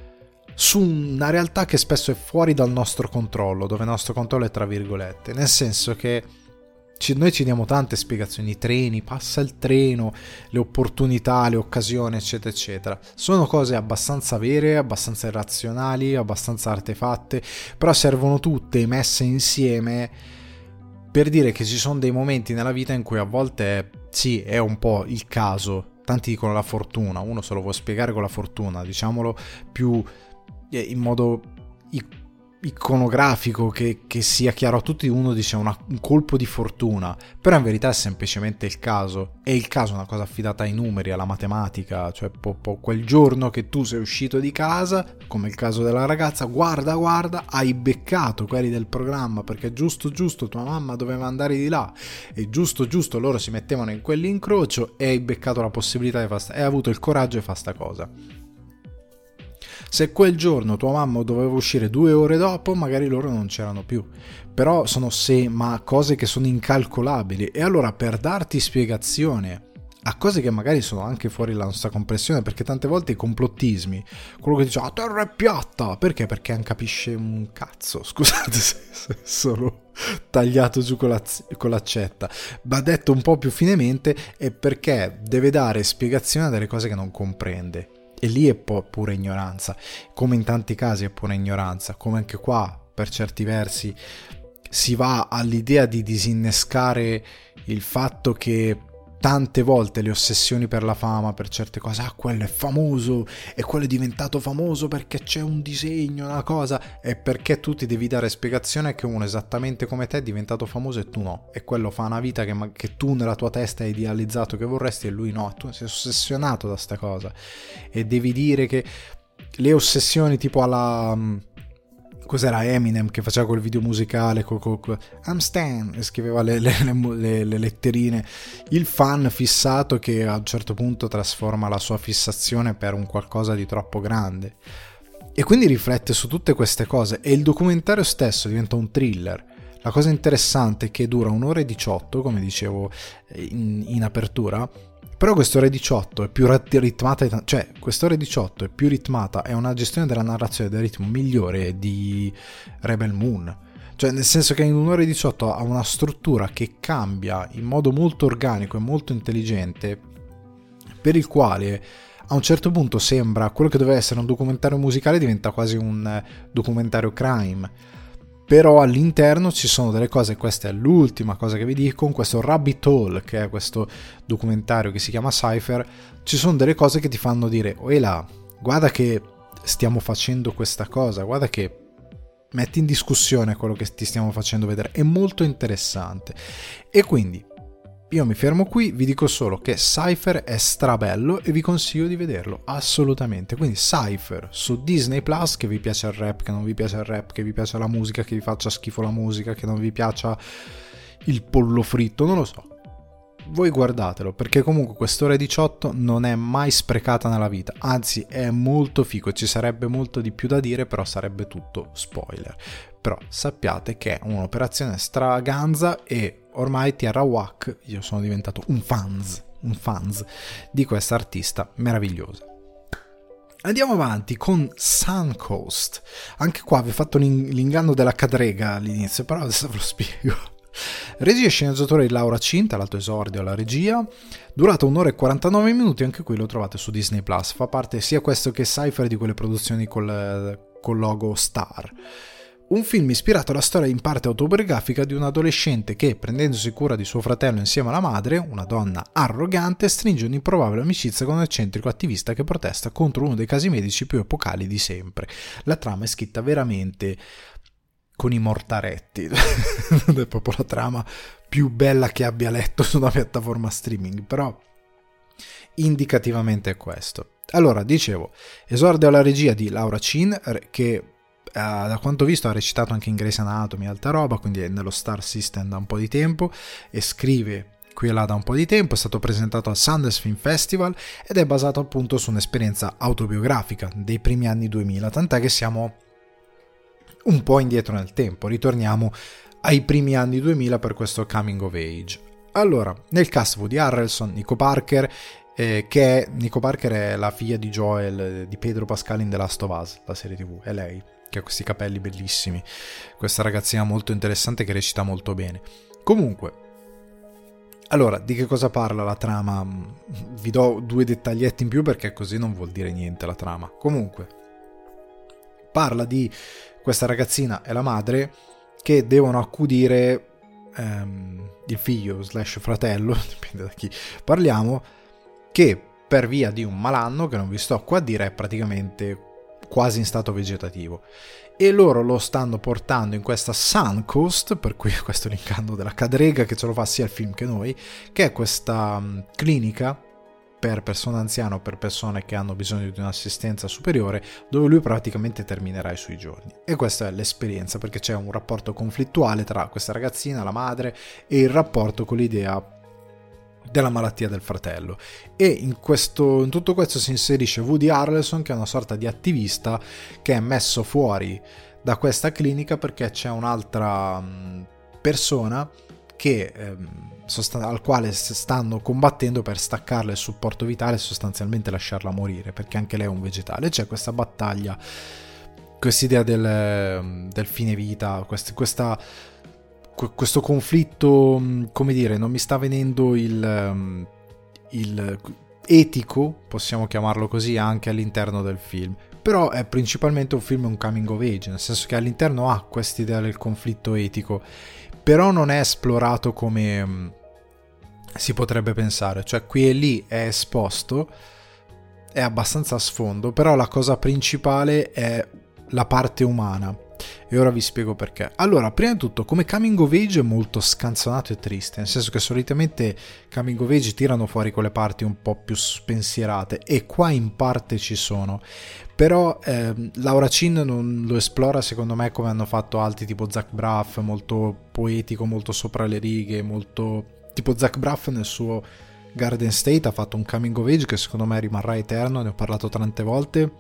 su una realtà che spesso è fuori dal nostro controllo, dove il nostro controllo è tra virgolette, nel senso che ci, noi ci diamo tante spiegazioni, i treni, passa il treno, le opportunità, le occasioni, eccetera eccetera. Sono cose abbastanza vere, abbastanza irrazionali, abbastanza artefatte, però servono tutte messe insieme per dire che ci sono dei momenti nella vita in cui a volte è, sì, è un po' il caso, tanti dicono la fortuna, uno se lo può spiegare con la fortuna, diciamolo più in modo iconografico, che, che sia chiaro a tutti, uno dice una, un colpo di fortuna, però in verità è semplicemente il caso, e il caso è una cosa affidata ai numeri, alla matematica, cioè po, po, quel giorno che tu sei uscito di casa, come il caso della ragazza, guarda guarda, hai beccato quelli del programma, perché giusto giusto tua mamma doveva andare di là, e giusto giusto loro si mettevano in quell'incrocio, e hai beccato la possibilità di fare sta, hai avuto il coraggio di fare sta cosa. Se quel giorno tua mamma doveva uscire due ore dopo, magari loro non c'erano più. Però sono se, ma cose che sono incalcolabili. E allora, per darti spiegazione a cose che magari sono anche fuori la nostra comprensione, perché tante volte i complottismi, quello che dice la terra è piatta, perché? Perché non capisce un cazzo, scusate se, se sono tagliato giù con, la, con l'accetta, ma detto un po' più finemente è perché deve dare spiegazione a delle cose che non comprende. E lì è pure ignoranza, come in tanti casi è pure ignoranza, come anche qua per certi versi si va all'idea di disinnescare il fatto che tante volte le ossessioni per la fama, per certe cose, ah quello è famoso e quello è diventato famoso perché c'è un disegno, una cosa, e perché tu ti devi dare spiegazione che uno esattamente come te è diventato famoso e tu no, e quello fa una vita che, che tu nella tua testa hai idealizzato che vorresti e lui no, tu sei ossessionato da sta cosa, e devi dire che le ossessioni tipo alla... cos'era Eminem che faceva quel video musicale col, col, col I'm Stan e scriveva le, le, le, le letterine, il fan fissato che a un certo punto trasforma la sua fissazione per un qualcosa di troppo grande, e quindi riflette su tutte queste cose, e il documentario stesso diventa un thriller. La cosa interessante è che dura un'ora e diciotto, come dicevo in, in apertura, però quest'ora diciotto è più ritmata, cioè quest'ora diciotto è più ritmata, è una gestione della narrazione del ritmo migliore di Rebel Moon, cioè nel senso che in un'ora diciotto ha una struttura che cambia in modo molto organico e molto intelligente, per il quale a un certo punto sembra quello che doveva essere un documentario musicale diventa quasi un documentario crime. Però all'interno ci sono delle cose, questa è l'ultima cosa che vi dico, con questo Rabbit Hole, che è questo documentario che si chiama Cypher, ci sono delle cose che ti fanno dire, oh là, guarda che stiamo facendo questa cosa, guarda che metti in discussione quello che ti stiamo facendo vedere, è molto interessante. E quindi io mi fermo qui, vi dico solo che Cypher è strabello e vi consiglio di vederlo, assolutamente. Quindi Cypher su Disney Plus, che vi piace il rap, che non vi piace il rap, che vi piace la musica, che vi faccia schifo la musica, che non vi piaccia il pollo fritto, non lo so. Voi guardatelo, perché comunque quest'ora diciotto non è mai sprecata nella vita, anzi è molto figo, ci sarebbe molto di più da dire, però sarebbe tutto spoiler. Però sappiate che è un'operazione straganza e ormai Tierra Wack, io sono diventato un fans, un fans di questa artista meravigliosa. Andiamo avanti con Suncoast. Anche qua vi ho fatto l'inganno della cadrega all'inizio, però adesso ve lo spiego. Regia e sceneggiatore di Laura Chin, tra l'altro esordio alla regia, durata un'ora e quarantanove minuti, anche qui lo trovate su Disney Plus, fa parte sia questo che Cypher di quelle produzioni col, col logo Star. Un film ispirato alla storia in parte autobiografica di un adolescente che, prendendosi cura di suo fratello insieme alla madre, una donna arrogante, stringe un'improbabile amicizia con un eccentrico attivista che protesta contro uno dei casi medici più epocali di sempre. La trama è scritta veramente con i mortaretti, non è proprio la trama più bella che abbia letto su una piattaforma streaming, però indicativamente è questo. Allora, dicevo, esordio alla regia di Laura Chin, che Uh, da quanto ho visto ha recitato anche in Grey's Anatomy e alta roba, quindi è nello Star System da un po' di tempo e scrive qui e là da un po' di tempo. È stato presentato al Sundance Film Festival ed è basato appunto su un'esperienza autobiografica dei primi anni duemila, tant'è che siamo un po' indietro nel tempo, ritorniamo ai primi anni duemila per questo coming of age. Allora, nel cast Woody Harrelson, Nico Parker, eh, che è, Nico Parker è la figlia di Joel, di Pedro Pascal in The Last of Us, la serie tv, è lei che ha questi capelli bellissimi, questa ragazzina molto interessante che recita molto bene. Comunque, allora, di che cosa parla la trama? Vi do due dettaglietti in più perché così non vuol dire niente la trama. Comunque, parla di questa ragazzina e la madre che devono accudire ehm, il figlio slash fratello, dipende da chi parliamo, che per via di un malanno, che non vi sto qua a dire, è praticamente quasi in stato vegetativo. E loro lo stanno portando in questa Suncoast, per cui questo è l'incanto della cadrega che ce lo fa sia il film che noi, che è questa um, clinica per persone anziane o per persone che hanno bisogno di un'assistenza superiore, dove lui praticamente terminerà i suoi giorni. E questa è l'esperienza, perché c'è un rapporto conflittuale tra questa ragazzina, la madre, e il rapporto con l'idea della malattia del fratello. E in, questo, in tutto questo si inserisce Woody Harrelson, che è una sorta di attivista che è messo fuori da questa clinica perché c'è un'altra persona che, ehm, sostan- al quale stanno combattendo per staccarle il supporto vitale e sostanzialmente lasciarla morire, perché anche lei è un vegetale. C'è questa battaglia, questa idea del, del fine vita, quest- questa questo conflitto, come dire, non mi sta venendo il, il etico, possiamo chiamarlo così, anche all'interno del film. Però è principalmente un film, un coming of age, nel senso che all'interno ha quest'idea del conflitto etico, però non è esplorato come si potrebbe pensare, cioè qui e lì è esposto, è abbastanza a sfondo, però la cosa principale è la parte umana. E ora vi spiego perché. Allora, prima di tutto, come coming of age è molto scanzonato e triste, nel senso che solitamente coming of age tirano fuori quelle parti un po' più spensierate, e qua in parte ci sono, però ehm, Laura Chin non lo esplora secondo me come hanno fatto altri tipo Zach Braff, molto poetico, molto sopra le righe, molto tipo Zach Braff nel suo Garden State ha fatto un coming of age che secondo me rimarrà eterno, ne ho parlato tante volte,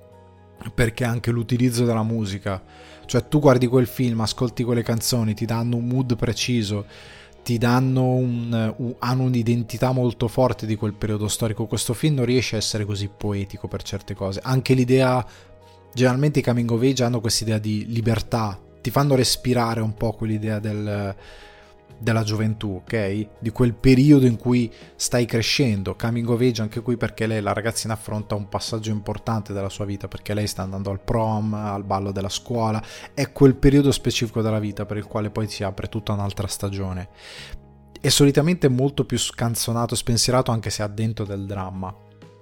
perché anche l'utilizzo della musica, cioè tu guardi quel film, ascolti quelle canzoni, ti danno un mood preciso, ti danno un, un, hanno un'identità molto forte di quel periodo storico. Questo film non riesce a essere così poetico per certe cose, anche l'idea, generalmente i coming of age hanno questa idea di libertà, ti fanno respirare un po' quell'idea del della gioventù, ok? Di quel periodo in cui stai crescendo. Coming of age anche qui perché lei, la ragazzina, affronta un passaggio importante della sua vita, perché lei sta andando al prom, al ballo della scuola, è quel periodo specifico della vita per il quale poi si apre tutta un'altra stagione. È solitamente molto più scanzonato, spensierato, anche se ha dentro del dramma.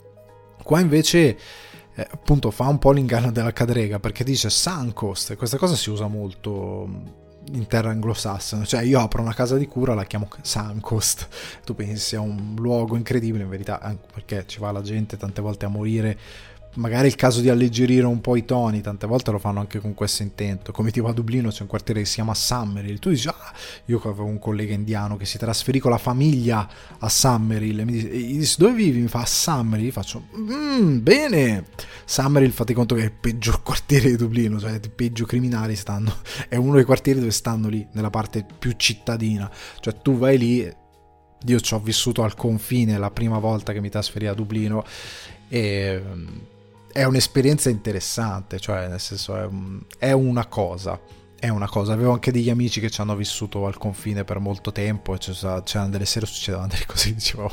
Qua invece eh, appunto fa un po' l'inganno della cadrega, perché dice Suncoast, e questa cosa si usa molto in terra anglosassone, cioè io apro una casa di cura, la chiamo Suncoast, tu pensi a un luogo incredibile, in verità anche perché ci va la gente tante volte a morire, magari è il caso di alleggerire un po' i toni, tante volte lo fanno anche con questo intento, come tipo a Dublino c'è un quartiere che si chiama Summerhill, tu dici ah, io avevo un collega indiano che si trasferì con la famiglia a Summerhill e mi dice, e gli dice dove vivi? Mi fa a Summerhill, io faccio mm, bene, Summerhill fate conto che è il peggior quartiere di Dublino, cioè i peggio criminali stanno, è uno dei quartieri dove stanno lì, nella parte più cittadina, cioè tu vai lì, io ci ho vissuto al confine la prima volta che mi trasferì a Dublino e è un'esperienza interessante, cioè nel senso è, è una cosa, è una cosa. Avevo anche degli amici che ci hanno vissuto al confine per molto tempo e c'erano delle sere succedevano delle cose, dicevo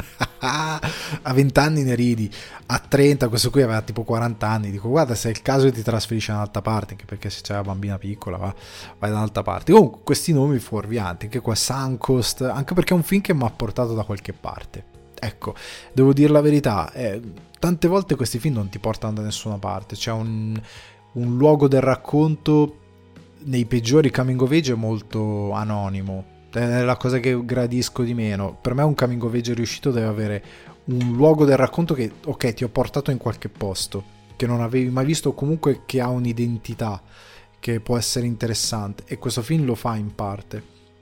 a venti anni ne ridi, a trenta questo qui aveva tipo quaranta anni, dico guarda se è il caso ti trasferisci da un'altra parte, anche perché se c'è la bambina piccola va, vai da un'altra parte. Comunque questi nomi fuorvianti, anche qua Suncoast, anche perché è un film che mi ha portato da qualche parte. Ecco, devo dire la verità, eh, tante volte questi film non ti portano da nessuna parte, c'è un, un luogo del racconto nei peggiori coming of age è molto anonimo, è la cosa che gradisco di meno. Per me un coming of age riuscito deve avere un luogo del racconto che ok ti ho portato in qualche posto che non avevi mai visto, o comunque che ha un'identità che può essere interessante, e questo film lo fa in parte,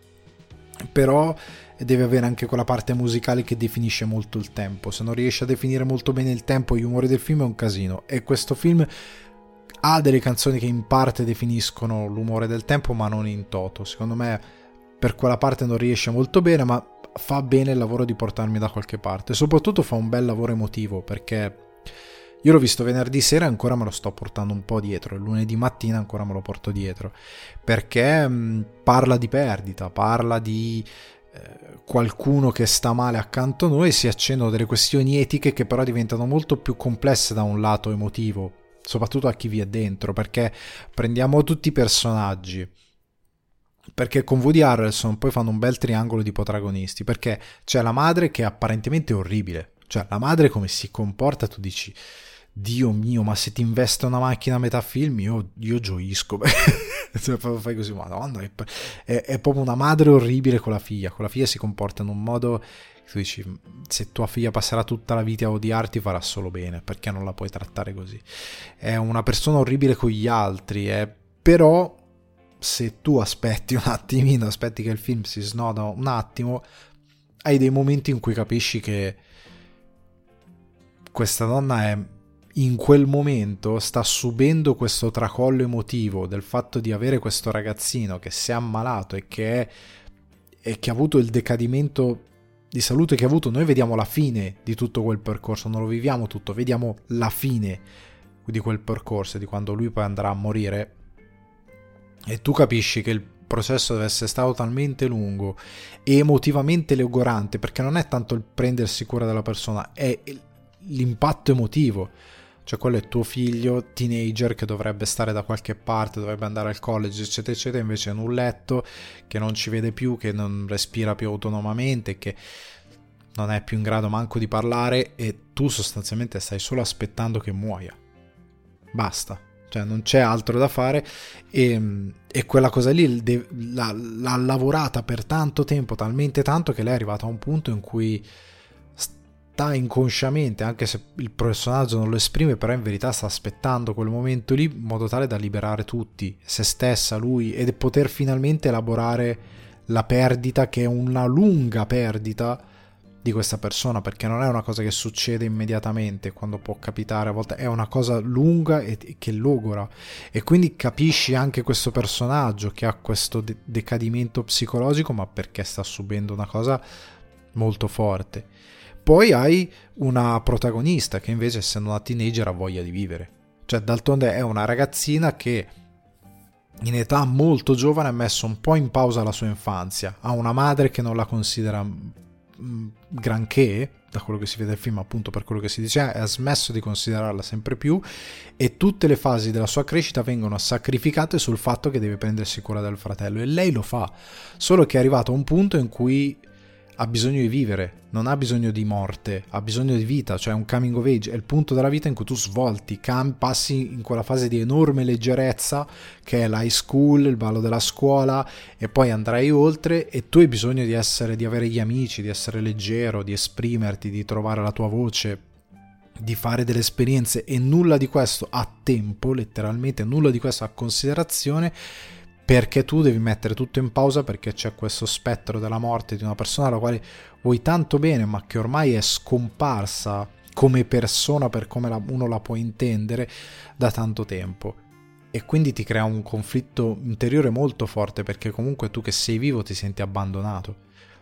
però deve avere anche quella parte musicale che definisce molto il tempo. Se non riesci a definire molto bene il tempo e gli umori del film è un casino, e questo film ha delle canzoni che in parte definiscono l'umore del tempo ma non in toto. Secondo me per quella parte non riesce molto bene, ma fa bene il lavoro di portarmi da qualche parte, soprattutto fa un bel lavoro emotivo, perché io l'ho visto venerdì sera e ancora me lo sto portando un po' dietro, il lunedì mattina ancora me lo porto dietro, perché mh, parla di perdita, parla di qualcuno che sta male accanto a noi, si accendono delle questioni etiche che però diventano molto più complesse da un lato emotivo, soprattutto a chi vi è dentro, perché prendiamo tutti i personaggi, perché con Woody Harrelson poi fanno un bel triangolo di protagonisti, perché c'è la madre che apparentemente è orribile, cioè la madre come si comporta, tu dici Dio mio, ma se ti investe una macchina a metà film io, io gioisco. Cioè, fai così, madonna, è, è, è proprio una madre orribile con la figlia, con la figlia si comporta in un modo che tu dici, se tua figlia passerà tutta la vita a odiarti farà solo bene, perché non la puoi trattare così. È una persona orribile con gli altri, è, però se tu aspetti un attimino, aspetti che il film si snoda un attimo, hai dei momenti in cui capisci che questa donna è, in quel momento sta subendo questo tracollo emotivo del fatto di avere questo ragazzino che si è ammalato e che, è, e che ha avuto il decadimento di salute che ha avuto. Noi vediamo la fine di tutto quel percorso, non lo viviamo tutto, vediamo la fine di quel percorso, di quando lui poi andrà a morire, e tu capisci che il processo deve essere stato talmente lungo e emotivamente logorante, perché non è tanto il prendersi cura della persona, è l'impatto emotivo. Cioè quello è tuo figlio teenager che dovrebbe stare da qualche parte, dovrebbe andare al college eccetera eccetera, invece è in un letto che non ci vede più, che non respira più autonomamente, che non è più in grado manco di parlare, e tu sostanzialmente stai solo aspettando che muoia, basta, cioè non c'è altro da fare. E, e quella cosa lì l'ha, l'ha lavorata per tanto tempo, talmente tanto che lei è arrivata a un punto in cui sta inconsciamente, anche se il personaggio non lo esprime, però in verità sta aspettando quel momento lì in modo tale da liberare tutti, se stessa, lui, e poter finalmente elaborare la perdita, che è una lunga perdita di questa persona, perché non è una cosa che succede immediatamente, quando può capitare a volte, è una cosa lunga e che logora, e quindi capisci anche questo personaggio che ha questo de- decadimento psicologico, ma perché sta subendo una cosa molto forte. Poi hai una protagonista che invece, essendo una teenager, ha voglia di vivere. Cioè, d'altronde è una ragazzina che in età molto giovane ha messo un po' in pausa la sua infanzia. Ha una madre che non la considera granché, da quello che si vede nel film, appunto per quello che si dice, ha smesso di considerarla sempre più, e tutte le fasi della sua crescita vengono sacrificate sul fatto che deve prendersi cura del fratello, e lei lo fa, solo che è arrivato a un punto in cui ha bisogno di vivere, non ha bisogno di morte, ha bisogno di vita, cioè un coming of age, è il punto della vita in cui tu svolti, cam- passi in quella fase di enorme leggerezza che è l'high school, il ballo della scuola, e poi andrai oltre, e tu hai bisogno di essere, di avere gli amici, di essere leggero, di esprimerti, di trovare la tua voce, di fare delle esperienze, e nulla di questo a tempo, letteralmente nulla di questo a considerazione, perché tu devi mettere tutto in pausa, perché c'è questo spettro della morte di una persona alla quale vuoi tanto bene, ma che ormai è scomparsa come persona per come la, uno la può intendere da tanto tempo, e quindi ti crea un conflitto interiore molto forte, perché comunque tu che sei vivo ti senti abbandonato.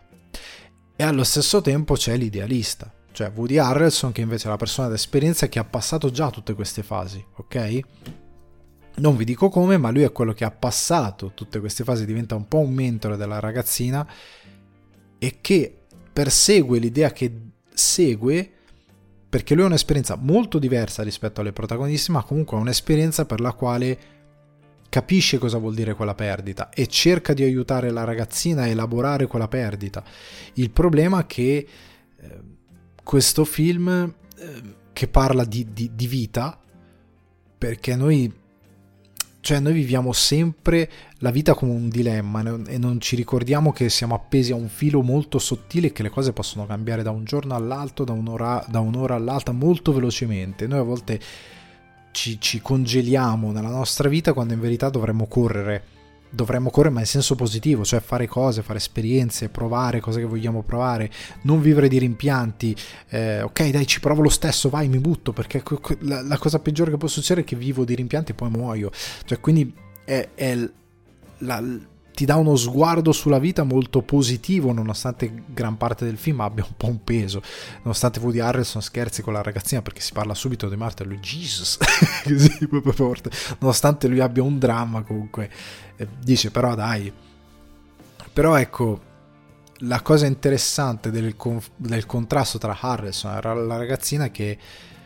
E allo stesso tempo c'è l'idealista, cioè Woody Harrelson, che invece è la persona d'esperienza che ha passato già tutte queste fasi, ok? Non vi dico come, ma lui è quello che ha passato tutte queste fasi, diventa un po' un mentore della ragazzina, e che persegue l'idea che segue, perché lui ha un'esperienza molto diversa rispetto alle protagonisti, ma comunque ha un'esperienza per la quale capisce cosa vuol dire quella perdita e cerca di aiutare la ragazzina a elaborare quella perdita. Il problema è che eh, questo film eh, che parla di, di, di vita, perché noi Cioè noi viviamo sempre la vita come un dilemma e non ci ricordiamo che siamo appesi a un filo molto sottile e che le cose possono cambiare da un giorno all'altro, da un'ora, da un'ora all'altra, molto velocemente. Noi a volte ci, ci congeliamo nella nostra vita quando in verità dovremmo correre. Dovremmo correre, ma in senso positivo, cioè fare cose, fare esperienze, provare cose che vogliamo provare, non vivere di rimpianti. Eh, ok, dai, ci provo lo stesso, vai, mi butto, perché la, la cosa peggiore che può succedere è che vivo di rimpianti e poi muoio. Cioè, quindi è, è la, ti dà uno sguardo sulla vita molto positivo, nonostante gran parte del film abbia un po' un peso, nonostante Woody Harrelson scherzi con la ragazzina perché si parla subito di Marta e lui Jesus così proprio forte, nonostante lui abbia un dramma, comunque eh, dice però dai. Però ecco, la cosa interessante del, conf- del contrasto tra Harrelson e la ragazzina è che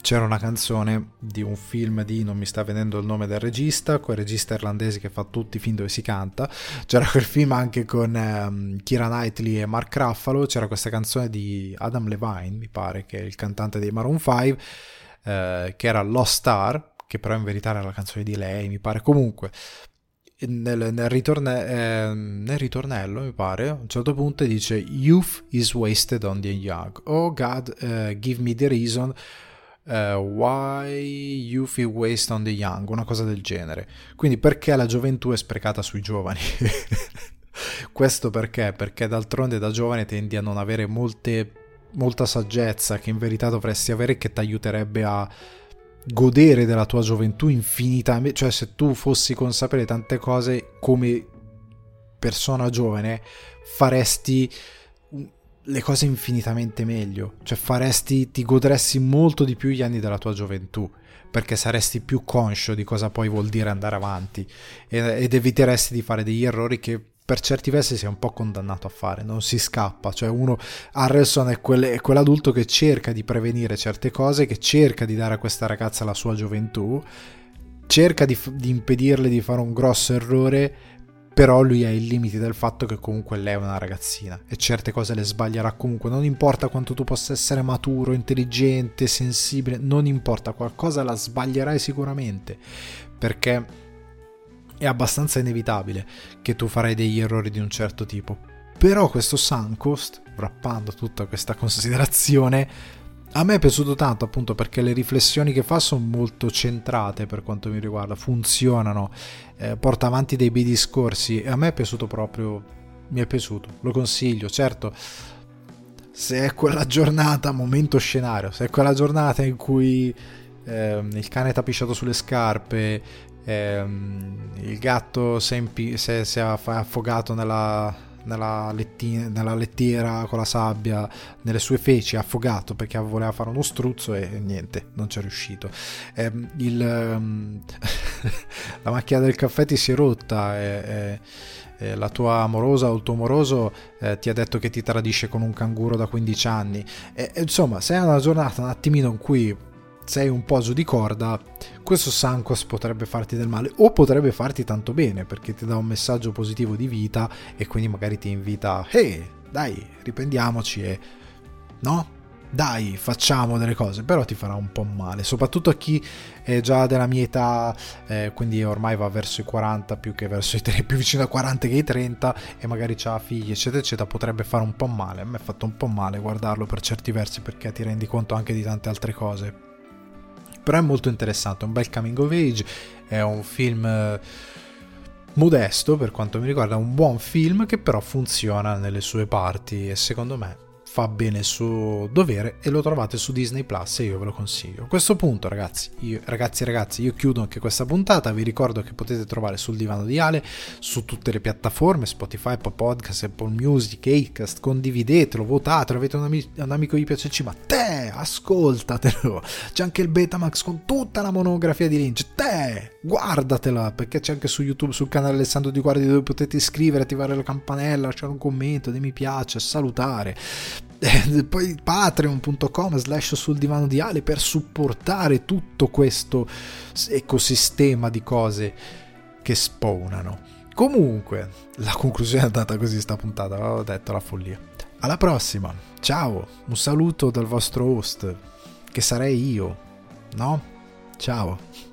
c'era una canzone di un film di, non mi sta venendo il nome del regista, quel regista irlandese che fa tutti i film dove si canta, c'era quel film anche con um, Keira Knightley e Mark Ruffalo, c'era questa canzone di Adam Levine, mi pare, che è il cantante dei Maroon cinque, eh, che era Lost Star, che però in verità era la canzone di lei, mi pare. Comunque nel, nel, ritorne, eh, nel ritornello, mi pare, a un certo punto dice "Youth is wasted on the young, oh God, uh, give me the reason Uh, why youth is waste on the young", una cosa del genere. Quindi perché la gioventù è sprecata sui giovani. Questo perché? Perché d'altronde da giovane tendi a non avere molte, molta saggezza che in verità dovresti avere, che ti aiuterebbe a godere della tua gioventù infinitamente. Cioè, se tu fossi consapevole di tante cose come persona giovane, faresti le cose infinitamente meglio, cioè faresti, ti godresti molto di più gli anni della tua gioventù, perché saresti più conscio di cosa poi vuol dire andare avanti, ed eviteresti di fare degli errori che per certi versi sei un po' condannato a fare, non si scappa. Cioè uno, Harrelson è, quel, è quell'adulto che cerca di prevenire certe cose, che cerca di dare a questa ragazza la sua gioventù, cerca di, di impedirle di fare un grosso errore, però lui ha i limiti del fatto che comunque lei è una ragazzina e certe cose le sbaglierà comunque, non importa quanto tu possa essere maturo, intelligente, sensibile, non importa, qualcosa la sbaglierai sicuramente, perché è abbastanza inevitabile che tu farai degli errori di un certo tipo. Però questo Suncoast, wrappando tutta questa considerazione, a me è piaciuto tanto, appunto perché le riflessioni che fa sono molto centrate per quanto mi riguarda, funzionano, eh, porta avanti dei bei discorsi, e a me è piaciuto proprio, mi è piaciuto, lo consiglio. Certo, se è quella giornata, momento scenario, se è quella giornata in cui eh, il cane t'ha pisciato sulle scarpe, eh, il gatto si è, impi- si è, si è affogato nella... Nella, lettina, nella lettiera con la sabbia, nelle sue feci, affogato perché voleva fare uno struzzo e niente, non c'è riuscito. Eh, il, um, la macchina del caffè ti si è rotta, e, e, e la tua amorosa o il tuo amoroso eh, ti ha detto che ti tradisce con un canguro da quindici anni, e, e, insomma, se è una giornata un attimino in cui sei un po' giù di corda, questo Suncoast potrebbe farti del male o potrebbe farti tanto bene, perché ti dà un messaggio positivo di vita e quindi magari ti invita, ehi, dai, riprendiamoci e no, dai, facciamo delle cose, però ti farà un po' male, soprattutto a chi è già della mia età, eh, quindi ormai va verso i quaranta più che verso i trenta, più vicino ai quaranta che ai trenta, e magari ha figli eccetera eccetera, potrebbe fare un po' male. A me è fatto un po' male guardarlo per certi versi, perché ti rendi conto anche di tante altre cose. Però è molto interessante, è un bel coming of age, è un film modesto per quanto mi riguarda, un buon film che però funziona nelle sue parti e secondo me fa bene il suo dovere, e lo trovate su Disney Plus e io ve lo consiglio. A questo punto ragazzi, io, ragazzi e ragazzi, io chiudo anche questa puntata. Vi ricordo che potete trovare Sul Divano di Ale su tutte le piattaforme, Spotify, Apple Podcast, Apple Music, Acast. Condividetelo, votatelo, avete un, ami- un amico di piace, ma te, ascoltatelo. C'è anche il Betamax con tutta la monografia di Lynch, te, guardatela, perché c'è anche su YouTube, sul canale Alessandro Di Guardi, dove potete iscrivervi, attivare la campanella, lasciare un commento, dei mi piace, salutare. Eh, poi patreon punto com slash sul divano di Ale per supportare tutto questo ecosistema di cose che spawnano. Comunque la conclusione è andata così sta puntata, avevo detto, la follia. Alla prossima, ciao, un saluto dal vostro host, che sarei io, no? Ciao.